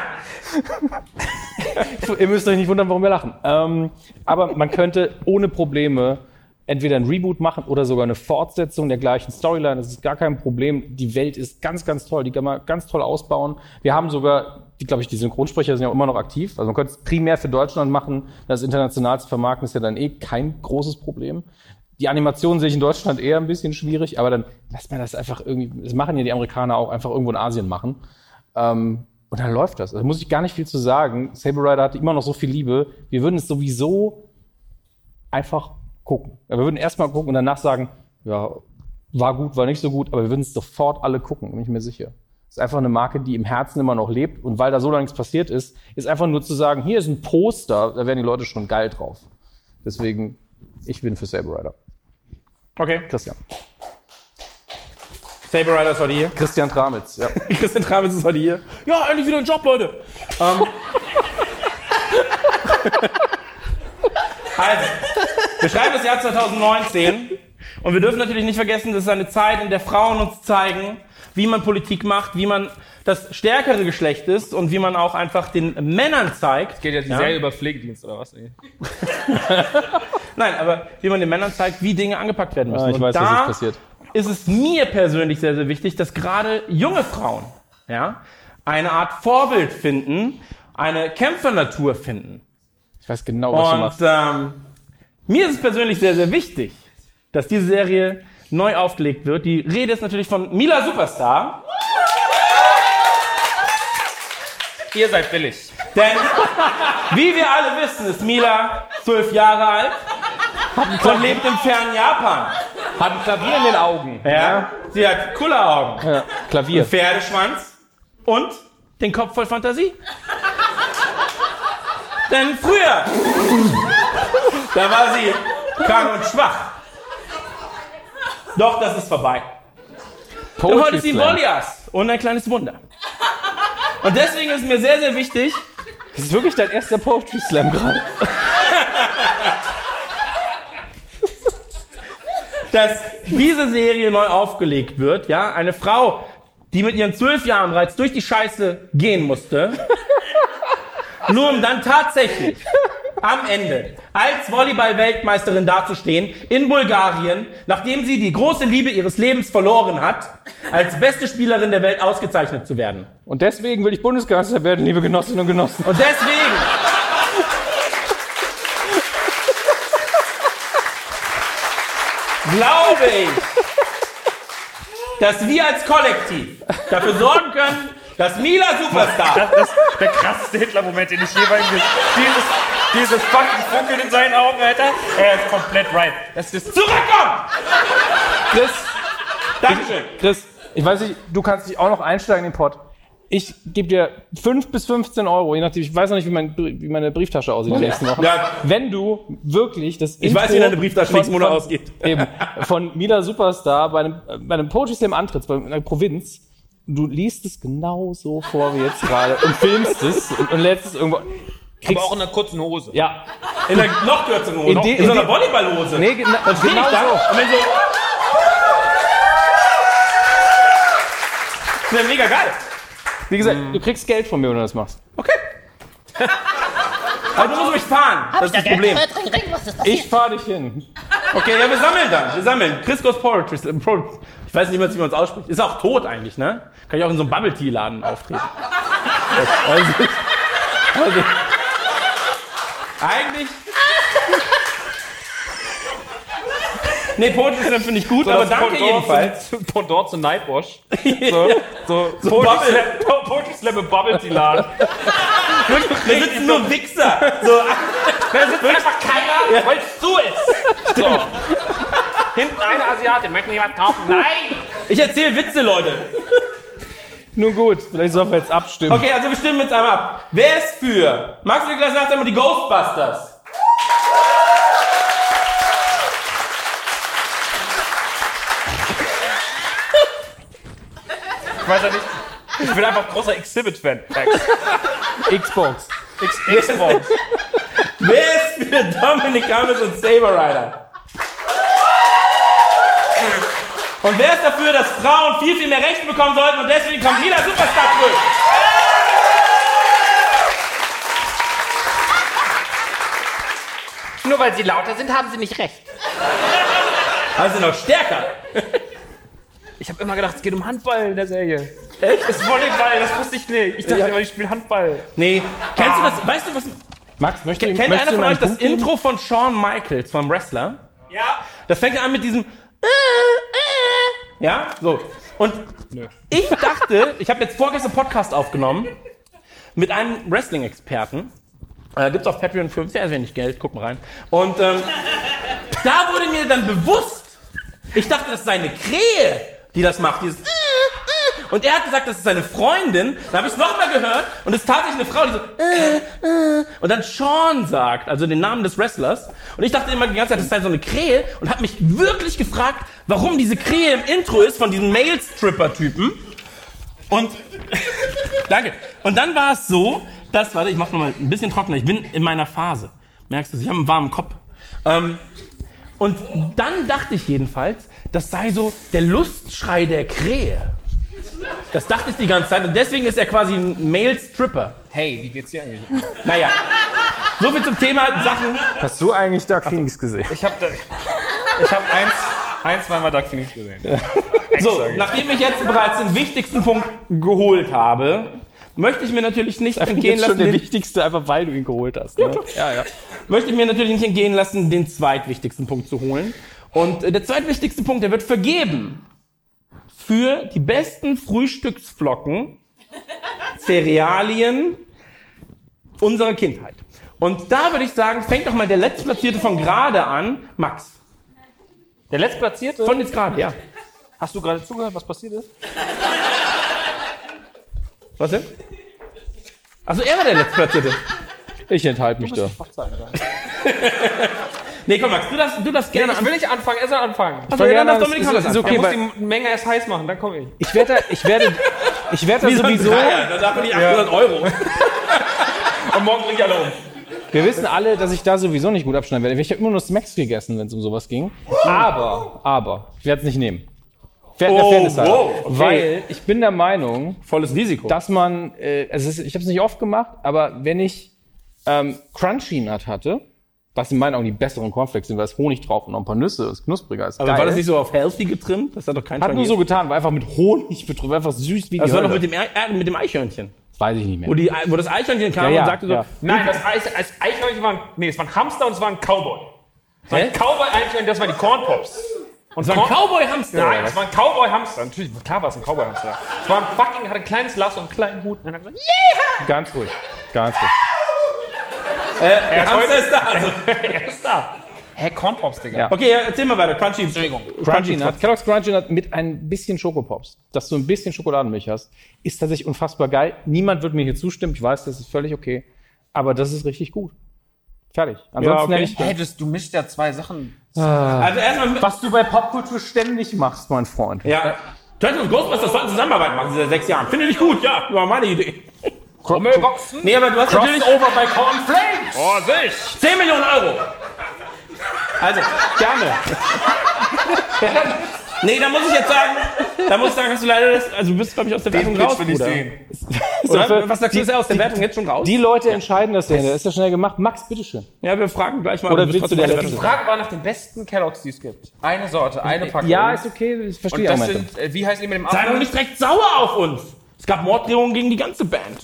Ihr müsst euch nicht wundern, warum wir lachen. Ähm, aber man könnte ohne Probleme entweder ein Reboot machen oder sogar eine Fortsetzung der gleichen Storyline. Das ist gar kein Problem. Die Welt ist ganz, ganz toll. Die kann man ganz toll ausbauen. Wir haben sogar, die, glaube ich, die Synchronsprecher sind ja immer noch aktiv. Also man könnte es primär für Deutschland machen. Das international zu vermarkten ist ja dann eh kein großes Problem. Die Animation sehe ich in Deutschland eher ein bisschen schwierig, aber dann lässt man das einfach irgendwie, das machen ja die Amerikaner auch, einfach irgendwo in Asien machen. Ähm, und dann läuft das. Da muss ich gar nicht viel zu sagen. Saber Rider hatte immer noch so viel Liebe. Wir würden es sowieso einfach gucken. Ja, wir würden erstmal gucken und danach sagen, ja, war gut, war nicht so gut, aber wir würden es sofort alle gucken, bin ich mir sicher. Das ist einfach eine Marke, die im Herzen immer noch lebt und weil da so lange nichts passiert ist, ist einfach nur zu sagen, hier ist ein Poster, da wären die Leute schon geil drauf. Deswegen, ich bin für Saber Rider.
Okay.
Christian.
Saber Rider ist heute hier.
Christian Tramitz, ja.
Christian Tramitz ist heute hier. Ja, endlich wieder ein Job, Leute. Ähm. Also, wir schreiben das Jahr zwanzig neunzehn und wir dürfen natürlich nicht vergessen, das ist eine Zeit, in der Frauen uns zeigen, wie man Politik macht, wie man das stärkere Geschlecht ist und wie man auch einfach den Männern zeigt.
Geht ja die
ja?
Serie über Pflegedienst oder was?
Nein, aber wie man den Männern zeigt, wie Dinge angepackt werden müssen.
Ah, ich
und
weiß,
da
was jetzt passiert.
ist es mir persönlich sehr, sehr wichtig, dass gerade junge Frauen ja, eine Art Vorbild finden, eine Kämpfernatur finden.
Ich weiß genau, was du machst.
Und ähm, mir ist es persönlich sehr, sehr wichtig, dass diese Serie neu aufgelegt wird. Die Rede ist natürlich von Mila Superstar.
Ihr seid billig.
Denn, wie wir alle wissen, ist Mila zwölf Jahre alt und lebt im fernen Japan.
Hat ein Klavier in den Augen.
Ja, sie hat Kulleraugen,
Ja, Klavier.
einen Pferdeschwanz und den Kopf voll Fantasie. Denn früher, da war sie krank und schwach. Doch, das ist vorbei. Und heute ist sie ein Goliath und ein kleines Wunder. Und deswegen ist mir sehr, sehr wichtig,
Das ist wirklich dein erster Poetry Slam gerade.
dass diese Serie neu aufgelegt wird. Ja, eine Frau, die mit ihren zwölf Jahren bereits durch die Scheiße gehen musste, nur um dann tatsächlich am Ende als Volleyball-Weltmeisterin dazustehen in Bulgarien, nachdem sie die große Liebe ihres Lebens verloren hat, als beste Spielerin der Welt ausgezeichnet zu werden.
Und deswegen will ich Bundeskanzler werden, liebe Genossinnen und Genossen.
Und deswegen glaube ich, dass wir als Kollektiv dafür sorgen können, dass Mila Superstar
Das ist der krasseste Hitler-Moment, den ich jeweils gesehen habe. Dieses, dieses fucking Funkeln in seinen Augen, Alter. Er ist komplett right. Das ist
zurückkommt!
Chris,
Dankeschön.
Chris, ich weiß nicht, du kannst dich auch noch einsteigen in den Pott. Ich gebe dir fünf bis fünfzehn Euro, je nachdem, ich weiß noch nicht, wie, mein, wie meine Brieftasche aussieht die nächsten Wochen.
Ja.
Wenn du wirklich das
Ich weiß, wie deine Brieftasche nächsten Monat ausgeht.
Eben, von Mila Superstar bei einem, bei einem Poetry Slam Antritt, bei einer Provinz, du liest es genau so vor wie jetzt gerade und filmst es und, und lädst es irgendwo.
aber auch in einer kurzen Hose.
Ja.
In der noch kürzeren Hose.
In de-
in,
in
so einer
de-
Volleyballhose.
Nee, gena-
Dann stehe
genau
ich da
so.
und wenn so... Das wäre mega geil.
Wie gesagt, du kriegst Geld von mir, wenn du das machst.
Okay. Aber du musst mich fahren. Das ist das Problem.
Ich fahr dich hin.
Okay, ja, wir sammeln dann. Wir sammeln. Chris Goes Poetry. Pro- Ich weiß nicht, wie man es ausspricht. Ist auch tot eigentlich, ne? Kann ich auch in so einem Bubble-Tea-Laden auftreten. Also, also, eigentlich... Nee, Poetry Slam finde ich gut,
So,
aber
das
danke
Pendant
jedenfalls.
Zu, Pendant zu Nightwash. So. So,
So
Poetry
Bubble.
Slam, Poetry Slam im Bubble Tea Laden.
Da sitzen nur Wichser. So,
Da sitzt einfach keiner, weil es zu ist. So. Hinten eine Asiatin, möchten Sie was kaufen? Nein!
ich erzähle Witze, Leute.
Nun gut, vielleicht sollen wir jetzt abstimmen.
Okay, also wir stimmen jetzt einmal ab. Wer ist für? Max Niklas sagt einmal die Ghostbusters.
Ich weiß ja nicht. Ich bin einfach großer Exhibit-Fan.
Xbox.
X- Xbox.
Wer ist für Dominic Hammes und Saber Rider? Und wer ist dafür, dass Frauen viel, viel mehr Rechte bekommen sollten und deswegen kommt Lila Superstar zurück?
Nur weil sie lauter sind, haben sie nicht recht.
Also noch stärker.
Ich habe immer gedacht, es geht um Handball in der Serie. Echt? Das ist Volleyball, das wusste ich nicht. Ich dachte
Ja.
immer, ich spiele Handball.
Nee. Kennst du das? Weißt du was?
Max, möchte,
Kennt
möchtest
einer
du
von
einen
euch das
Punkt geben?
Intro von Shawn Michaels, vom Wrestler?
Ja.
Das fängt an mit diesem ja, so. Und ich dachte, ich habe jetzt vorgestern einen Podcast aufgenommen mit einem Wrestling-Experten. Äh, gibt's auf Patreon für sehr, sehr wenig Geld, guck mal rein. Und ähm, da wurde mir dann bewusst, ich dachte, das ist seine Krähe, die das macht, dieses und er hat gesagt, das ist seine Freundin. Dann habe ich es nochmal gehört und es ist tatsächlich eine Frau, die so äh, äh, und dann Sean sagt, also den Namen des Wrestlers. Und ich dachte immer die ganze Zeit, das sei so eine Krähe und habe mich wirklich gefragt, warum diese Krähe im Intro ist von diesem Male-Stripper-Typen. Und danke. Und dann war es so, dass, warte, ich mach's nochmal ein bisschen trockener. Ich bin in meiner Phase. Merkst du, ich habe einen warmen Kopf. Ähm, und dann dachte ich jedenfalls, das sei so der Lustschrei der Krähe. Das dachte ich die ganze Zeit. Und deswegen ist er quasi ein Male-Stripper.
Hey, wie geht's dir eigentlich?
Naja. So viel zum Thema Sachen.
Hast du eigentlich Dark Phoenix gesehen?
Ich habe ich hab eins, ein, zweimal Dark Phoenix gesehen.
So, nachdem ich jetzt bereits den wichtigsten Punkt geholt habe, möchte ich mir natürlich nicht entgehen
Jetzt schon
lassen,
der
den,
wichtigste, einfach weil du ihn geholt hast. Ne? Ja, ja.
möchte ich mir natürlich nicht entgehen lassen, den zweitwichtigsten Punkt zu holen. Und äh, der zweitwichtigste Punkt, der wird vergeben für die besten Frühstücksflocken, Cerealien unserer Kindheit. Und da würde ich sagen, fängt doch mal der Letztplatzierte von gerade an, Max.
Der Letztplatzierte?
Von jetzt gerade, ja.
Hast du gerade zugehört, was passiert ist?
Was denn? Also er war der Letztplatzierte.
Ich enthalte mich da.
Nee, komm Max, du darfst, du darfst gerne
Ich will nicht anfangen, er soll anfangen.
Also, ja, dann darf
das
Dominik
ist-
Hammes
ist
anfangen.
okay,
Er muss
weil-
die Menge erst heiß machen, dann komme ich.
Ich werde, ich werde, ich werde da
Wie so ein
sowieso.
Dreier, da darf man die achthundert Euro.
Und morgen bringe ich alle um.
Wir wissen alle, dass ich da sowieso nicht gut abschneiden werde. Ich habe immer nur Smacks gegessen, wenn es um sowas ging. Aber, aber, ich werde es nicht nehmen. Fair,
Oh,
der Fairness halber.
wow, okay.
Weil ich bin der Meinung,
Volles Risiko.
dass man, äh, also es ist, ich habe es nicht oft gemacht, aber wenn ich ähm, Crunchy Nut hatte, was in meinen Augen die besseren Cornflakes sind, weil es Honig drauf und noch ein paar Nüsse, ist knuspriger, ist
Aber
geil.
war das nicht so auf healthy getrimmt? Das hat doch kein
Hat nur so getan, war einfach mit Honig betrübt, einfach süß wie die
Das war doch
Hölle.
mit dem, äh, mit dem Eichhörnchen.
Das weiß ich nicht mehr.
Wo, die, wo das Eichhörnchen kam
Ja, ja,
und sagte so,
ja.
Nein, das Eis, als Eichhörnchen waren, nee, es war ein Hamster und es war ein Cowboy. Es war
Hä?
ein Cowboy-Eichhörnchen, das waren die Corn Pops. Und
es war ein Cowboy-Hamster.
Nein,
oder
es
was?
war ein Cowboy-Hamster. Natürlich, klar war es ein Cowboy-Hamster. Es war ein fucking, hatte ein kleines Lasso und einen kleinen Hut. Und dann hat er gesagt,
Ganz ruhig. Ganz ruhig.
Äh, der Hamster ist da. Also.
er ist da. Hä, Corn Pops, Digga.
Ja.
Okay, ja, erzähl mal weiter. Crunchy.
Entschuldigung.
Crunchy Nut, Kellogg's Crunchy Nut mit ein bisschen Schokopops, dass du ein bisschen Schokoladenmilch hast, ist tatsächlich unfassbar geil. Niemand wird mir hier zustimmen, ich weiß, das ist völlig okay, aber das ist richtig gut. Fertig. Ansonsten
okay.
nenne ich,
Hey, das, du mischst ja zwei Sachen.
Also erstmal mit,
was du bei Popkultur ständig machst, mein Freund.
ja. Turtles und Ghostbusters sollten Zusammenarbeit machen seit sechs Jahren. Finde ich gut, ja. War meine Idee.
Trommelboxen.
Nee, aber du hast natürlich
Crossover bei Cornflakes. Vorsicht.
zehn Millionen Euro. Also, gerne. Nee, da muss ich jetzt sagen, da muss ich sagen, hast du leider das, also du bist, glaube ich, aus der Wertung raus, Bruder. Oder? Was sagst du, ist er aus der Wertung jetzt schon raus?
Die Leute entscheiden das ja, das ist ja schnell gemacht. Max, bitteschön.
Ja, wir fragen gleich mal.
Oder
aber bist
willst du
trotzdem
der
aus
Die
Wertung.
Frage war nach den besten Kelloggs, die es gibt. Eine Sorte, eine Packung.
Ja, ist okay, ich
Und
verstehe
das
Argumente.
sind, äh, wie heißen die mit dem
Sei doch
Affen?
nicht direkt sauer auf uns. Es gab Morddrohungen gegen die ganze Band.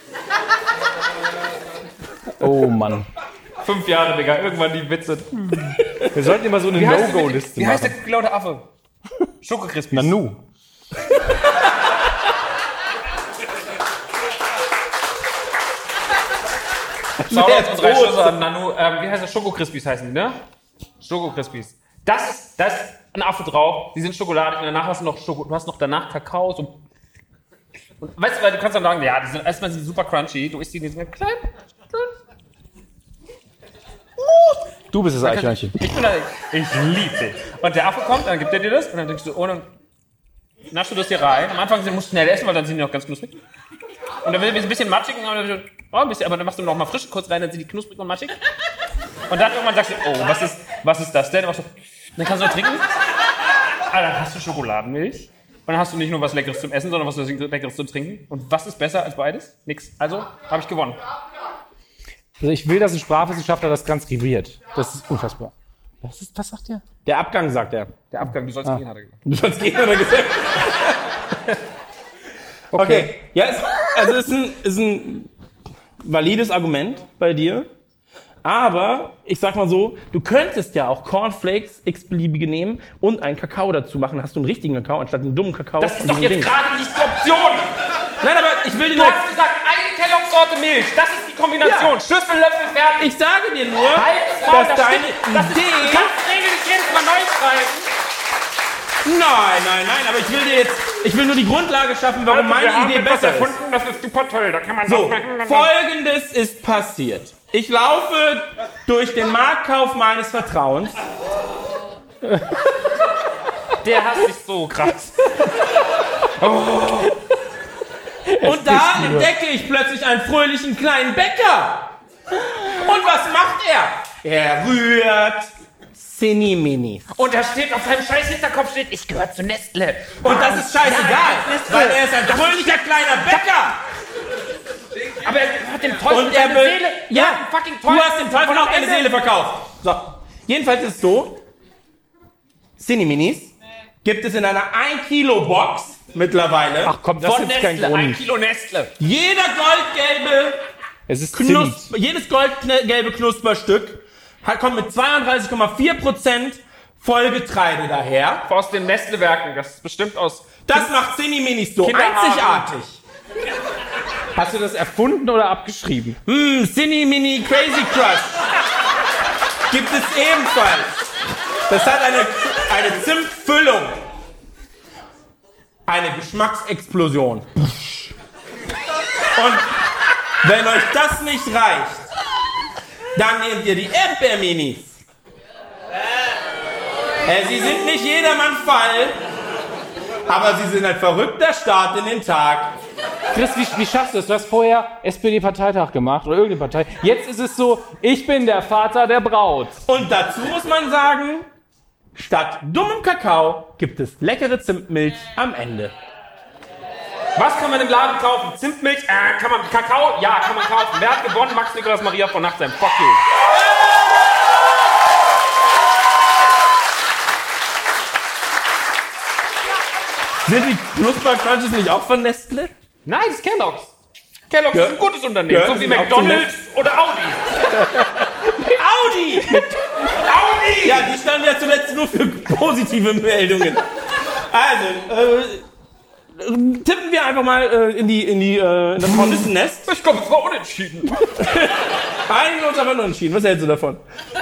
Oh Mann.
Fünf Jahre, Digga. Irgendwann die Witze.
Wir sollten immer so eine
Wie heißt, der-
No-Go-Liste
wie heißt der
machen.
geklaute Affe? Schokokrispis.
Nanu.
Shoutouts unsere Schüsse an Nanu. Ähm, wie heißt das? Schoko-Crispies heißen die, ne? Schoko-Crispies. Das ist, das ist ein Affe drauf. Die sind Schokolade und danach hast du noch Schoko. Du hast noch danach Kakao. So. Und weißt du, weil du kannst dann sagen, ja, die sind erstmal sind die super crunchy. Du isst die, die sind klein.
Du bist das Eichhörnchen.
Ich bin da, ich liebe dich. Und der Affe kommt, dann gibt er dir das und dann denkst du, oh, dann naschst du das hier rein. Am Anfang musst du schnell essen, weil dann sind die noch ganz knusprig. Und dann wird es ein bisschen matschig, aber dann, oh, ein bisschen, aber dann machst du noch mal frisch kurz rein, dann sind die knusprig und matschig. Und dann irgendwann sagst du, oh, was ist, was ist das denn? Und dann kannst du noch trinken. Ah, dann hast du Schokoladenmilch. Und dann hast du nicht nur was Leckeres zum Essen, sondern was Leckeres zum Trinken. Und was ist besser als beides? Nix. Also habe ich gewonnen.
Also ich will, dass ein Sprachwissenschaftler das transkribiert. Das ist unfassbar. Was, ist, was sagt der?
Der Abgang, sagt er.
Der Abgang, du sollst ah. gehen, hat er gesagt.
Du sollst gehen, hat er gesagt. Okay. okay. Ja, es, also es ist ein, ist ein valides Argument bei dir. Aber, ich sag mal so, du könntest ja auch Cornflakes, x-beliebige nehmen und einen Kakao dazu machen. Hast du einen richtigen Kakao anstatt einen dummen Kakao.
Das ist doch jetzt gerade nicht die Option!
Nein, aber ich will dir
Du
nur...
hast gesagt, eine Kellogg-Sorte Milch. Das ist die Kombination. Ja. Schüssel, Löffel, fertig.
Ich sage dir nur,
halt,
dass
das
deine
das
Idee...
Ist, du kannst die Regel nicht jedes Mal neu schreiben.
Nein, nein, nein, aber ich will dir jetzt... Ich will nur die Grundlage schaffen, warum
also,
meine Idee besser
erfunden,
ist.
Das ist super toll. Da kann man
so,
das
Folgendes ist passiert. Ich laufe durch den Marktkauf meines Vertrauens.
Der hasst sich so krass.
Oh. Und da entdecke ich plötzlich einen fröhlichen kleinen Bäcker. Und was macht er? Er rührt Cinni-Minis.
Und da steht auf seinem scheiß Hinterkopf steht, ich gehöre zu Nestle.
Und das ist scheißegal, ja, weil er ist ein fröhlicher kleiner Bäcker.
Aber er hat dem Teufel
und er
seine Seele.
Ja,
fucking Teufel.
Du hast dem Teufel auch deine Seele verkauft. So, jedenfalls ist es so, Cinni-Minis gibt es in einer ein Kilo Box mittlerweile.
Ach komm, das
von
ist
Nestle,
kein Grund.
ein Kilo Nestle.
Jeder goldgelbe,
es ist
Knus- jedes goldgelbe Knusperstück hat, kommt mit zweiunddreißig Komma vier Prozent Vollgetreide daher.
Aus den Nestle-Werken, das ist bestimmt aus...
Das macht Cinni-Minis so
Kinderhaaren.
einzigartig.
Hast du das erfunden oder abgeschrieben?
Hm, Cinni-Mini Crazy Crush. Gibt es ebenfalls. Das hat eine, eine Zimtfüllung. Eine Geschmacksexplosion. Und wenn euch das nicht reicht, dann nehmt ihr die Erdbeerminis. Äh, sie sind nicht jedermanns Fall, aber sie sind ein verrückter Start in den Tag.
Chris, wie, wie schaffst du es? Du hast vorher S P D-Parteitag gemacht oder irgendeine Partei. Jetzt ist es so, ich bin der Vater der Braut.
Und dazu muss man sagen, statt dummem Kakao gibt es leckere Zimtmilch am Ende.
Was kann man im Laden kaufen? Zimtmilch? Äh, kann man Kakao? Ja, kann man kaufen. Wer hat gewonnen? Max Nikolaus Maria von Nachtsheim. Fuck you.
Sind die Knusper-Crunches nicht auch von Nestle?
Nein, das ist Kellogg's. Kellogg's
Ja.
ist ein gutes Unternehmen.
Ja,
So wie
sind auch
McDonald's oder Audi.
Audi!
Audi!
Ja, die standen ja zuletzt nur für positive Meldungen. Also, äh, tippen wir einfach mal äh, in, die, in, die, äh, in das Hornissennest.
Ich glaube, es war unentschieden.
Einigen wir uns aber nur entschieden. Was hältst du davon?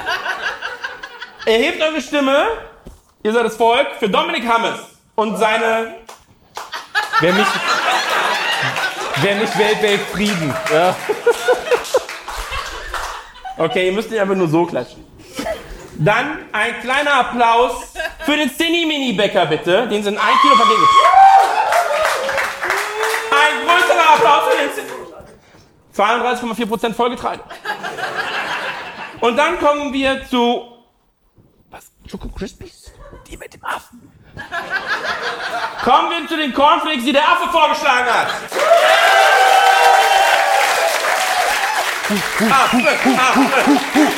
Erhebt eure Stimme, ihr seid das Volk, für Dominik Hammes und seine...
Wer nicht, wer nicht Welt, Welt, Frieden. Ja.
Okay, ihr müsst nicht einfach nur so klatschen. Dann ein kleiner Applaus für den Cinni-Mini-Bäcker, bitte, den sie in ein Kilo Paket gibt. Ein größerer Applaus für den Cinni. zweiunddreißig Komma vier Prozent Vollgetreide. Und dann kommen wir zu... Was? Schoko Crispies? Die mit dem Affen. Kommen wir zu den Cornflakes, die der Affe vorgeschlagen hat. Affe, Affe.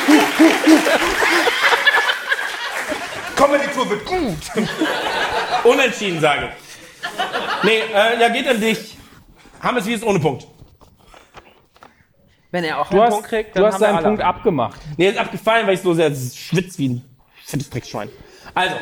Kommentatur wird gut.
Unentschieden, sage ich. Nee, äh, ja, geht an dich. Hammes, wie ist ohne Punkt?
Wenn er auch
Du
einen
hast,
Punkt kriegt,
du
dann
hast
haben wir
deinen
alle.
Punkt abgemacht.
Nee, ist abgefallen, weil ich so sehr schwitze wie ein fettes Dreckschwein. Also,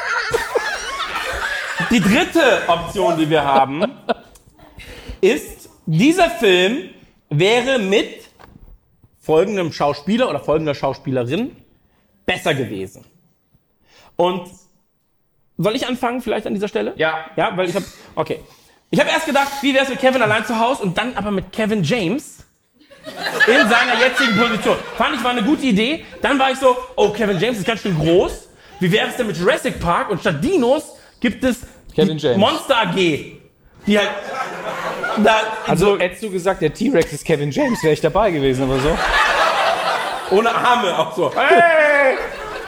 die dritte Option, die wir haben, ist, dieser Film wäre mit folgendem Schauspieler oder folgender Schauspielerin besser gewesen. Und soll ich anfangen vielleicht an dieser Stelle?
Ja.
Ja, weil ich habe okay. Ich habe erst gedacht, wie wär's mit Kevin allein zu Hause und dann aber mit Kevin James in seiner jetzigen Position. Fand ich, war eine gute Idee. Dann war ich so, oh, Kevin James ist ganz schön groß. Wie wäre es denn mit Jurassic Park? Und statt Dinos gibt es
Kevin James.
Monster A G. Die halt da
Also hättest du gesagt, der T-Rex ist Kevin James, wäre ich dabei gewesen, aber so.
ohne Arme auch so. Hey!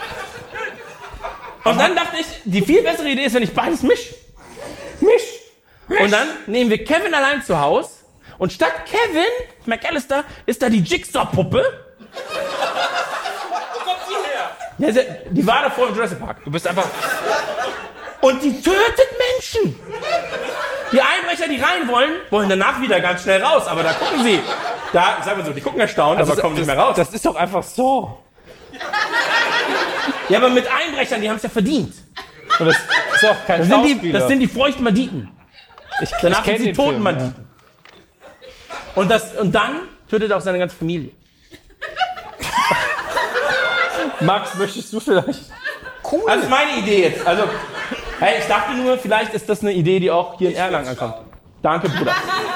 Und dann dachte ich, die viel bessere Idee ist, wenn ich beides misch. Misch. Und dann nehmen wir Kevin allein zu Hause und statt Kevin McAllister ist da die Jigsaw-Puppe. Wo kommt die her? Ja, die war davor im Jurassic Park.
Du bist einfach...
Und die tötet Menschen. Die Einbrecher, die rein wollen, wollen danach wieder ganz schnell raus. Aber da gucken sie. Da, ich sag mal so, die gucken erstaunt, aber kommen nicht mehr raus.
Das ist doch einfach so.
Ja, aber mit Einbrechern, die haben es ja verdient.
Und das ist auch kein
Das sind die,
Schauspieler.
das sind die feuchten Banditen.
ich,
Danach
ich kenn
sind sie
den
toten
Film,
Banditen. Und, das, und dann tötet er auch seine ganze Familie.
ja. Max, möchtest du vielleicht?
Cool. Das ist meine Idee jetzt. Also, hey, ich dachte nur, vielleicht ist das eine Idee, die auch hier in Erlangen ankommt. Danke, Bruder.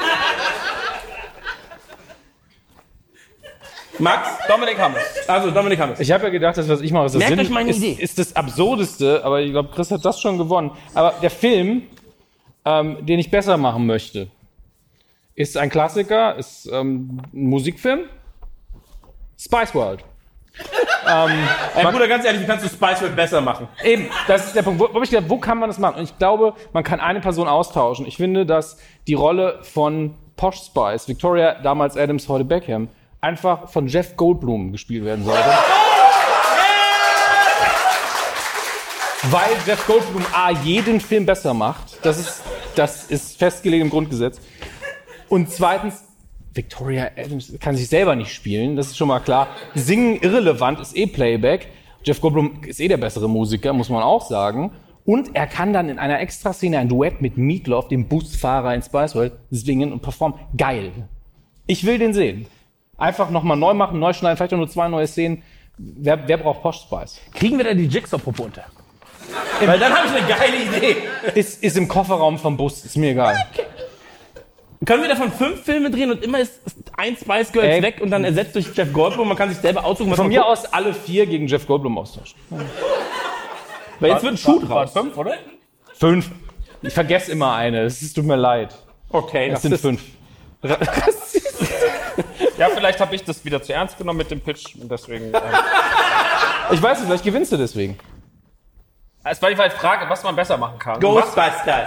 Max?
Dominik Hammes.
Also, Dominik Hammes.
Ich habe ja gedacht, das, was ich mache, ist das
Merkt
Sinn,
euch meine
ist,
Idee.
ist das Absurdeste, aber ich glaube, Chris hat das schon gewonnen. Aber der Film, ähm, den ich besser machen möchte, ist ein Klassiker, ist ähm, ein Musikfilm. Spice World. ähm,
Ey, Bruder, ganz ehrlich, wie kannst du Spice World besser machen?
Eben, das ist der Punkt. Wo, wo, hab ich gedacht, wo kann man das machen? Und ich glaube, man kann eine Person austauschen. Ich finde, dass die Rolle von Posh Spice, Victoria, damals Adams, heute Beckham, einfach von Jeff Goldblum gespielt werden sollte. Weil Jeff Goldblum A, jeden Film besser macht. Das ist, das ist festgelegt im Grundgesetz. Und zweitens, Victoria Adams kann sich selber nicht spielen, das ist schon mal klar. Singen irrelevant, ist eh Playback. Jeff Goldblum ist eh der bessere Musiker, muss man auch sagen. Und er kann dann in einer Extraszene ein Duett mit Meatloaf, dem Busfahrer in Spice World, singen und performen. Geil. Ich will den sehen. Einfach nochmal neu machen, neu schneiden, vielleicht auch nur zwei neue Szenen. Wer, wer braucht Posh Spice?
Kriegen wir da die Jigsaw-Puppe unter? Weil dann habe ich eine geile Idee.
Ist, ist im Kofferraum vom Bus, ist mir egal.
Okay. Können wir davon fünf Filme drehen und immer ist ein Spice Girls
Ey.
weg und dann ersetzt durch Jeff Goldblum, man kann sich selber aussuchen, was
Von
man
mir
guckt.
aus alle vier gegen Jeff Goldblum austauschen.
Weil jetzt wird ein Schuh draus.
Fünf, oder?
Fünf. Ich vergesse immer eine, es tut mir leid.
Okay,
Es sind fünf.
Ja, vielleicht habe ich das wieder zu ernst genommen mit dem Pitch und deswegen... Ähm,
Ich weiß nicht, vielleicht gewinnst du deswegen.
es war die halt Frage, was man besser machen kann. Und was,
Ghostbusters.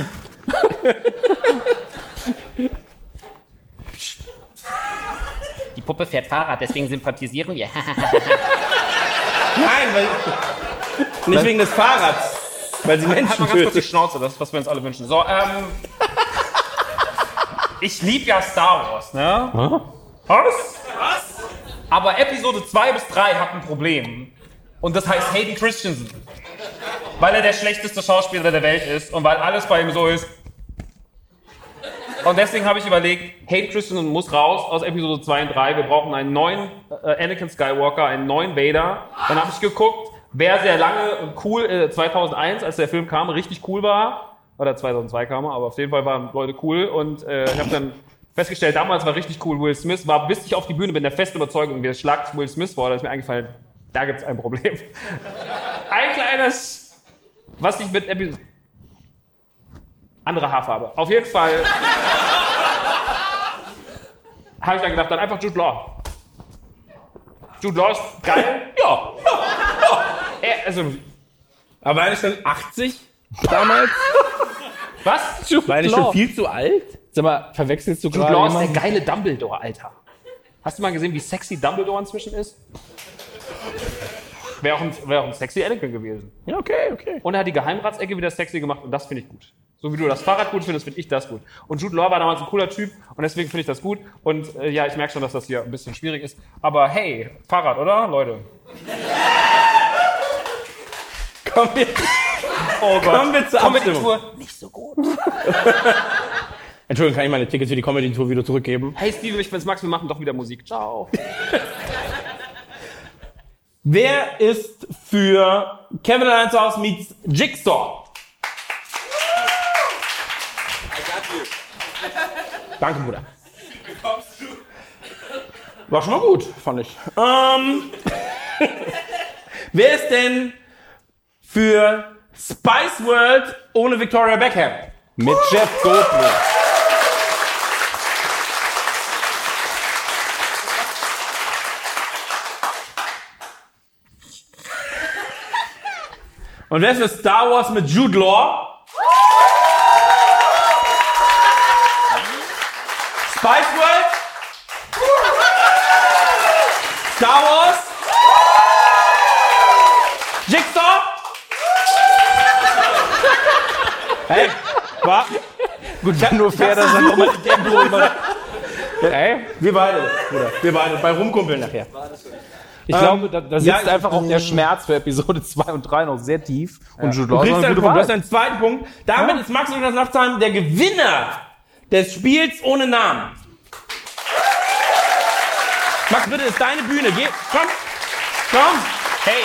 Die Puppe fährt Fahrrad, deswegen sympathisieren wir.
Nein, weil... Nicht wegen des Fahrrads. Weil sie
halt
Menschen
mal ganz kurz die
tötet.
Schnauze, das ist, was wir uns alle wünschen. So, ähm... ich liebe ja Star Wars, ne? Was? Was? Aber Episode zwei bis drei hat ein Problem. Und das heißt Hayden Christensen. Weil er der schlechteste Schauspieler der Welt ist und weil alles bei ihm so ist. Und deswegen habe ich überlegt, Hayden Christensen muss raus aus Episode zwei und drei. Wir brauchen einen neuen äh, Anakin Skywalker, einen neuen Vader. Dann habe ich geguckt, wer sehr lange und cool, äh, zweitausendeins, als der Film kam, richtig cool war. Oder zweitausendzwei kam er, aber auf jeden Fall waren Leute cool. Und äh, ich habe dann festgestellt, damals war richtig cool Will Smith. War, bis ich auf die Bühne bin, der festen Überzeugung, wir schlagt Will Smith vor. Da ist mir eingefallen, da gibt's ein Problem. Ein kleines, was ich mit Episode... Andere Haarfarbe. Auf jeden Fall habe ich dann gedacht, dann einfach Jude Law. Jude Law ist geil. Ja, ja, ja. Er, also,
Aber war er schon achtzig damals?
was?
War er nicht schon viel zu alt?
Sag mal, verwechselst du
Jude
gerade
Law ist der
jemanden?
geile Dumbledore, Alter. Hast du mal gesehen, wie sexy Dumbledore inzwischen ist? Wäre auch, ein, wär auch ein sexy Anakin gewesen.
Ja, okay, okay.
Und er hat die Geheimratsecke wieder sexy gemacht und das finde ich gut. So wie du das Fahrrad gut findest, finde ich das gut. Und Jude Law war damals ein cooler Typ und deswegen finde ich das gut. Und äh, ja, ich merke schon, dass das hier ein bisschen schwierig ist. Aber hey, Fahrrad, oder, Leute?
Kommen wir,
Oh Gott.
kommen wir zur
Komm mit die
Abstimmung.
Tour. Nicht so gut.
Entschuldigung, kann ich meine Tickets für die Comedy-Tour wieder zurückgeben?
Hey Steven, ich bin's Max, wir machen doch wieder Musik. Ciao.
Wer ist für Kevin allein zu Hause meets Jigsaw? Danke, Bruder. War schon mal gut, fand ich. Ähm, wer ist denn für Spice World ohne Victoria Beckham?
Mit Jeff Goldblum.
Und wer ist für Star Wars mit Jude Law? Spice World? Star Wars? Jigsaw? Hey, war gut, ich hab nur fair, dass er nochmal die Tempo immer. Ey, wir beide, Bruder. Wir beide, bei Rumkumpeln nachher.
Ich ähm, glaube, da, da sitzt
ja,
einfach auch der Schmerz für Episode zwei und drei noch sehr tief. Ja. Und Jude Law
du,
ist eine
einen
gute
Punkt, du hast
Wahl.
einen zweiten Punkt. Damit
ja.
ist Max Lukas Nachtsheim der Gewinner des Spiels ohne Namen. Max, bitte, ist deine Bühne. Geh, komm, komm. Hey.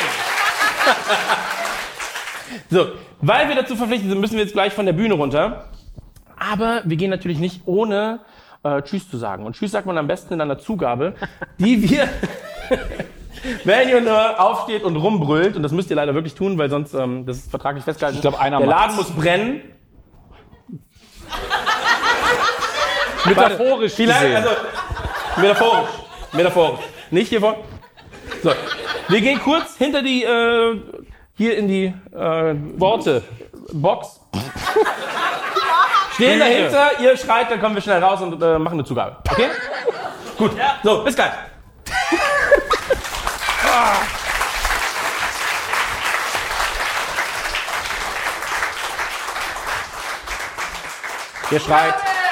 So, weil wir dazu verpflichtet sind, müssen wir jetzt gleich von der Bühne runter. Aber wir gehen natürlich nicht ohne äh, Tschüss zu sagen. Und Tschüss sagt man am besten in einer Zugabe, die wir, wenn ihr nur aufsteht und rumbrüllt, und das müsst ihr leider wirklich tun, weil sonst, ähm, das ist vertraglich festgehalten,
ich glaub, einer
der Laden
macht's.
muss brennen.
Metaphorisch
Vielleicht,
gesehen.
also, metaphorisch. Metaphorisch. Nicht hier vor. So. Wir gehen kurz hinter die, äh, hier in die, äh,
Worte.
Box. Stehen dahinter, ihr schreit, dann kommen wir schnell raus und äh, machen eine Zugabe. Okay? Gut. So, bis gleich. Ihr schreit.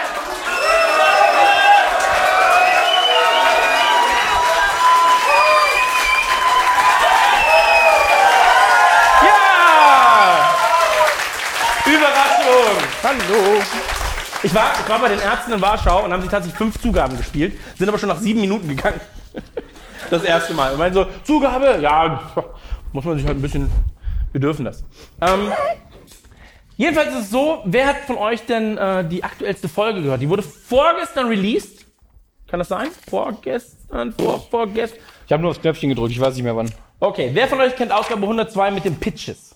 Hallo. Ich war, ich war bei den Ärzten in Warschau und haben sie tatsächlich fünf Zugaben gespielt, sind aber schon nach sieben Minuten gegangen. Das erste Mal. Und meinen so, Zugabe? Ja, muss man sich halt ein bisschen, wir dürfen das. Ähm, jedenfalls ist es so, wer hat von euch denn äh, die aktuellste Folge gehört? Die wurde vorgestern released. Kann das sein? Vorgestern, vor, vorgestern.
Ich habe nur aufs Knöpfchen gedrückt, ich weiß nicht mehr wann.
Okay, wer von euch kennt Ausgabe hundertzwei mit den Pitches?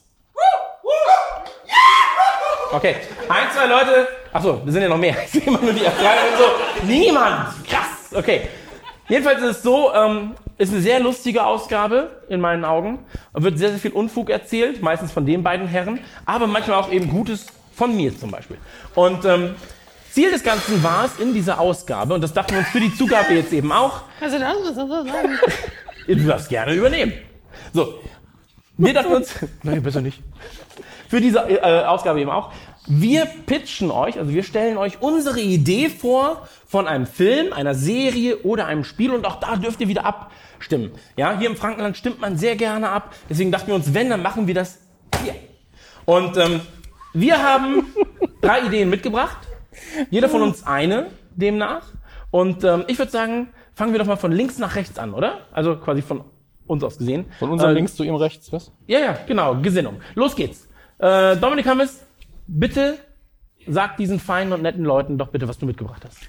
Okay, ein, zwei Leute. Achso, wir sind ja noch mehr. Ich sehe immer nur die F drei und so. Niemand! Krass! Okay. Jedenfalls ist es so, ähm, ist eine sehr lustige Ausgabe in meinen Augen. Es wird sehr, sehr viel Unfug erzählt, meistens von den beiden Herren, aber manchmal auch eben Gutes von mir zum Beispiel. Und ähm, Ziel des Ganzen war es in dieser Ausgabe, und das dachten wir uns für die Zugabe jetzt eben auch. Also das was soll das sagen? Du darfst gerne übernehmen. So, wir dachten uns, nein, besser nicht. Für diese äh, Ausgabe eben auch. Wir pitchen euch, also wir stellen euch unsere Idee vor von einem Film, einer Serie oder einem Spiel, und auch da dürft ihr wieder abstimmen. Ja, hier im Frankenland stimmt man sehr gerne ab. Deswegen dachten wir uns, wenn, dann machen wir das hier. Und ähm, wir haben drei Ideen mitgebracht. Jeder von uns eine demnach. Und ähm, ich würde sagen, fangen wir doch mal von links nach rechts an, oder? Also quasi von uns aus gesehen.
Von unserem
äh,
links zu ihrem rechts, was?
Ja, ja, genau, Gesinnung. Los geht's. Äh, Dominik Hammes, bitte sag diesen feinen und netten Leuten doch bitte, was du mitgebracht hast.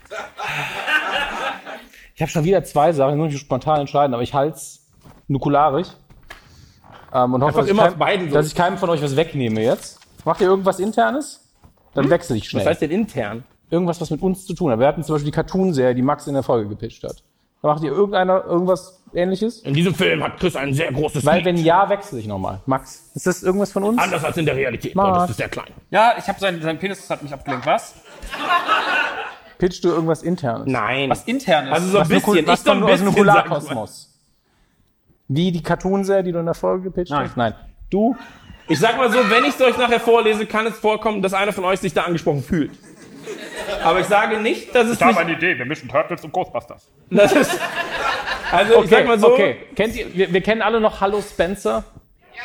Ich habe schon wieder zwei Sachen, ich muss mich spontan entscheiden, aber ich halte es nukularisch. Ähm, und hoffe, dass,
immer
ich
auf
kein,
beiden so.
dass ich keinem von euch was wegnehme jetzt. Macht ihr irgendwas Internes? Dann hm? wechsle ich schnell.
Was heißt denn intern?
Irgendwas, was mit uns zu tun hat. Wir hatten zum Beispiel die Cartoon-Serie, die Max in der Folge gepitcht hat. Da macht ihr irgendeiner irgendwas Ähnliches?
In diesem Film hat Chris ein sehr großes
Weil
Lied.
wenn ja, wechsle ich nochmal. Max, ist das irgendwas von uns?
Anders als in der Realität.
Mark.
Das ist sehr klein.
Ja, ich habe sein, sein Penis hat mich abgelenkt. Was?
Pitchst du irgendwas Internes?
Nein.
Was internes?
Also so ein
Was
bisschen.
Nukul- was
Ich so ein
von- aus
bisschen,
dem
sag ich mal.
Nukularkosmos. Wie die Cartoon-Serie, die du in der Folge gepitcht
Nein.
hast? Nein. Du?
Ich sag mal so, wenn ich es euch nachher vorlese, kann es vorkommen, dass einer von euch sich da angesprochen fühlt. Aber ich sage nicht, dass es
Ich habe
nicht...
eine Idee, wir mischen Turtles und Ghostbusters.
Das ist, also
Okay,
ich sag mal so...
okay. Kennt ihr, wir, wir kennen alle noch Hallo Spencer.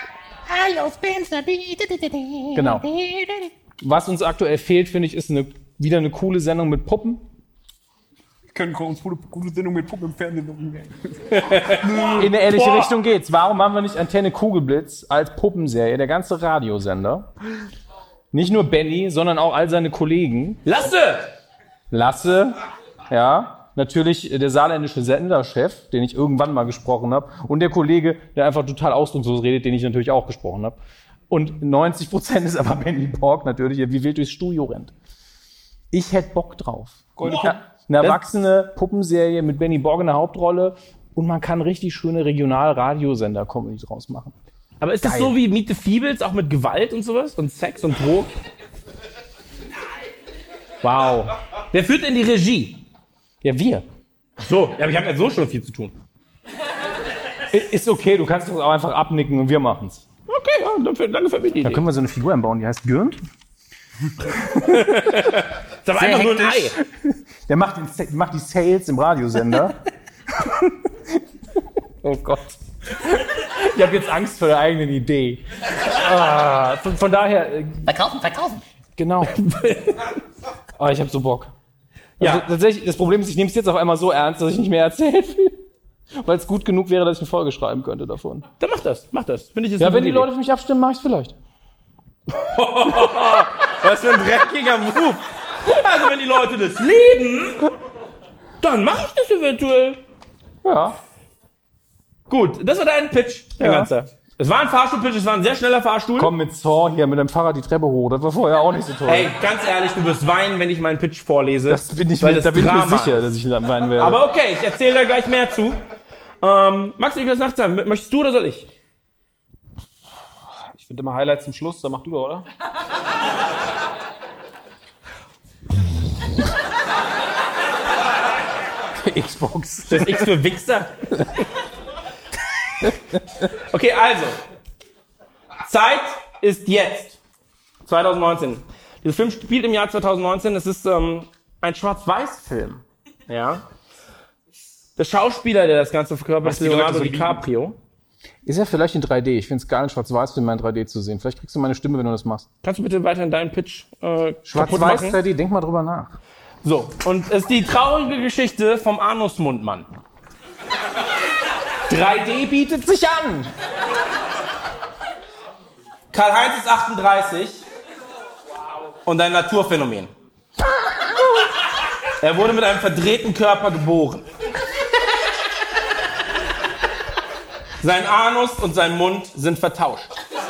Hallo Spencer.
Genau. Was uns aktuell fehlt, finde ich, ist eine wieder eine coole Sendung mit Puppen.
Wir können uns eine coole Sendung mit Puppen im Fernsehen machen.
In eine ähnliche Boah. Richtung geht's. Warum haben wir nicht Antenne Kugelblitz als Puppenserie? Der ganze Radiosender. Nicht nur Benny, sondern auch all seine Kollegen.
Lasse!
Lasse, ja. Natürlich der saarländische Senderchef, den ich irgendwann mal gesprochen habe. Und der Kollege, der einfach total ausdruckslos redet, den ich natürlich auch gesprochen habe. Und neunzig Prozent ist aber Benny Borg natürlich, der wie wild durchs Studio rennt. Ich hätte Bock drauf. Ja, eine erwachsene Puppenserie mit Benny Borg in der Hauptrolle und man kann richtig schöne Regional-Radiosender-Comedy draus machen.
Aber ist Geil. Das so wie Meet the Feebles, auch mit Gewalt und sowas? Und Sex und Drogen? Wow. Wer führt denn die Regie?
Ja, wir.
So, ja, aber ich habe ja so schon viel zu tun.
Ist okay, du kannst das auch einfach abnicken und wir machen's.
Okay, ja, danke, danke für die Idee.
Da können wir so eine Figur einbauen, die heißt Gürnt.
Ist aber einfach nur ein Ei.
Der macht, den, macht die Sales im Radiosender. Oh Gott. Ich habe jetzt Angst vor der eigenen Idee. Ah, von, von daher...
Verkaufen, verkaufen.
Genau. Oh, ich habe so Bock. Also, ja. Tatsächlich, das Problem ist, ich nehme es jetzt auf einmal so ernst, dass ich nicht mehr erzählen will. Weil es gut genug wäre, dass ich eine Folge schreiben könnte davon.
Dann mach das, mach das. Find ich jetzt
ja, wenn die Leute für mich abstimmen, mach ich es vielleicht.
Was für ein dreckiger Move. Also wenn die Leute das lieben, dann mache ich das eventuell.
Ja.
Gut, das war dein Pitch.
Ja.
Ganze. Es war ein Fahrstuhlpitch, es war ein sehr schneller Fahrstuhl.
Komm mit Saw hier mit dem Fahrrad die Treppe hoch. Das war vorher auch nicht so toll.
Ey, ganz ehrlich, du wirst weinen, wenn ich meinen Pitch vorlese.
Das bin ich, weil das da bin ich mir sicher, dass ich weinen werde.
Aber okay, ich erzähle da gleich mehr zu. Ähm, Max, ich will das nachts sagen. Möchtest du oder soll ich?
Ich finde immer Highlights zum Schluss, dann mach du doch, oder?
Xbox. Das X für Wichser. Okay, also. Zeit ist jetzt. zwanzig neunzehn. Dieser Film spielt im Jahr zwanzig neunzehn. Es ist ähm, ein Schwarz-Weiß-Film. Ja. Der Schauspieler, der das Ganze verkörpert, ist Leonardo DiCaprio.
Ist ja vielleicht in drei D. Ich finde es geil, einen Schwarz-Weiß-Film mal in drei D zu sehen. Vielleicht kriegst du meine Stimme, wenn du das machst.
Kannst du bitte weiterhin deinen Pitch äh,
Schwarz-Weiß drei D, denk mal drüber nach.
So, und es ist die traurige Geschichte vom Anusmundmann. drei D bietet sich an. Karl-Heinz ist achtunddreißig und ein Naturphänomen. Er wurde mit einem verdrehten Körper geboren. Sein Anus und sein Mund sind vertauscht.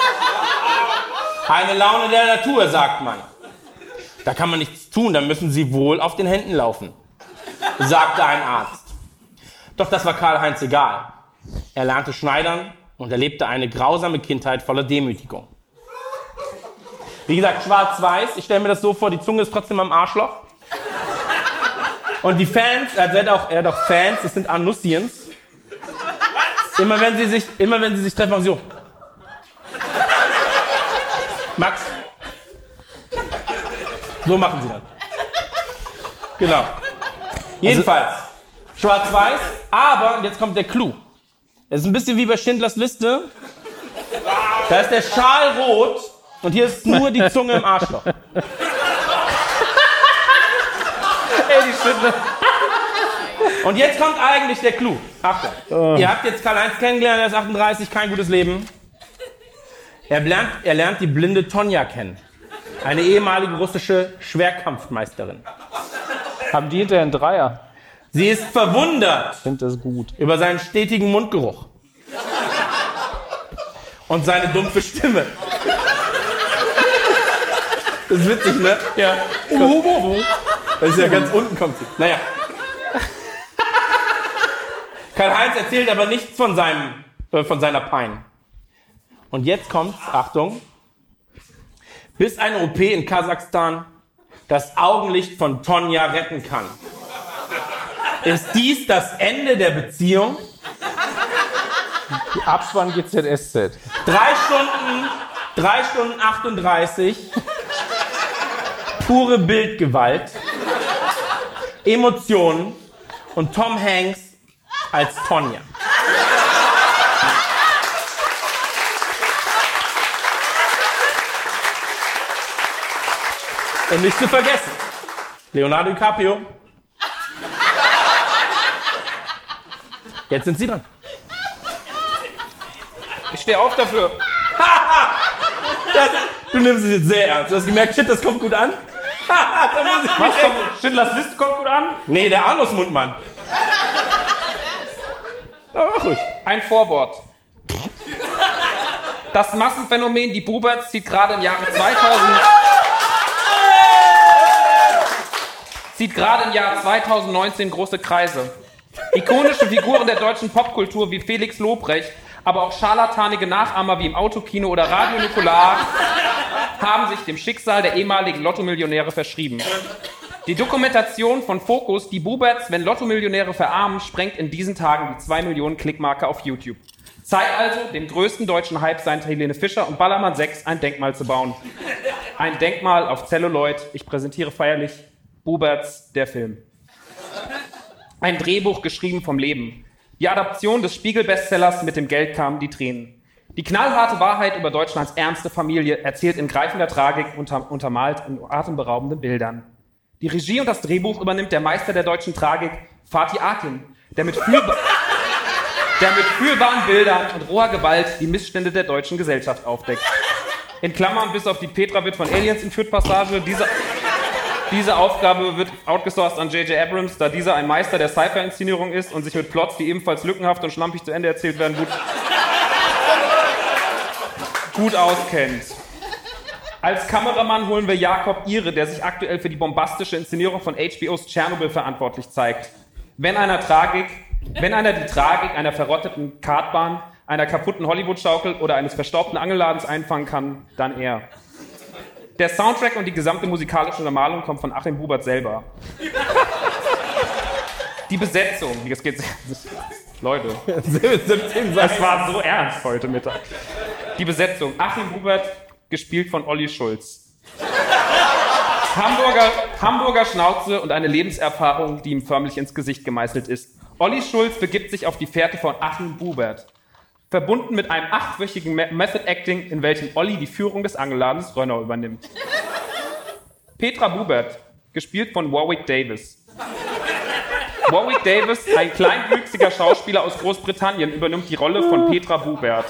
Eine Laune der Natur, sagt man. Da kann man nichts tun, da müssen Sie wohl auf den Händen laufen, sagte ein Arzt. Doch das war Karl-Heinz egal. Er lernte schneidern und erlebte eine grausame Kindheit voller Demütigung. Wie gesagt, schwarz-weiß. Ich stelle mir das so vor, die Zunge ist trotzdem am Arschloch. Und die Fans, er hat auch, er hat auch Fans, das sind Anussians. Immer wenn sie sich, immer wenn sie sich treffen, machen sie so. Max. So machen sie dann. Genau. Jedenfalls. Schwarz-weiß, aber, jetzt kommt der Clou. Es ist ein bisschen wie bei Schindlers Liste. Da ist der Schal rot und hier ist nur die Zunge im Arschloch. Ey, die Schindler. Und jetzt kommt eigentlich der Clou. Achtung. Oh. Ihr habt jetzt Karl-Heinz kennengelernt, er ist achtunddreißig, kein gutes Leben. Er lernt, er lernt die blinde Tonja kennen. Eine ehemalige russische Schwerkampfmeisterin.
Haben die hinterher einen Dreier?
Sie ist verwundert.
Ich finde das gut.
Über seinen stetigen Mundgeruch. Und seine dumpfe Stimme. Das ist witzig, ne? Ja. Das ist ja ganz unten kommt sie. Naja. Karl-Heinz erzählt aber nichts von seinem, äh, von seiner Pein. Und jetzt kommt's, Achtung. Bis eine O P in Kasachstan das Augenlicht von Tonja retten kann. Ist dies das Ende der Beziehung?
Abspann G Z S Z.
Drei Stunden, drei Stunden achtunddreißig. Pure Bildgewalt. Emotionen und Tom Hanks als Tonja. Und nicht zu vergessen, Leonardo DiCaprio. Jetzt sind Sie dran.
Ich stehe auf dafür.
Das, du nimmst es jetzt sehr ernst. Du hast gemerkt, shit, das kommt gut an. Da muss ich
Was kommt? Schindlers Liste kommt gut an?
Nee, der Anusmundmann. Aber mach ruhig.
Ein Vorwort. Das Massenphänomen, die Buberts, zieht gerade im Jahre zweitausend... zieht gerade im Jahr zweitausendneunzehn große Kreise. Ikonische Figuren der deutschen Popkultur wie Felix Lobrecht, aber auch scharlatanige Nachahmer wie im Autokino oder Radio Nukular haben sich dem Schicksal der ehemaligen Lottomillionäre verschrieben. Die Dokumentation von Focus, die Buberts, wenn Lottomillionäre verarmen, sprengt in diesen Tagen die zwei Millionen Klickmarke auf YouTube. Zeit also, dem größten deutschen Hype seit Helene Fischer und Ballermann sechs ein Denkmal zu bauen. Ein Denkmal auf Celluloid. Ich präsentiere feierlich Buberts, der Film. Ein Drehbuch geschrieben vom Leben. Die Adaption des Spiegel-Bestsellers Mit dem Geld kamen die Tränen. Die knallharte Wahrheit über Deutschlands ärmste Familie, erzählt in greifender Tragik, unter, untermalt in atemberaubenden Bildern. Die Regie und das Drehbuch übernimmt der Meister der deutschen Tragik, Fatih Akin, der mit, fühlba- der mit fühlbaren Bildern und roher Gewalt die Missstände der deutschen Gesellschaft aufdeckt. In Klammern, bis auf die Petra wird von Aliens entführt Passage, diese... Diese Aufgabe wird outgesourced an J J Abrams, da dieser ein Meister der Sci-Fi-Inszenierung ist und sich mit Plots, die ebenfalls lückenhaft und schlampig zu Ende erzählt werden, gut, gut auskennt. Als Kameramann holen wir Jakob Ihre, der sich aktuell für die bombastische Inszenierung von H B Os Tschernobyl verantwortlich zeigt. Wenn einer Tragik, wenn einer die Tragik einer verrotteten Kartbahn, einer kaputten Hollywood-Schaukel oder eines verstaubten Angelladens einfangen kann, dann er. Der Soundtrack und die gesamte musikalische Untermalung kommt von Achim Bubert selber. Die Besetzung, das geht sehr, Leute, das war so ernst heute Mittag. Die Besetzung, Achim Bubert, gespielt von Olli Schulz. Hamburger, Hamburger Schnauze und eine Lebenserfahrung, die ihm förmlich ins Gesicht gemeißelt ist. Olli Schulz begibt sich auf die Fährte von Achim Bubert. Verbunden mit einem achtwöchigen Method Acting, in welchem Olli die Führung des Angelladens Rönnau übernimmt. Petra Bubert, gespielt von Warwick Davis. Warwick Davis, ein kleinwüchsiger Schauspieler aus Großbritannien, übernimmt die Rolle von Petra Bubert.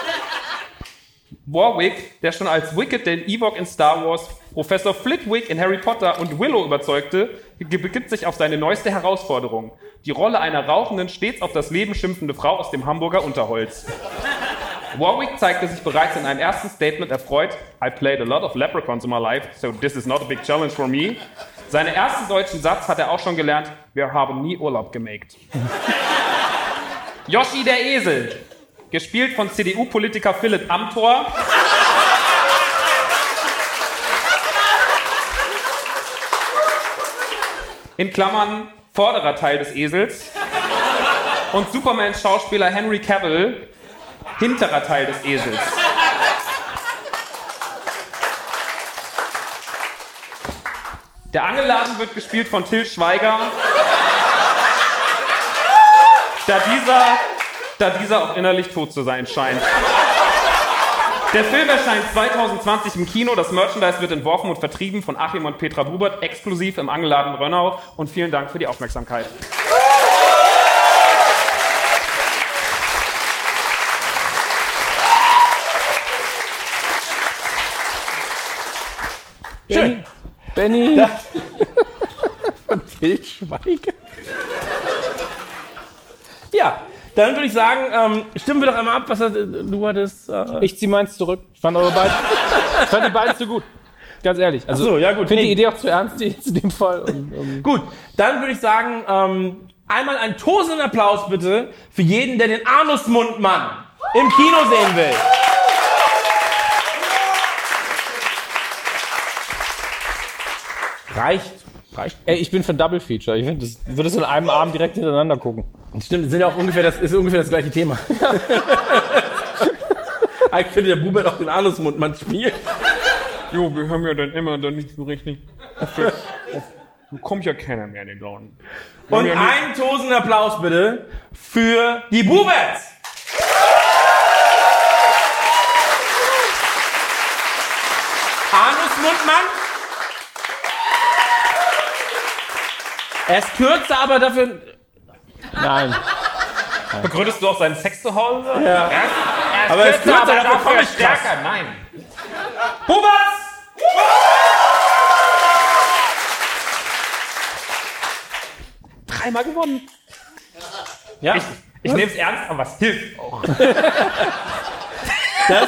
Warwick, der schon als Wicket den Ewok in Star Wars, Professor Flitwick in Harry Potter und Willow überzeugte, begibt sich auf seine neueste Herausforderung. Die Rolle einer rauchenden, stets auf das Leben schimpfende Frau aus dem Hamburger Unterholz. Warwick zeigte sich bereits in einem ersten Statement erfreut, I played a lot of leprechauns in my life, so this is not a big challenge for me. Seinen ersten deutschen Satz hat er auch schon gelernt, wir haben nie Urlaub gemacht. Yoshi der Esel, gespielt von C D U-Politiker Philipp Amthor. In Klammern, vorderer Teil des Esels. Und Supermans Schauspieler Henry Cavill, hinterer Teil des Esels. Der Angelladen wird gespielt von Til Schweiger. Da dieser, da dieser auch innerlich tot zu sein scheint. Der Film erscheint zwanzig zwanzig im Kino. Das Merchandise wird entworfen und vertrieben von Achim und Petra Bubert, exklusiv im Angelladen Rönnau. Und vielen Dank für die Aufmerksamkeit.
Schön.
Benny.
Ja. Von Til Schweiger. Ja, dann würde ich sagen, ähm, stimmen wir doch einmal ab, was du hattest. Äh
Ich zieh meins zurück. Ich fand eure beiden, ich fand die beiden zu gut. Ganz ehrlich. Also,
Ach so, ja gut.
Ich finde
Nee.
die Idee auch zu ernst in dem Fall. Und, und
Gut, dann würde ich sagen, ähm, einmal einen tosenden Applaus bitte für jeden, der den Anusmundmann im Kino sehen will. Reicht. Reicht.
Ey, ich bin für ein Double Feature. Ich finde, das würde es in einem Abend direkt hintereinander gucken.
Stimmt, das sind ja auch ungefähr das, ist ungefähr das gleiche Thema. Eigentlich könnte der Bubert auch den Anusmundmann spielen.
Jo, wir haben ja dann immer dann nicht so richtig. Da kommt ja keiner mehr in den Laden.
Und einen tosenden Applaus bitte für die Buberts. Anusmundmann. Er ist kürzer, aber dafür...
Nein.
Begründest du auch seinen Sex zu Hause?
Ja.
Er ist, er ist
Aber er ist
kürzer,
kürzer,
aber
dafür
dafür
Comic
stärker. Nein.
Bubas!
Dreimal gewonnen.
Ja.
Ich, ich nehme es ernst, aber was hilft auch.
Das,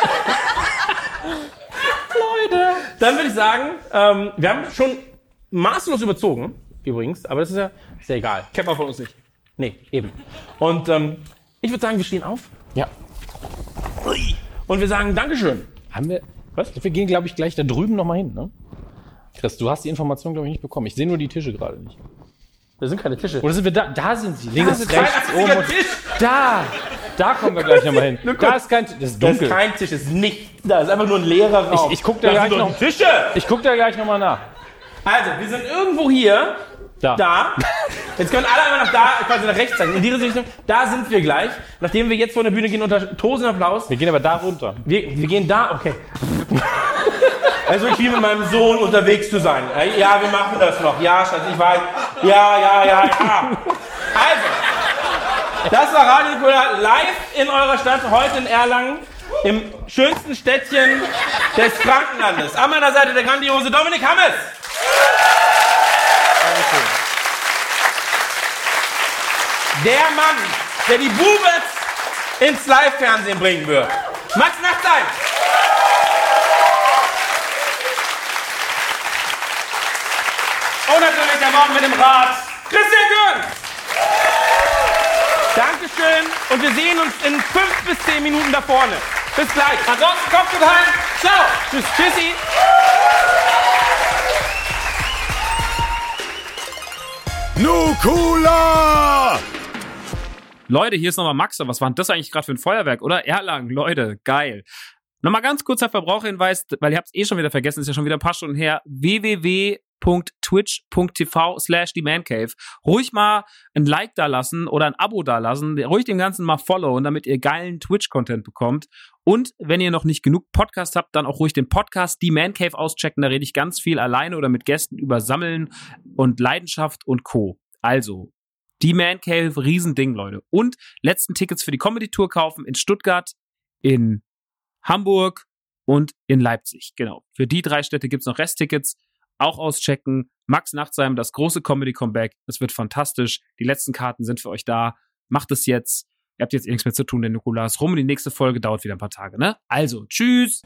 Leute. Dann würde ich sagen, ähm, wir haben schon maßlos überzogen, übrigens, aber das ist ja, ist ja egal.
Kennt man von uns nicht.
Nee, eben. Und ähm, ich würde sagen, wir stehen auf.
Ja.
Und wir sagen Dankeschön.
Haben wir. Was? Wir gehen, glaube ich, gleich da drüben nochmal hin, ne? Chris, du hast die Information, glaube ich, nicht bekommen. Ich sehe nur die Tische gerade nicht.
Da sind keine Tische.
Oder sind wir da? Da sind sie. Links,
ist
rechts,
ein
oben und
Tisch.
da. Da kommen wir gleich nochmal hin. Da ist kein. Das ist
Das ist
dunkel.
kein Tisch, das ist nicht. Da ist einfach nur ein leerer Raum.
Ich, ich guck da
Da
gleich
sind doch
noch.
Tische.
Ich guck da gleich nochmal nach.
Also, wir sind irgendwo hier.
Da.
Da. Jetzt können alle einmal nach da, quasi nach rechts zeigen. In diese Richtung. Da sind wir gleich. Nachdem wir jetzt vor der Bühne gehen unter tosenden Applaus.
Wir gehen aber da runter.
Wir, wir gehen da, okay. Also ich wie mit meinem Sohn unterwegs zu sein. Ja, wir machen das noch. Ja, Schatz, ich weiß. Ja, ja, ja, ja. Also, das war Radio Nukular live in eurer Stadt, heute in Erlangen, im schönsten Städtchen des Frankenlandes. An meiner Seite der grandiose Dominik Hammes. Der Mann, der die Bubets ins Live-Fernsehen bringen wird. Max Nachtsheim. Und natürlich der Mann mit dem Rad, Christian Gürn. Dankeschön und wir sehen uns in fünf bis zehn Minuten da vorne. Bis gleich. Ansonsten kommt gut heim. Ciao. Tschüss. Tschüssi.
Nukular!
Leute, hier ist nochmal Max. Was war denn das eigentlich gerade für ein Feuerwerk, oder? Erlangen, Leute, geil. Nochmal ganz kurzer Verbraucherhinweis, weil ihr habt es eh schon wieder vergessen, ist ja schon wieder ein paar Stunden her. w w w punkt twitch punkt t v slash die Man Cave. Ruhig mal ein Like da lassen oder ein Abo da lassen. Ruhig dem Ganzen mal followen, damit ihr geilen Twitch-Content bekommt. Und wenn ihr noch nicht genug Podcast habt, dann auch ruhig den Podcast Die Man Cave auschecken. Da rede ich ganz viel alleine oder mit Gästen über Sammeln und Leidenschaft und Co. Also, Die Man Cave, Riesending, Leute. Und letzten Tickets für die Comedy-Tour kaufen in Stuttgart, in Hamburg und in Leipzig. Genau. Für die drei Städte gibt's noch Resttickets. Auch auschecken. Max Nachtsheim, das große Comedy-Comeback. Es wird fantastisch. Die letzten Karten sind für euch da. Macht es jetzt. Ihr habt jetzt eh nichts mehr zu tun, denn Nukular ist rum. Die nächste Folge dauert wieder ein paar Tage, ne? Also, tschüss!